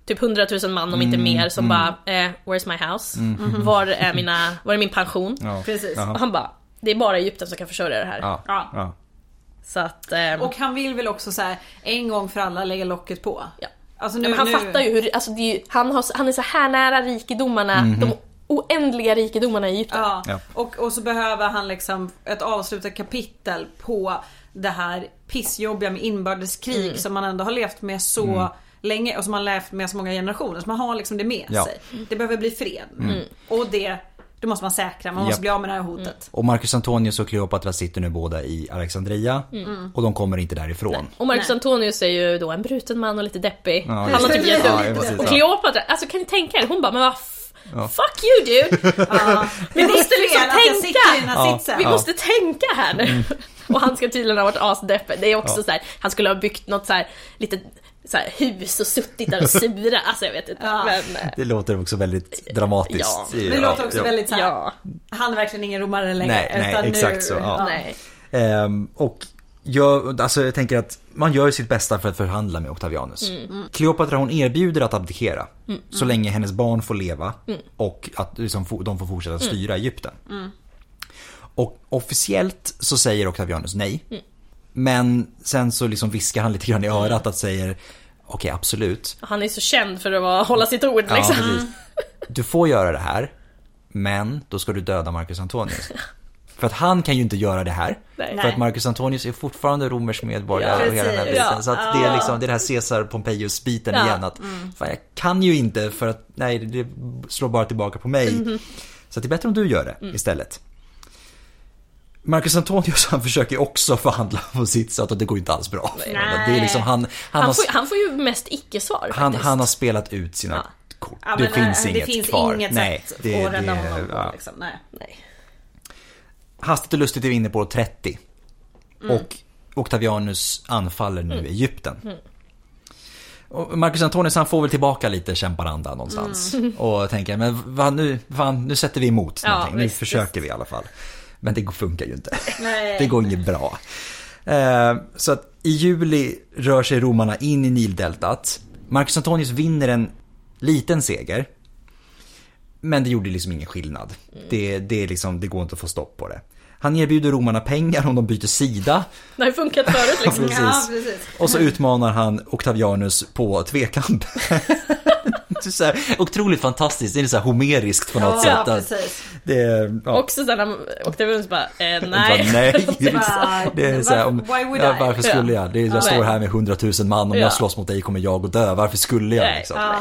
Speaker 2: typ 100 000 man om inte mer som bara where's my house? Var är min pension?
Speaker 3: Ja. Precis.
Speaker 2: Och han bara, det är bara Egypten som kan försörja det här.
Speaker 3: Ja.
Speaker 2: Så att,
Speaker 3: och han vill väl också så här, en gång för alla lägga locket på.
Speaker 2: Ja.
Speaker 3: Alltså
Speaker 2: men han fattar ju hur, alltså det är ju, han är så här nära rikedomarna, de oändliga rikedomarna i Egypten.
Speaker 3: Ja. Och så behöver han liksom ett avslutat kapitel på det här pissjobbiga med inbördeskrig som man ändå har levt med så länge och som man har levt med så många generationer. Så man har liksom det med sig. Det behöver bli fred. Och det måste man säkra. Man måste bli av med det här hotet.
Speaker 4: Och Marcus Antonius och Kleopatra sitter nu båda i Alexandria. Och de kommer inte därifrån.
Speaker 2: Nej. Och Marcus Antonius är ju då en bruten man och lite deppig. Han har typ gett upp. Och Kleopatra, alltså kan ni tänka er, hon bara, men vad fuck you dude. Vi måste liksom tänka. Vi måste tänka här nu. Och han ska tydligen ha varit asdeppig. Det är också så här, han skulle ha byggt något så här lite så här hus och suttit där och sura. Alltså jag vet inte. Men,
Speaker 4: det låter också väldigt dramatiskt.
Speaker 3: Det låter också väldigt så här, han är verkligen ingen romare längre.
Speaker 4: Nej,
Speaker 3: utan
Speaker 4: exakt
Speaker 3: nu,
Speaker 4: så. Och jag tänker att man gör sitt bästa för att förhandla med Octavianus. Kleopatra, hon erbjuder att abdikera så länge hennes barn får leva och att liksom, de får fortsätta att styra Egypten. Och officiellt så säger Octavianus nej. Men sen så liksom viskar han lite grann i örat att säger okej, absolut.
Speaker 2: Han är så känd för att hålla sitt ord liksom.
Speaker 4: Du får göra det här, men då ska du döda Marcus Antonius. För att han kan ju inte göra det här. Nej. För att Marcus Antonius är fortfarande romersk medborgare och hela den här biten. Så att det är liksom det här Caesar Pompeius biten igen att fan, jag kan ju inte för att nej, det slår bara tillbaka på mig. Så att det är bättre om du gör det istället. Marcus Antonius, han försöker också förhandla på sitt sätt och det går inte alls bra. Det är liksom han
Speaker 2: får ju mest icke-svar.
Speaker 4: Han har spelat ut sina kort. Det finns inget kvar.
Speaker 3: Inget sätt att rädda honom. Liksom. Nej.
Speaker 4: Hastigt och lustigt är vi inne på 30. Och Octavianus anfaller nu Egypten. Och Marcus Antonius, han får väl tillbaka lite kämparanda någonstans. Och tänker, men nu sätter vi emot någonting. Nu försöker vi i alla fall. Men det funkar ju inte. Det går inget bra. Så att i juli rör sig romarna in i Nildeltat. Marcus Antonius vinner en liten seger. Men det gjorde liksom ingen skillnad. Det går inte att få stopp på det. Han erbjuder romarna pengar om de byter sida.
Speaker 2: Det har funkat förut liksom.
Speaker 3: Precis.
Speaker 4: Och så utmanar han Octavianus på tvekamp. Så här, otroligt fantastiskt. Det är så här homeriskt på något sätt.
Speaker 3: Precis.
Speaker 2: Också så när Octavianus bara, nej.
Speaker 4: Det är så här, varför skulle jag? Jag står här med 100 000 man. Om jag slåss mot dig kommer jag att dö. Varför skulle jag? Liksom?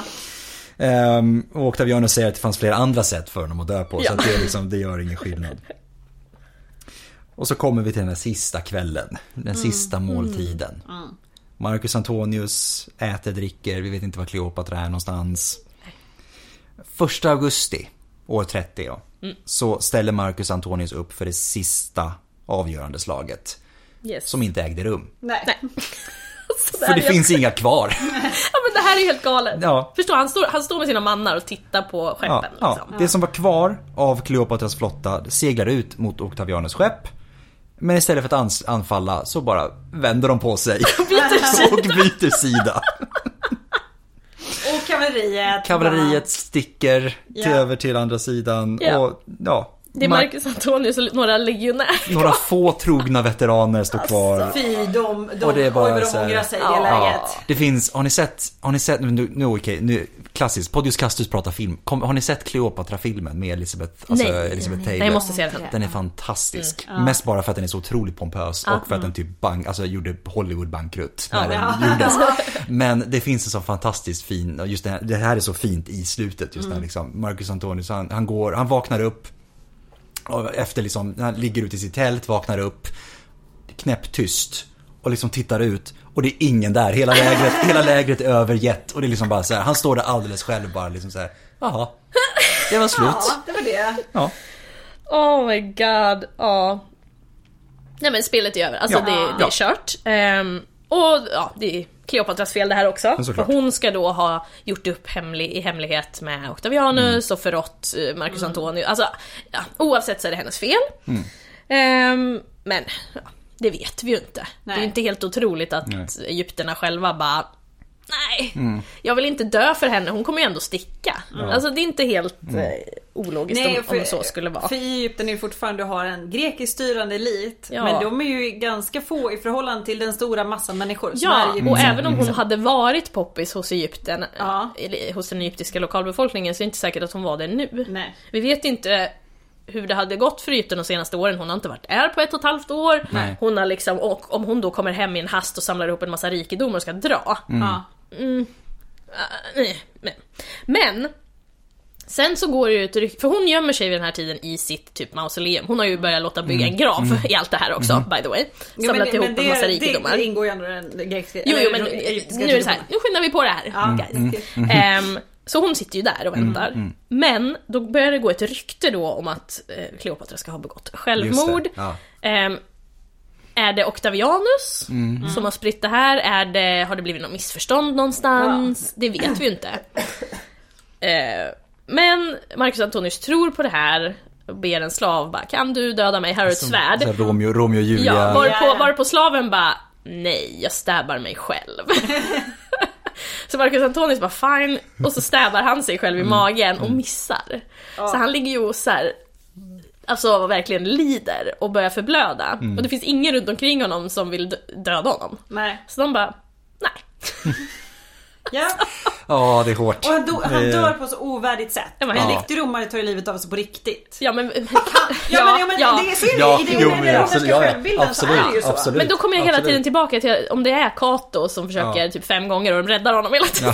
Speaker 4: Och Octavianus säger att det fanns flera andra sätt för honom att dö på. Så att det gör ingen skillnad. Och så kommer vi till den här sista kvällen. Den sista måltiden. Marcus Antonius äter, dricker. Vi vet inte var Kleopatra är någonstans. 1 augusti år 30 så ställer Marcus Antonius upp för det sista avgörande slaget. Som inte ägde rum.
Speaker 3: Nej.
Speaker 4: För det finns inga kvar.
Speaker 2: Men det här är helt galet. Förstår, han står med sina mannar och tittar på skeppen. Liksom.
Speaker 4: Det som var kvar av Kleopatras flotta seglar ut mot Octavianus skepp. Men istället för att anfalla så bara vänder de på sig och byter sida.
Speaker 3: Och
Speaker 4: kavalleriet sticker över till andra sidan. Och
Speaker 2: det är Marcus Antonius och några legionärer.
Speaker 4: Några få trogna veteraner står kvar.
Speaker 3: Och det är bara så ångrar sig i det läget.
Speaker 4: Det finns, har ni sett nu klassiskt, Podius Castus pratar film. Har ni sett Kleopatra-filmen med Elizabeth Taylor?
Speaker 2: Nej, jag måste se den.
Speaker 4: Den är fantastisk. Mest bara för att den är så otroligt pompös och för att den typ gjorde Hollywood bankrutt när den gjordes. Men det finns en så fantastiskt fin, just det här är så fint i slutet just när liksom Marcus Antonius han vaknar upp och efter liksom, han ligger ute i sitt tält, vaknar upp knäpptyst och liksom tittar ut och det är ingen där, hela lägret är övergett och det är liksom bara så här, han står där alldeles själv bara liksom så här, jaha, det var slut.
Speaker 3: Det var det.
Speaker 2: Oh my god. Nej men spelet är över, alltså det är kört. Och det är Kleopatras fel det här också. För hon ska då ha gjort upp i hemlighet med Octavianus och förrått Marcus Antonius. Alltså, oavsett så är det hennes fel. Men det vet vi ju inte. Nej. Det är ju inte helt otroligt att egypterna själva bara nej, jag vill inte dö för henne, hon kommer ju ändå sticka. Alltså det är inte helt ologiskt. Nej, om så skulle vara.
Speaker 3: För i Egypten är ju fortfarande, du har en grekisk styrande elit, men de är ju ganska få i förhållande till den stora massan människor som är Egypten.
Speaker 2: Och även om hon hade varit poppis hos Egypten, hos den egyptiska lokalbefolkningen, så är det inte säkert att hon var det nu.
Speaker 3: Nej.
Speaker 2: Vi vet inte hur det hade gått för Egypten de senaste åren. Hon har inte varit på 1,5 år.
Speaker 4: Nej.
Speaker 2: Hon har liksom, och om hon då kommer hem i en hast och samlar ihop en massa rikedomar och ska dra. Men sen så går det ju ett rykte, för hon gömmer sig vid den här tiden i sitt typ mausoleum. Hon har ju börjat låta bygga en grav i allt det här också, by the way. Samlat ihop en massa rikedomar.
Speaker 3: Det ingår ju ändå den grekiska.
Speaker 2: Jo, men nu är det så här, nu skyndar vi på det här, guys. Så hon sitter ju där och väntar. Men då börjar det gå ett rykte då om att Kleopatra ska ha begått självmord. Är det Octavianus som har spritt det här? Har det blivit något missförstånd någonstans? Det vet vi ju inte. Men Marcus Antonius tror på det här och ber en slav bara, kan du döda mig, här har ett svärd.
Speaker 4: Romeo och Julia.
Speaker 2: Varpå slaven bara, nej, jag stabbar mig själv. Så Marcus Antonius bara fine, och så stäbar han sig själv i magen och missar. Så han ligger ju så här, alltså verkligen lider och börjar förblöda. Och det finns ingen runt omkring honom som vill döda honom.
Speaker 3: Nej.
Speaker 2: Så de bara, nej.
Speaker 4: Ja, det är hårt.
Speaker 3: Och han dör på så ovärdigt sätt. En riktig romare tar ju livet av sig på riktigt.
Speaker 2: Ja, men
Speaker 3: det är så
Speaker 2: Absolut. Men då kommer jag hela tiden tillbaka till om det är Kato som försöker typ 5 gånger och de räddar honom hela tiden.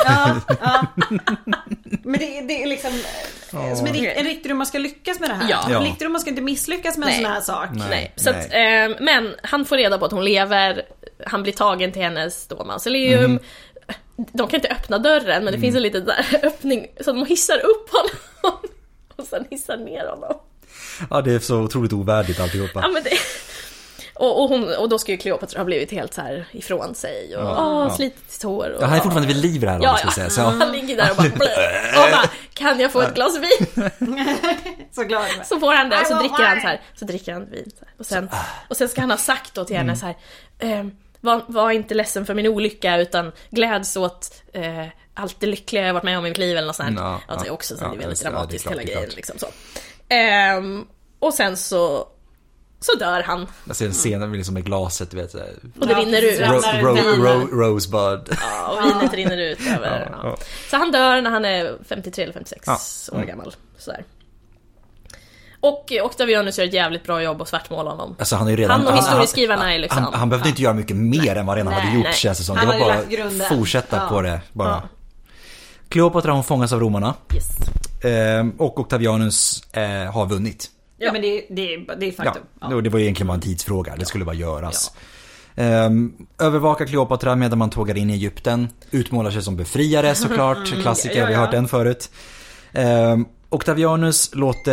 Speaker 3: Men det är liksom som en riktig romare ska lyckas med det här. En riktig romare ska inte misslyckas med en sån här sak.
Speaker 2: Nej. Så att, men han får reda på att hon lever. Han blir tagen till hennes mausoleum. De kan inte öppna dörren, men det finns en liten där öppning så de hissar upp honom och sen hissar ner honom.
Speaker 4: Ja, det är så otroligt ovärdigt alltihopa.
Speaker 2: Ja, men det... och då ska ju Kleopatra ha blivit helt så här ifrån sig och slitit sitt hår. Och,
Speaker 4: han är fortfarande vid liv här.
Speaker 2: Han ligger där och bara, kan jag få ett glas vin?
Speaker 3: Så glad.
Speaker 2: Så får han det och så dricker han så här, så dricker han vin så här. Och sen ska han ha sagt då till henne så här, var inte ledsen för min olycka utan gläds åt allt det lyckliga jag varit med om i mitt liv eller något sånt. Alltså också så det är väldigt dramatiskt hela grejen liksom så. Och sen så dör han.
Speaker 4: Jag ser en scen liksom med glaset, du vet.
Speaker 2: Och det rinner ut.
Speaker 4: Rosebud.
Speaker 2: Ja, och vinet rinner ut över. Så han dör när han är 53 eller 56 år gammal. Sådär. Och Octavianus gör ett jävligt bra jobb och svartmåla honom.
Speaker 4: Alltså han
Speaker 2: och historieskrivarna är liksom...
Speaker 4: Han behövde inte göra mycket mer än vad redan hade gjort, känns det som. Det var bara fortsätta på det. Bara. Kleopatra, hon fångas av romarna.
Speaker 2: Yes.
Speaker 4: Och Octavianus har vunnit.
Speaker 3: Ja, men det är faktum.
Speaker 4: Det var egentligen bara en tidsfråga. Det skulle bara göras. Övervakar Kleopatra medan man tågar in i Egypten. Utmålar sig som befriare, såklart. Klassiker, vi har hört den förut. Octavianus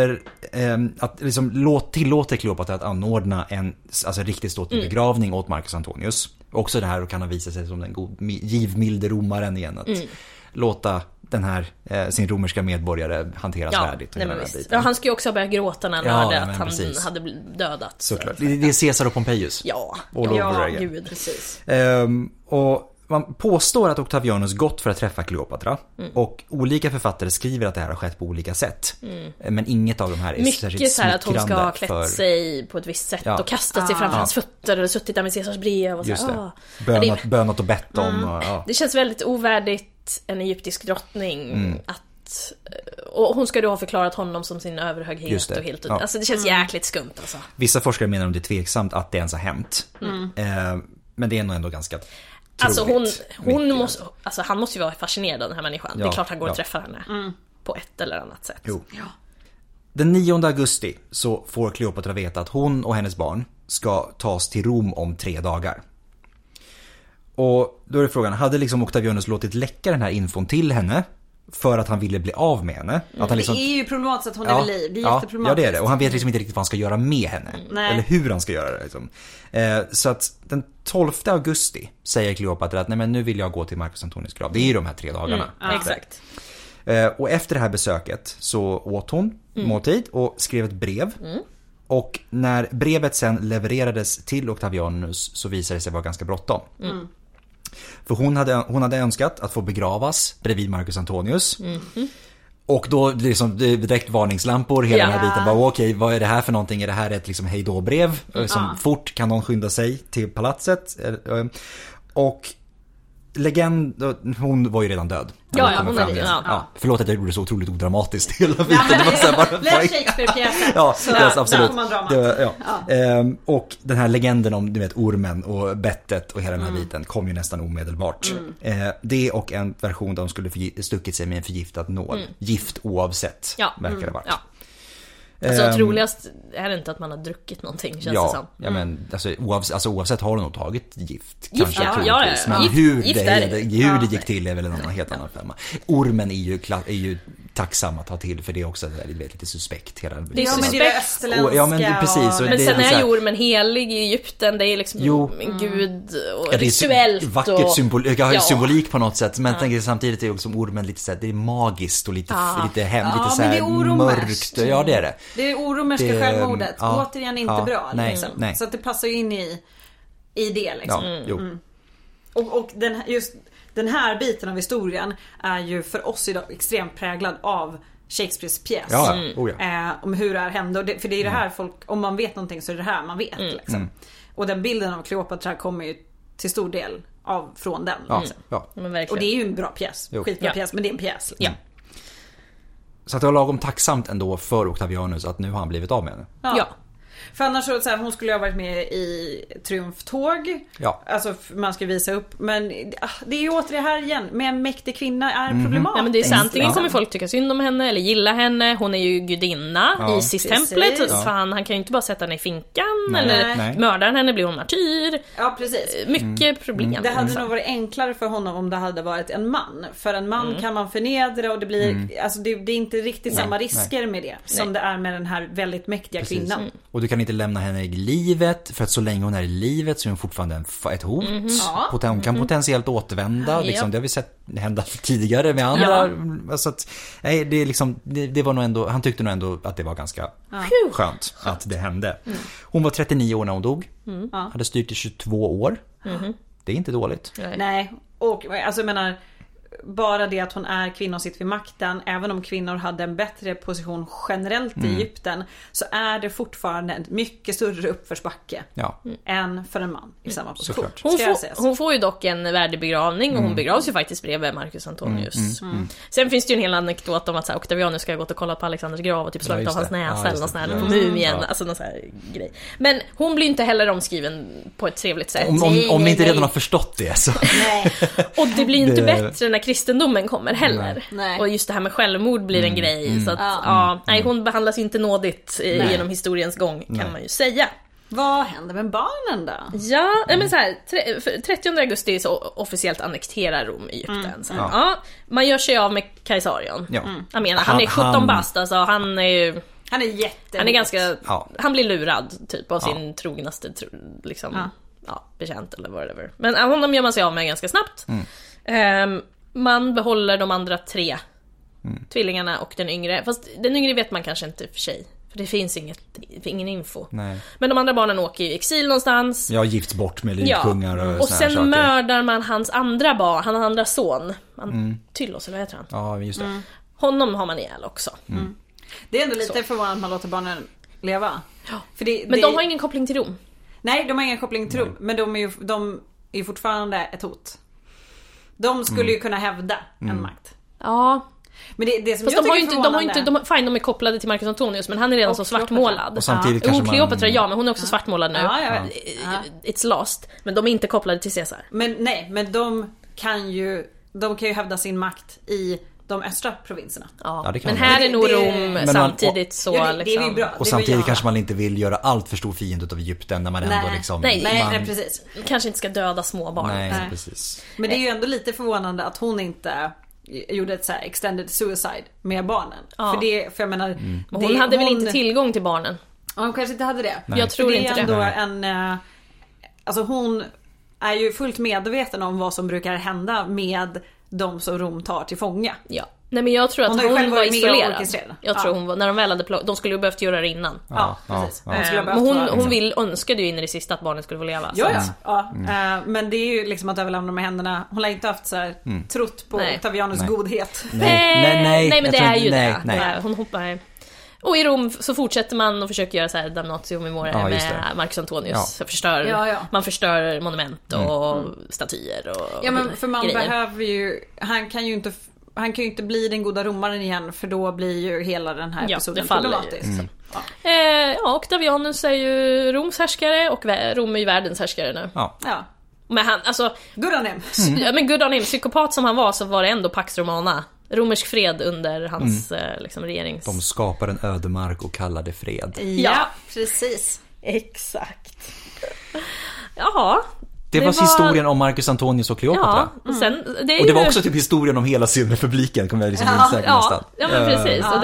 Speaker 4: tillåter Kleopatra att anordna en riktigt ståtlig begravning åt Marcus Antonius. Också det här kan han visa sig som den givmilde romaren igen. Att låta den här sin romerska medborgare hanteras värdigt.
Speaker 2: Han ska ju också börja gråta när han hörde att han hade dödat.
Speaker 4: Såklart. Det är Caesar och Pompejus.
Speaker 2: Gud, precis.
Speaker 4: Och man påstår att Octavianus gått för att träffa Kleopatra. Och olika författare skriver att det här har skett på olika sätt. Men inget av de här är särskilt smickrande.
Speaker 2: Mycket så här att hon ska ha klätt sig på ett visst sätt och kastat sig framför hans fötter eller suttit där med Caesars brev och så.
Speaker 4: Bönat och bett om.
Speaker 2: Det känns väldigt ovärdigt en egyptisk drottning att... Och hon ska då ha förklarat honom som sin överhöghet och helt ut. Alltså det känns jäkligt skumt alltså.
Speaker 4: Vissa forskare menar att det är tveksamt att det ens har hänt. Men det är nog ändå ganska...
Speaker 2: Alltså han måste ju vara fascinerad av den här människan. Det är klart han går och träffar henne på ett eller annat sätt.
Speaker 4: Den 9 augusti så får Kleopatra veta att hon och hennes barn ska tas till Rom om 3 dagar. Och då är frågan, hade liksom Octavianus låtit läcka den här infon till henne för att han ville bli av med henne? Att han liksom...
Speaker 3: Det är ju problematiskt att hon är vid liv. Det är jätteproblematiskt.
Speaker 4: Ja, det är det. Och han vet liksom inte riktigt vad han ska göra med henne. Eller hur han ska göra det liksom. Så att den 12 augusti säger Kleopatra att nej, men nu vill jag gå till Marcus Antonius grav. Det är ju de här 3 dagarna.
Speaker 2: Exakt.
Speaker 4: Och efter det här besöket så åt hon måltid och skrev ett brev. Och när brevet sen levererades till Octavianus så visade det sig vara ganska bråttom. För hon hade önskat att få begravas bredvid Marcus Antonius. Och då liksom, det är direkt varningslampor hela den här biten. Bara, okej, vad är det här för någonting? Är det här ett liksom hejdå-brev? Som fort kan någon skynda sig till palatset? Och hon var ju redan död. Förlåt att jag gjorde det så otroligt odramatiskt hela biten.
Speaker 3: Läs Shakespeare-pjäsen.
Speaker 4: Ja, absolut. Och den här legenden om, du vet, ormen och bettet och hela den här biten kom ju nästan omedelbart. Det och en version där de skulle stuckit sig med en förgiftad nål. Gift oavsett, verkar det vara.
Speaker 2: Alltså troligast är det inte att man har druckit någonting, känns det som.
Speaker 4: Ja, men alltså, oavsett har du nog tagit gift. Kanske troligtvis. Men
Speaker 2: gift,
Speaker 4: hur det gick till är väl en helt annan femma. Ormen är ju tacksam att ha till, för det är också lite suspekt.
Speaker 2: Det är suspekt.
Speaker 4: Precis.
Speaker 2: Men sen är ju ormen helig i Egypten. Det är liksom en gud och rituellt.
Speaker 4: Vackert symbolik på något sätt. Men tänker samtidigt är ju också ormen lite så här, det är magiskt och lite hemligt, lite så här mörkt. Ja, det är det.
Speaker 3: Det är oromerska självmordet. Återigen inte bra. Nej. Så att det passar ju in i det liksom. Och den här biten av historien är ju för oss idag extremt präglad av Shakespeares pjäs. Om hur det här hände. För det är det här folk, om man vet någonting så är det här man vet. Liksom. Och den bilden av Kleopatra kommer ju till stor del från den. Och det är ju en bra pjäs. Skitbra pjäs, men det är en pjäs. Liksom.
Speaker 4: Så att det var lagom tacksamt ändå för Octavianus att nu har han blivit av med henne.
Speaker 3: Ja. För annars så här, hon skulle ha varit med i triumftåg. Alltså man ska visa upp. Men det är ju åter det här igen. Med en mäktig kvinna är problematiskt.
Speaker 2: Nej, men det är sant. Antingen kommer folk tycka synd om henne eller gilla henne. Hon är ju gudinna i Isis-templet. Så han kan ju inte bara sätta henne i finkan. Eller mördaren henne, blir hon martyr.
Speaker 3: Ja, precis.
Speaker 2: Mycket problem.
Speaker 3: Det hade nog varit enklare för honom om det hade varit en man. För en man kan man förnedra och det blir alltså det är inte riktigt samma risker med det som det är med den här väldigt mäktiga kvinnan.
Speaker 4: Och du kan inte lämna henne i livet, för att så länge hon är i livet så är hon fortfarande ett hot. Hon kan potentiellt återvända. Liksom, det har vi sett hända tidigare med andra. Så att, nej, det är liksom, det var nog ändå, han tyckte nog ändå att det var ganska skönt att det hände. Hon var 39 år när hon dog. Hade styrt i 22 år. Det är inte dåligt.
Speaker 3: Nej, och alltså jag menar, bara det att hon är kvinna och sitter vid makten, även om kvinnor hade en bättre position generellt i Egypten, så är det fortfarande en mycket större uppförsbacke än för en man i samma position.
Speaker 2: Hon får ju dock en värdig begravning och hon begravs ju faktiskt bredvid Marcus Antonius. Sen finns det ju en hel anekdot om att så här, Octavianus ska ha gått och kollat på Alexanders grav och typ slagit av hans näsa eller något sånt här på mumien, alltså någon sån här grej. Men hon blir inte heller omskriven på ett trevligt sätt.
Speaker 4: Om ni inte redan har förstått det så.
Speaker 3: Nej.
Speaker 2: Och det blir inte bättre när kristendomen kommer heller. Nej. Och just det här med självmord blir en grej. Så att, nej, hon behandlas inte nådigt genom historiens gång, kan man ju säga.
Speaker 3: Vad händer med barnen då?
Speaker 2: Ja, men så här, 30 augusti så officiellt annekterar Rom Egypten. Så här, man gör sig av med Kaisarion. Jag menar, han är 17 bast, alltså han är ganska, han blir lurad typ av sin trognaste liksom, betjänt eller whatever. Men honom gör man sig av med ganska snabbt. Man behåller de andra 3 tvillingarna och den yngre. Fast den yngre vet man kanske inte för sig, för det finns ingen info. Nej. Men de andra barnen åker i exil någonstans.
Speaker 4: Ja, gifts bort med livkungar
Speaker 2: och sen saker. Mördar man hans andra barn, hans andra son. Tyllos, eller vad heter han?
Speaker 4: Ja, just det.
Speaker 2: Honom har man ihjäl också.
Speaker 3: Det är ändå lite förvånande att man låter barnen leva.
Speaker 2: För men de har ingen koppling till Rom.
Speaker 3: Nej, de har ingen koppling till Rom. Men de är ju fortfarande ett hot. De skulle ju kunna hävda en makt.
Speaker 2: Ja.
Speaker 3: Men det som
Speaker 2: fast de är kopplade till Marcus Antonius, men han är redan så svartmålad.
Speaker 4: Och samtidigt kanske
Speaker 2: Kleopatra, men hon är också svartmålad nu. It's lost. Men de är inte kopplade till Caesar.
Speaker 3: Men de kan ju hävda sin makt i de östra provinserna.
Speaker 2: Men här är nog Rom samtidigt så
Speaker 3: det är ju bra.
Speaker 4: Och samtidigt kanske man inte vill göra allt för stor fiende av Egypten när man ändå liksom...
Speaker 3: Nej, precis.
Speaker 2: Kanske inte ska döda små barn.
Speaker 4: Nej, precis.
Speaker 3: Men det är ju ändå lite förvånande att hon inte gjorde ett så här extended suicide med barnen. För jag menar...
Speaker 2: Hon hade väl inte tillgång till barnen?
Speaker 3: Hon kanske inte hade det.
Speaker 2: Nej. Jag tror inte det.
Speaker 3: Det är ändå alltså hon är ju fullt medveten om vad som brukar hända med de som Rom tar till fånga.
Speaker 2: Nej, men jag tror att hon var isolerad. Jag tror hon var, när de väl hade de skulle ju behövt göra det innan.
Speaker 3: Ja, precis.
Speaker 2: Men hon önskade ju in i det sista att barnet skulle få leva.
Speaker 3: Men det är ju liksom att överlämna med händerna. Hon har inte haft så här trott på Octavianus godhet.
Speaker 2: Nej, men det är ju det. Hon hoppar. Och i Rom så fortsätter man och försöker göra så här damnatio memoria med Marcus Antonius. Man förstör monument och statyer och
Speaker 3: men för man
Speaker 2: grejer.
Speaker 3: behöver ju, han kan ju inte bli den goda romaren igen, för då blir ju hela den här episoden problematisk.
Speaker 2: Octavianus är ju Roms härskare och Rom är ju världens härskare nu.
Speaker 3: Ja.
Speaker 2: Men han, alltså...
Speaker 3: Good on him.
Speaker 2: Men good on him. Psykopat som han var, så var det ändå Pax Romana. Romersk fred under hans regerings...
Speaker 4: De skapar en ödemark och kallar det fred.
Speaker 3: Ja, precis.
Speaker 2: Exakt. Jaha.
Speaker 4: Det var historien om Marcus Antonius och Kleopatra.
Speaker 2: Ja, sen,
Speaker 4: det var också typ historien om hela republiken, kommer jag liksom nästan.
Speaker 2: Ja, men precis. Och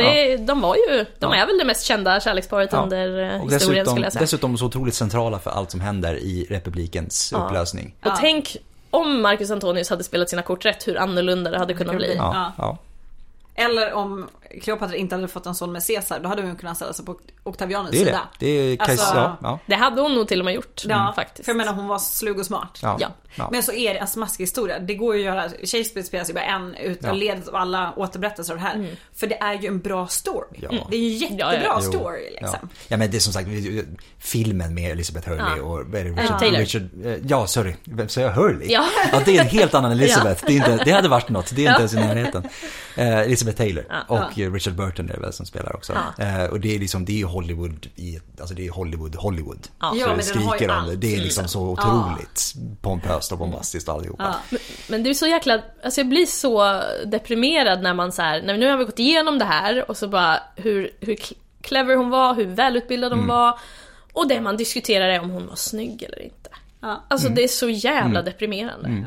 Speaker 2: de är väl det mest kända kärleksparet under
Speaker 4: och
Speaker 2: historien, skulle jag säga.
Speaker 4: Dessutom så otroligt centrala för allt som händer i republikens upplösning.
Speaker 2: Och tänk om Marcus Antonius hade spelat sina kort rätt, hur annorlunda det hade kunnat bli.
Speaker 4: Ja.
Speaker 3: Eller om Kleopatra inte hade fått en son med Caesar, då hade hon kunnat ställa sig på Octavianus sida.
Speaker 4: Det är
Speaker 3: alltså,
Speaker 2: det hade hon nog till och med gjort, faktiskt.
Speaker 3: För jag menar, hon var slug och smart.
Speaker 2: Ja.
Speaker 3: Men så är det en smaskig historia. Det går ju att göra, Shakespeare spelar ju bara en utav ledet av alla återberättelser av det här. För det är ju en bra story. Det är ju jättebra story liksom.
Speaker 4: Ja, men det är som sagt filmen med Elizabeth Hurley och
Speaker 2: Richard.
Speaker 4: Sorry. Vem säger jag? Hurley? Ja, det är en helt annan Elizabeth. Det hade varit något. Det är inte ens i närheten. Elizabeth Taylor och Richard Burton är det väl som spelar också. Och det är liksom, det är Hollywood alltså det är Hollywood.
Speaker 3: Ja, men
Speaker 4: skriker om det. Det är liksom så otroligt pompöst och bombastiskt allihopa.
Speaker 2: Men det är så jäkla, alltså jag blir så deprimerad när man så här, när nu har vi gått igenom det här och så bara hur clever hon var, hur välutbildad hon var, och det man diskuterar är om hon var snygg eller inte. Alltså det är så jävla deprimerande.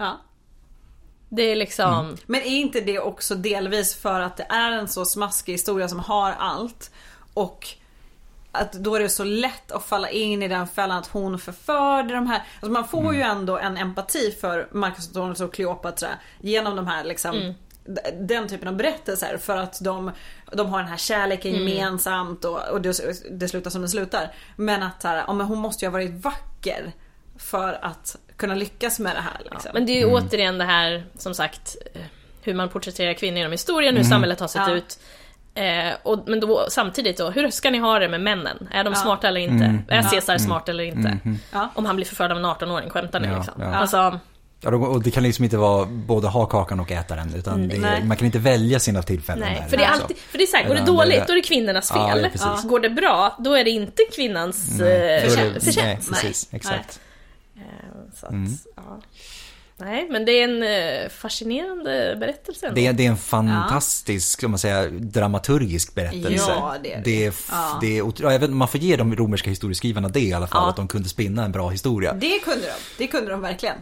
Speaker 2: Det är liksom...
Speaker 3: Men är inte det också delvis för att det är en så smaskig historia som har allt, och att då är det så lätt att falla in i den fällan att hon förförde de här, alltså man får ju ändå en empati för Marcus Antonius och Kleopatra genom de här liksom den typen av berättelser, för att de har den här kärleken gemensamt och det slutar som det slutar. Men att men hon måste ju ha varit vacker för att kunna lyckas med det här liksom.
Speaker 2: Men det är ju återigen det här, som sagt, hur man porträtterar kvinnor genom historien, hur samhället har sett ut. Men då, samtidigt då, hur ska ni ha det med männen? Är de smarta eller inte? Är Caesar smart eller inte? Om han blir förförd av en 18-åring, skämtar ni liksom? Alltså...
Speaker 4: och det kan liksom inte vara både ha kakan och äta den, utan man kan inte välja sina tillfällen.
Speaker 2: Nej, för det är alltid, för det är så här, går det dåligt då är det kvinnornas fel. Går det bra då är det inte kvinnans förtjänst.
Speaker 4: Nej, precis, exakt.
Speaker 2: Så att, Nej, men det är en fascinerande berättelse ändå.
Speaker 4: Det är en fantastisk, ska man säga, dramaturgisk berättelse.
Speaker 3: Ja, det är
Speaker 4: jag vet, man får ge de romerska historieskrivarna det i alla fall, att de kunde spinna en bra historia.
Speaker 3: Det kunde de verkligen.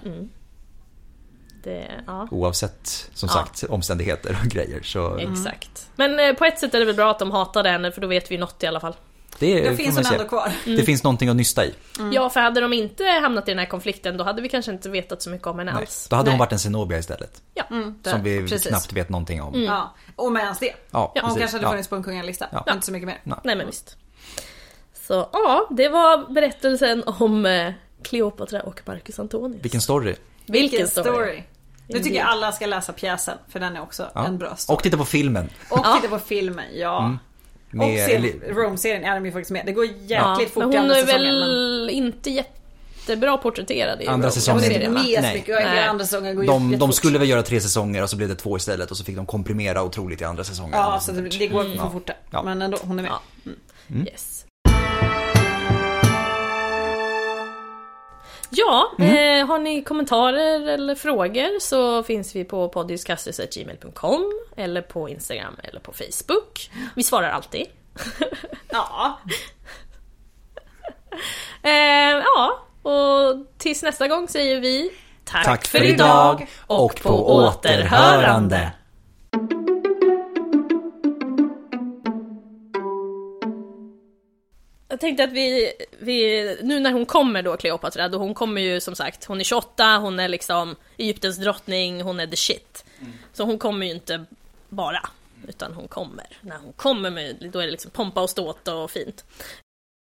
Speaker 4: Oavsett, som sagt, omständigheter och grejer. Så...
Speaker 2: Exakt. Men på ett sätt är det väl bra att de hatade henne, för då vet vi något i alla fall.
Speaker 3: Det finns hon ändå kvar.
Speaker 4: Det finns någonting att nysta i.
Speaker 2: Ja, för hade de inte hamnat i den här konflikten, då hade vi kanske inte vetat så mycket om henne alls.
Speaker 4: Då hade hon varit en Zenobia istället. Som vi
Speaker 3: precis.
Speaker 4: knappt vet någonting om.
Speaker 3: Ja, och med ens det.
Speaker 4: Hon
Speaker 3: kanske hade funnits på en kungalista. Inte så mycket mer.
Speaker 2: Nej, men visst. Så det var berättelsen om Kleopatra och Marcus Antonius.
Speaker 4: Vilken story.
Speaker 3: Vilken story. Nu tycker jag alla ska läsa pjäsen, för den är också en bra story.
Speaker 4: Och titta på filmen.
Speaker 3: Och titta på filmen, och Rome-serien är de ju faktiskt med. Det går jäkligt fort.
Speaker 2: Men hon är väl inte jättebra porträtterad i
Speaker 4: andra säsongen. De skulle väl göra 3 säsonger och så blev det 2 istället, och så fick de komprimera otroligt i andra säsonger.
Speaker 3: Ja, så det går för fort. Men ändå, hon är med.
Speaker 2: Yes. Har ni kommentarer eller frågor så finns vi på poddiscasters@gmail.com eller på Instagram eller på Facebook. Vi svarar alltid. Och tills nästa gång säger vi tack för idag och på återhörande. Jag tänkte att vi nu när hon kommer då, Kleopatra, då hon kommer ju som sagt, hon är 28, hon är liksom Egyptens drottning, hon är the shit. Så hon kommer ju inte bara. utan hon kommer. När hon kommer då är det liksom pompa och ståt och fint.